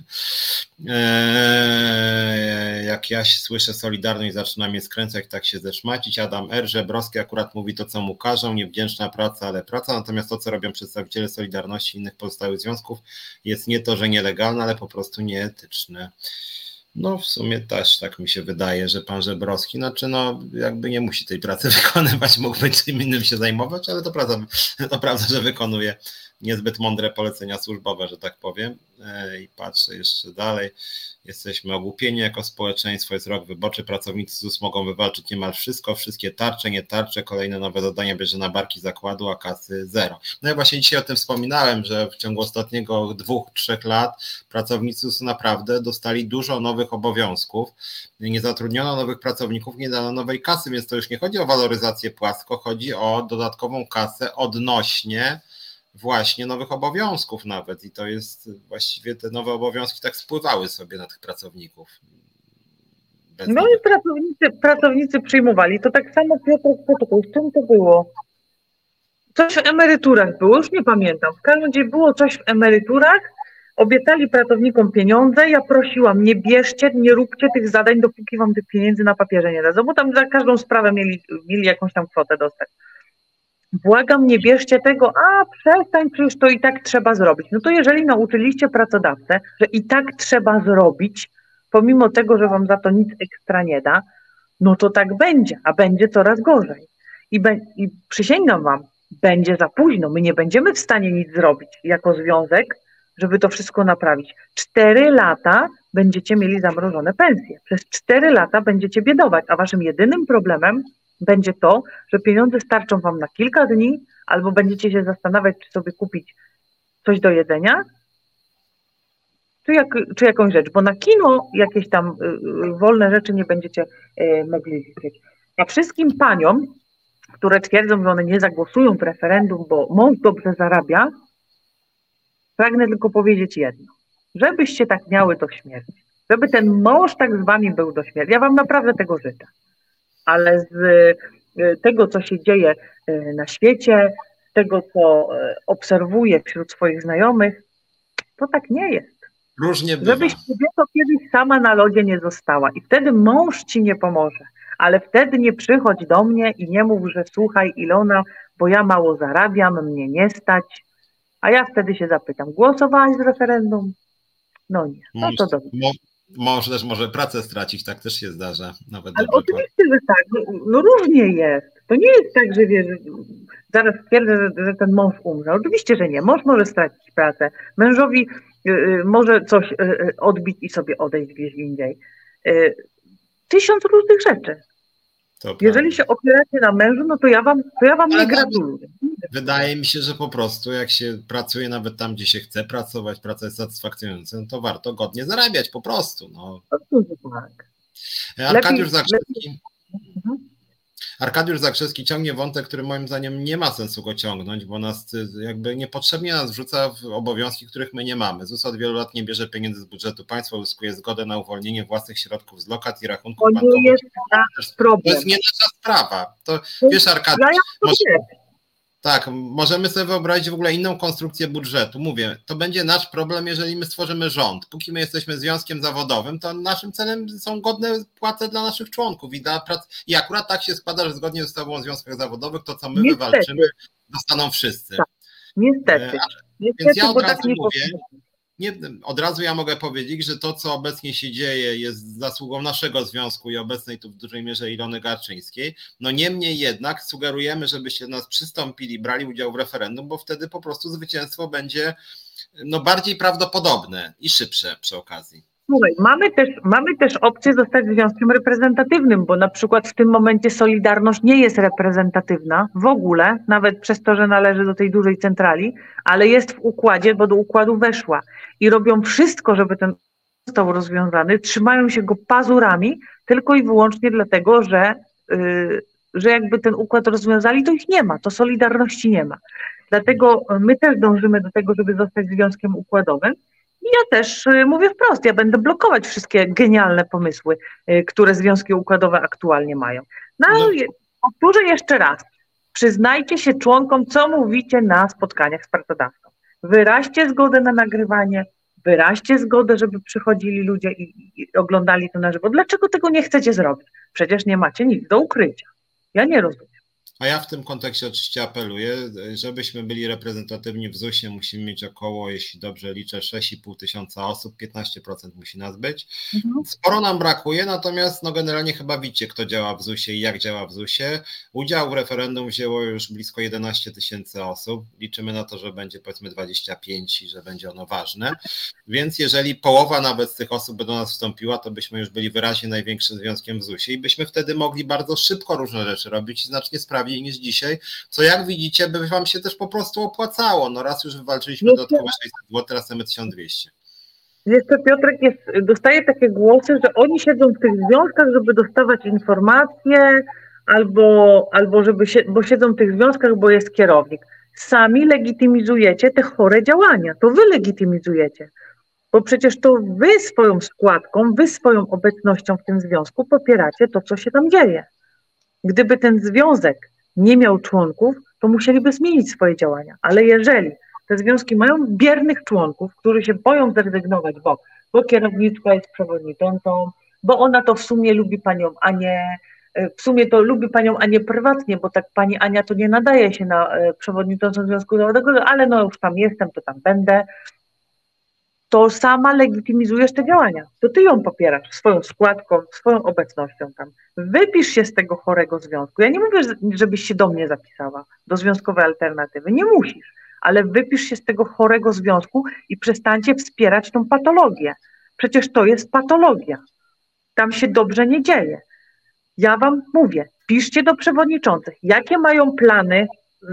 [SPEAKER 1] Jak ja słyszę Solidarność, zaczyna mnie skręcać, tak się zeszmacić. Adam R. Żebrowski akurat mówi to, co mu każą, niewdzięczna praca, ale praca, natomiast to, co robią przedstawiciele Solidarności i innych pozostałych związków, jest nie to, że nielegalne, ale po prostu nieetyczne. No w sumie też tak mi się wydaje, że pan Żebrowski, znaczy no jakby nie musi tej pracy wykonywać, mógłby czym innym się zajmować, ale to prawda, że wykonuje niezbyt mądre polecenia służbowe, że tak powiem. I patrzę jeszcze dalej. Jesteśmy ogłupieni jako społeczeństwo, jest rok wyborczy, pracownicy ZUS mogą wywalczyć niemal wszystko, wszystkie tarcze, nie tarcze, kolejne nowe zadania bierze na barki zakładu, a kasy zero. No i właśnie dzisiaj o tym wspominałem, że w ciągu ostatniego 2-3 lat pracownicy ZUS naprawdę dostali dużo nowych obowiązków, nie zatrudniono nowych pracowników, nie dano nowej kasy, więc to już nie chodzi o waloryzację płasko, chodzi o dodatkową kasę odnośnie właśnie nowych obowiązków nawet i to jest właściwie te nowe obowiązki tak spływały sobie na tych pracowników.
[SPEAKER 3] No i pracownicy przyjmowali. To tak samo Piotr, z czym to było? Coś w emeryturach było, już nie pamiętam. W każdym razie było coś w emeryturach, obiecali pracownikom pieniądze, ja prosiłam, nie bierzcie, nie róbcie tych zadań, dopóki wam tych pieniędzy na papierze nie dadzą, bo tam za każdą sprawę mieli jakąś tam kwotę dostać. Błagam, nie bierzcie tego, przestań, przecież to i tak trzeba zrobić. No to jeżeli nauczyliście pracodawcę, że i tak trzeba zrobić, pomimo tego, że wam za to nic ekstra nie da, no to tak będzie, a będzie coraz gorzej. I przysięgam wam, będzie za późno, my nie będziemy w stanie nic zrobić jako związek, żeby to wszystko naprawić. 4 lata będziecie mieli zamrożone pensje. Przez 4 lata będziecie biedować, a waszym jedynym problemem będzie to, że pieniądze starczą wam na kilka dni, albo będziecie się zastanawiać, czy sobie kupić coś do jedzenia, czy jakąś rzecz, bo na kino jakieś tam wolne rzeczy nie będziecie mogli liczyć. A wszystkim paniom, które twierdzą, że one nie zagłosują w referendum, bo mąż dobrze zarabia, pragnę tylko powiedzieć jedno. Żebyście tak miały do śmierci, żeby ten mąż tak z wami był do śmierci. Ja wam naprawdę tego życzę. Ale z tego, co się dzieje na świecie, z tego, co obserwuję wśród swoich znajomych, to tak nie jest.
[SPEAKER 1] Różnie bywa.
[SPEAKER 3] Żebyś kobieta kiedyś sama na lodzie nie została i wtedy mąż ci nie pomoże, ale wtedy nie przychodź do mnie i nie mów, że słuchaj Ilona, bo ja mało zarabiam, mnie nie stać, a ja wtedy się zapytam, głosowałaś z referendum? No nie, no to dobrze.
[SPEAKER 1] Mąż też może pracę stracić, tak też się zdarza. Nawet
[SPEAKER 3] ale oczywiście, że tak, no różnie jest. To nie jest tak, że wiesz, zaraz stwierdzę, że ten mąż umrze. Oczywiście, że nie. Mąż może stracić pracę. Mężowi może coś odbić i sobie odejść gdzieś indziej. 1000 różnych rzeczy. Jeżeli się opieracie na mężu, no to ja wam nie gratuluję.
[SPEAKER 1] Wydaje mi się, że po prostu jak się pracuje nawet tam, gdzie się chce pracować, praca jest satysfakcjonująca, no to warto godnie zarabiać po prostu. No.
[SPEAKER 3] Tak.
[SPEAKER 1] Arkadiusz Zakrzewski ciągnie wątek, który moim zdaniem nie ma sensu go ciągnąć, bo nas jakby niepotrzebnie nas wrzuca w obowiązki, których my nie mamy. ZUS od wielu lat nie bierze pieniędzy z budżetu państwa, uzyskuje zgodę na uwolnienie własnych środków z lokat i rachunków bankowych. To jest nie nasza sprawa. To wiesz, Arkadiusz, tak, możemy sobie wyobrazić w ogóle inną konstrukcję budżetu. Mówię, to będzie nasz problem, jeżeli my stworzymy rząd. Póki my jesteśmy związkiem zawodowym, to naszym celem są godne płace dla naszych członków. I akurat tak się składa, że zgodnie z ustawą o związkach zawodowych, to co my wywalczymy, dostaną wszyscy.
[SPEAKER 3] Tak. Niestety.
[SPEAKER 1] Więc ja od razu mówię, od razu ja mogę powiedzieć, że to, co obecnie się dzieje, jest zasługą naszego związku i obecnej tu w dużej mierze Ilony Garczyńskiej. No niemniej jednak sugerujemy, żebyście do nas przystąpili, brali udział w referendum, bo wtedy po prostu zwycięstwo będzie bardziej prawdopodobne i szybsze przy okazji.
[SPEAKER 3] Słuchaj, mamy też opcję zostać związkiem reprezentatywnym, bo na przykład w tym momencie Solidarność nie jest reprezentatywna w ogóle, nawet przez to, że należy do tej dużej centrali, ale jest w układzie, bo do układu weszła i robią wszystko, żeby ten został rozwiązany, trzymają się go pazurami tylko i wyłącznie dlatego, że jakby ten układ rozwiązali, to ich nie ma, to Solidarności nie ma. Dlatego my też dążymy do tego, żeby zostać związkiem układowym. I ja też mówię wprost, ja będę blokować wszystkie genialne pomysły, które związki układowe aktualnie mają. Powtórzę jeszcze raz. Przyznajcie się członkom, co mówicie na spotkaniach z pracodawcą. Wyraźcie zgodę na nagrywanie, wyraźcie zgodę, żeby przychodzili ludzie i oglądali to na żywo. Dlaczego tego nie chcecie zrobić? Przecież nie macie nic do ukrycia. Ja nie rozumiem.
[SPEAKER 1] A ja w tym kontekście oczywiście apeluję, żebyśmy byli reprezentatywni w ZUS-ie, musimy mieć około, jeśli dobrze liczę, 6,5 tysiąca osób, 15% musi nas być. Sporo nam brakuje, natomiast generalnie chyba widzicie, kto działa w ZUS-ie i jak działa w ZUS-ie. Udział w referendum wzięło już blisko 11 tysięcy osób. Liczymy na to, że będzie powiedzmy 25 i że będzie ono ważne. Więc jeżeli połowa nawet z tych osób by do nas wstąpiła, to byśmy już byli wyraźnie największym związkiem w ZUS-ie i byśmy wtedy mogli bardzo szybko różne rzeczy robić i znacznie sprawniej niż dzisiaj, co jak widzicie by wam się też po prostu opłacało. Raz już wywalczyliśmy dodatkowo 600 zł, teraz chcemy 1200.
[SPEAKER 3] Jeszcze Piotrek dostaje takie głosy, że oni siedzą w tych związkach, żeby dostawać informacje albo bo siedzą w tych związkach, bo jest kierownik. Sami legitymizujecie te chore działania, to wy legitymizujecie, bo przecież to wy swoją składką, wy swoją obecnością w tym związku popieracie to, co się tam dzieje. Gdyby ten związek nie miał członków, to musieliby zmienić swoje działania. Ale jeżeli te związki mają biernych członków, którzy się boją zrezygnować, bo kierowniczka jest przewodniczącą, bo ona to w sumie lubi panią Anię, w sumie to lubi panią Anię prywatnie, bo tak pani Ania to nie nadaje się na przewodniczącą związku zawodowego, ale już tam jestem, to tam będę. To sama legitymizujesz te działania. To ty ją popierasz swoją składką, swoją obecnością tam. Wypisz się z tego chorego związku. Ja nie mówię, żebyś się do mnie zapisała, do Związkowej Alternatywy. Nie musisz, ale wypisz się z tego chorego związku i przestańcie wspierać tą patologię. Przecież to jest patologia. Tam się dobrze nie dzieje. Ja wam mówię, piszcie do przewodniczących, jakie mają plany,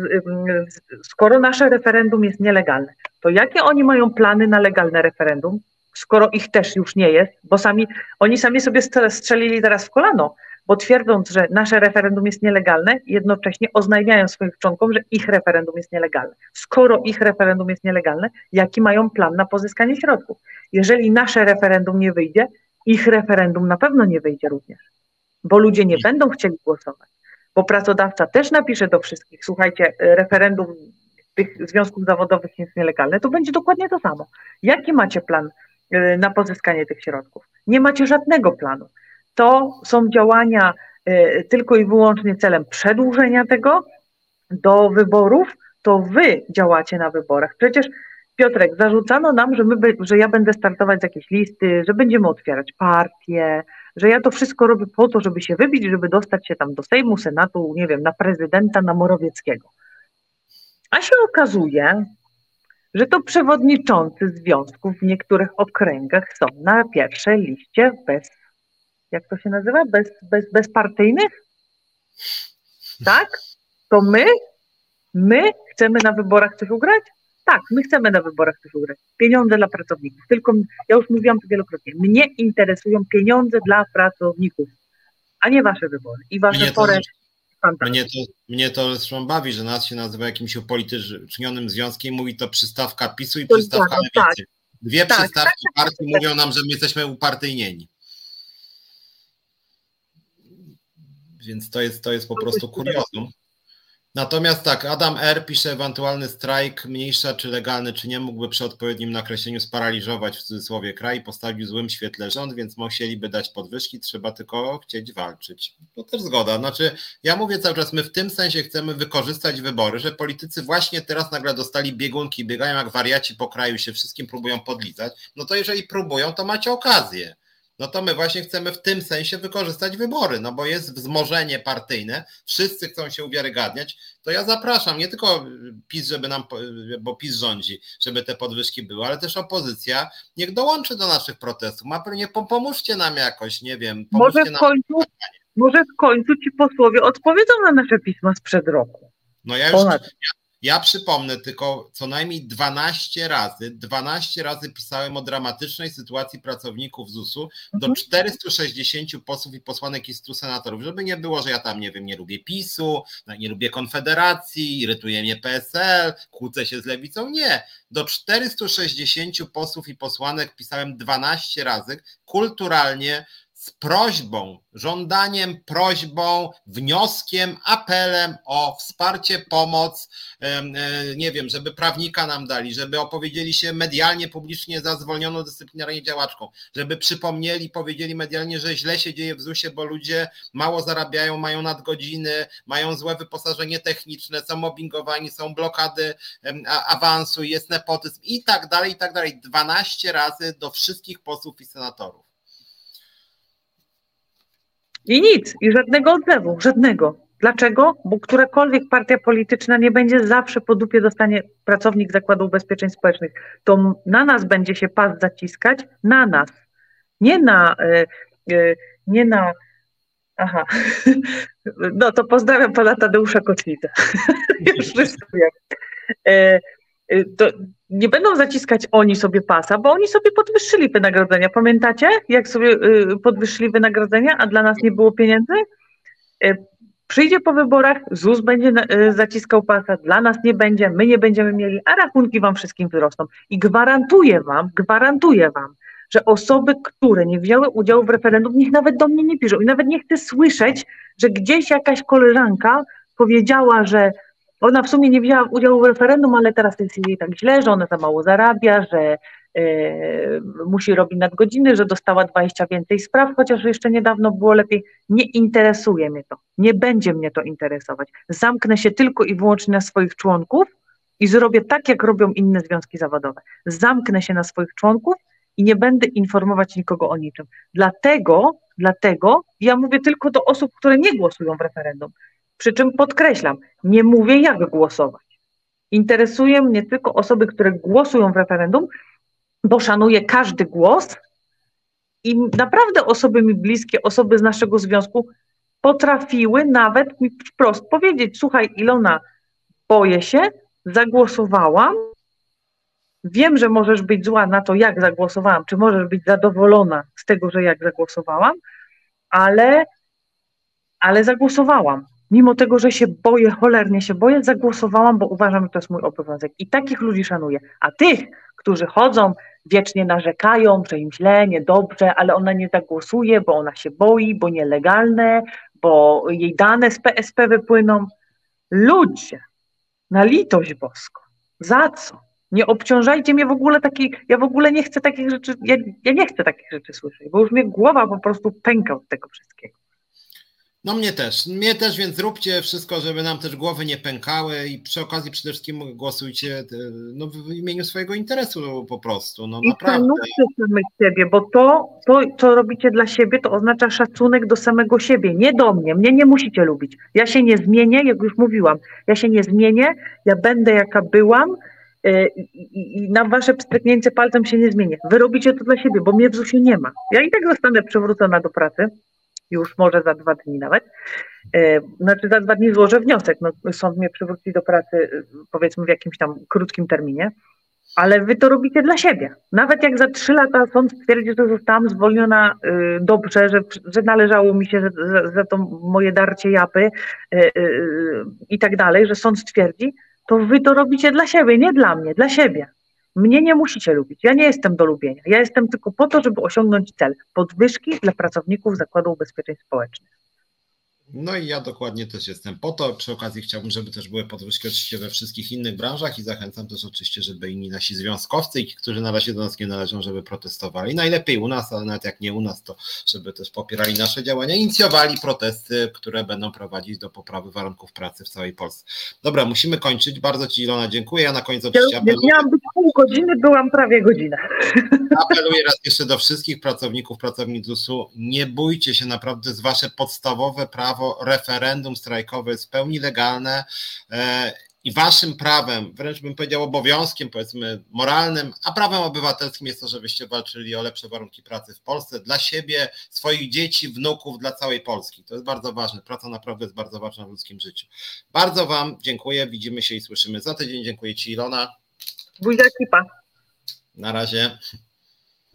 [SPEAKER 3] skoro nasze referendum jest nielegalne, to jakie oni mają plany na legalne referendum, skoro ich też już nie jest, bo oni sami sobie strzelili teraz w kolano, bo twierdząc, że nasze referendum jest nielegalne, jednocześnie oznajmiają swoim członkom, że ich referendum jest nielegalne. Skoro ich referendum jest nielegalne, jaki mają plan na pozyskanie środków? Jeżeli nasze referendum nie wyjdzie, ich referendum na pewno nie wyjdzie również, bo ludzie nie będą chcieli głosować. Bo pracodawca też napisze do wszystkich, słuchajcie, referendum tych związków zawodowych jest nielegalne, to będzie dokładnie to samo. Jaki macie plan na pozyskanie tych środków? Nie macie żadnego planu. To są działania tylko i wyłącznie celem przedłużenia tego do wyborów, to wy działacie na wyborach. Przecież Piotrek, zarzucano nam, że ja będę startować z jakiejś listy, że będziemy otwierać partie, że ja to wszystko robię po to, żeby się wybić, żeby dostać się tam do Sejmu, Senatu, nie wiem, na prezydenta, na Morawieckiego. A się okazuje, że to przewodniczący związków w niektórych okręgach są na pierwszej liście jak to się nazywa, bezpartyjnych? Tak? To my chcemy na wyborach coś ugrać? Tak, my chcemy na wyborach coś ugrać. Pieniądze dla pracowników. Tylko, ja już mówiłam to wielokrotnie, mnie interesują pieniądze dla pracowników, a nie wasze wybory i wasze chore fantazje.
[SPEAKER 1] Mnie to zresztą bawi, że nas się nazywa jakimś upolitycznionym związkiem, mówi to przystawka PiS-u i przystawka Lewicy. Tak, dwie przystawki partii mówią nam, że my jesteśmy upartyjnieni. Więc to jest po prostu kuriozum. Natomiast tak, Adam R. pisze, ewentualny strajk, mniejsza czy legalny, czy nie, mógłby przy odpowiednim nakreśleniu sparaliżować w cudzysłowie kraj, postawił w złym świetle rząd, więc musieliby dać podwyżki, trzeba tylko chcieć walczyć. To też zgoda. Znaczy, ja mówię cały czas, my w tym sensie chcemy wykorzystać wybory, że politycy właśnie teraz nagle dostali biegunki, biegają jak wariaci po kraju, się wszystkim próbują podlizać, no to jeżeli próbują, to macie okazję. no to my właśnie chcemy w tym sensie wykorzystać wybory, no bo jest wzmożenie partyjne, wszyscy chcą się uwiarygadniać, to ja zapraszam nie tylko PiS, żeby nam, bo PiS rządzi, żeby te podwyżki były, ale też opozycja, niech dołączy do naszych protestów, pomóżcie nam jakoś, nie wiem.
[SPEAKER 3] Może w końcu ci posłowie odpowiedzą na nasze pisma sprzed roku.
[SPEAKER 1] No ja przypomnę tylko co najmniej 12 razy pisałem o dramatycznej sytuacji pracowników ZUS-u do 460 posłów i posłanek i 100 senatorów, żeby nie było, że ja tam, nie wiem, nie lubię PiS-u, nie lubię Konfederacji, irytuje mnie PSL, kłócę się z Lewicą, nie. Do 460 posłów i posłanek pisałem 12 razy kulturalnie, z prośbą, żądaniem, prośbą, wnioskiem, apelem o wsparcie, pomoc, nie wiem, żeby prawnika nam dali, żeby opowiedzieli się medialnie, publicznie za zwolnioną dyscyplinarnie działaczką, żeby przypomnieli, powiedzieli medialnie, że źle się dzieje w ZUS-ie, bo ludzie mało zarabiają, mają nadgodziny, mają złe wyposażenie techniczne, są mobbingowani, są blokady awansu, jest nepotyzm i tak dalej, i tak dalej. 12 razy do wszystkich posłów i senatorów.
[SPEAKER 3] I nic, i żadnego odzewu, żadnego. Dlaczego? Bo którakolwiek partia polityczna nie będzie zawsze po dupie dostanie pracownik Zakładu Ubezpieczeń Społecznych. To na nas będzie się pas zaciskać, na nas. Nie na aha. No to pozdrawiam pana Tadeusza Kotwicę. Już wszystko wiem. To nie będą zaciskać oni sobie pasa, bo oni sobie podwyższyli wynagrodzenia. Pamiętacie, jak sobie podwyższyli wynagrodzenia, a dla nas nie było pieniędzy? Przyjdzie po wyborach, ZUS będzie zaciskał pasa, dla nas nie będzie, my nie będziemy mieli, a rachunki wam wszystkim wzrosną. I gwarantuję wam, że osoby, które nie wzięły udziału w referendum, niech nawet do mnie nie piszą i nawet nie chcę słyszeć, że gdzieś jakaś koleżanka powiedziała, że ona w sumie nie wzięła udziału w referendum, ale teraz jest jej tak źle, że ona za mało zarabia, że musi robić nadgodziny, że dostała 20 więcej spraw, chociaż jeszcze niedawno było lepiej. Nie interesuje mnie to. Nie będzie mnie to interesować. Zamknę się tylko i wyłącznie na swoich członków i zrobię tak, jak robią inne związki zawodowe. Zamknę się na swoich członków i nie będę informować nikogo o niczym. Dlatego ja mówię tylko do osób, które nie głosują w referendum. Przy czym podkreślam, nie mówię jak głosować. Interesują mnie tylko osoby, które głosują w referendum, bo szanuję każdy głos i naprawdę osoby mi bliskie, osoby z naszego związku potrafiły nawet mi wprost powiedzieć: słuchaj Ilona, boję się, zagłosowałam, wiem, że możesz być zła na to, jak zagłosowałam, czy możesz być zadowolona z tego, że jak zagłosowałam, ale zagłosowałam. Mimo tego, że się boję, cholernie się boję, zagłosowałam, bo uważam, że to jest mój obowiązek. I takich ludzi szanuję. A tych, którzy chodzą, wiecznie narzekają, że im źle, niedobrze, ale ona nie zagłosuje, bo ona się boi, bo nielegalne, bo jej dane z PSP wypłyną. Ludzie, na litość boską, za co? Nie obciążajcie mnie w ogóle ja w ogóle nie chcę takich rzeczy, ja nie chcę takich rzeczy słyszeć, bo już mnie głowa po prostu pęka od tego wszystkiego.
[SPEAKER 1] No mnie też, więc róbcie wszystko, żeby nam też głowy nie pękały i przy okazji przede wszystkim głosujcie w imieniu swojego interesu po prostu, no naprawdę. I szanujcie
[SPEAKER 3] samych siebie, bo to, co robicie dla siebie, to oznacza szacunek do samego siebie, nie do mnie. Mnie nie musicie lubić. Ja się nie zmienię, jak już mówiłam, ja się nie zmienię, ja będę jaka byłam i na wasze pstryknięcie palcem się nie zmienię. Wy robicie to dla siebie, bo mnie w ZUS-ie nie ma. Ja i tak zostanę przywrócona do pracy. Już może za 2 dni nawet. Znaczy za 2 dni złożę wniosek. No, sąd mnie przywróci do pracy, powiedzmy w jakimś tam krótkim terminie, ale wy to robicie dla siebie. Nawet jak za 3 lata sąd stwierdzi, że zostałam zwolniona dobrze, że należało mi się za to moje darcie japy i tak dalej, że sąd stwierdzi, to wy to robicie dla siebie, nie dla mnie, dla siebie. Mnie nie musicie lubić, ja nie jestem do lubienia. Ja jestem tylko po to, żeby osiągnąć cel. Podwyżki dla pracowników Zakładu Ubezpieczeń Społecznych.
[SPEAKER 1] No i ja dokładnie też jestem po to. Przy okazji chciałbym, żeby też były podwyżki oczywiście we wszystkich innych branżach i zachęcam też oczywiście, żeby inni nasi związkowcy i ci, którzy na razie do nas nie należą, żeby protestowali. Najlepiej u nas, ale nawet jak nie u nas, to żeby też popierali nasze działania, inicjowali protesty, które będą prowadzić do poprawy warunków pracy w całej Polsce. Dobra, musimy kończyć. Bardzo Ci, Ilona, dziękuję. Ja na koniec oczywiście
[SPEAKER 3] miałam być pół godziny, byłam prawie godzinę.
[SPEAKER 1] Apeluję raz jeszcze do wszystkich pracowników, pracownic ZUS-u, nie bójcie się, naprawdę jest wasze podstawowe prawo, referendum strajkowe jest w pełni legalne i waszym prawem, wręcz bym powiedział obowiązkiem, powiedzmy moralnym, a prawem obywatelskim jest to, żebyście walczyli o lepsze warunki pracy w Polsce dla siebie, swoich dzieci, wnuków, dla całej Polski. To jest bardzo ważne. Praca naprawdę jest bardzo ważna w ludzkim życiu. Bardzo wam dziękuję, widzimy się i słyszymy za tydzień. Dziękuję Ci, Ilona.
[SPEAKER 3] Buziaki, pa.
[SPEAKER 1] Na razie.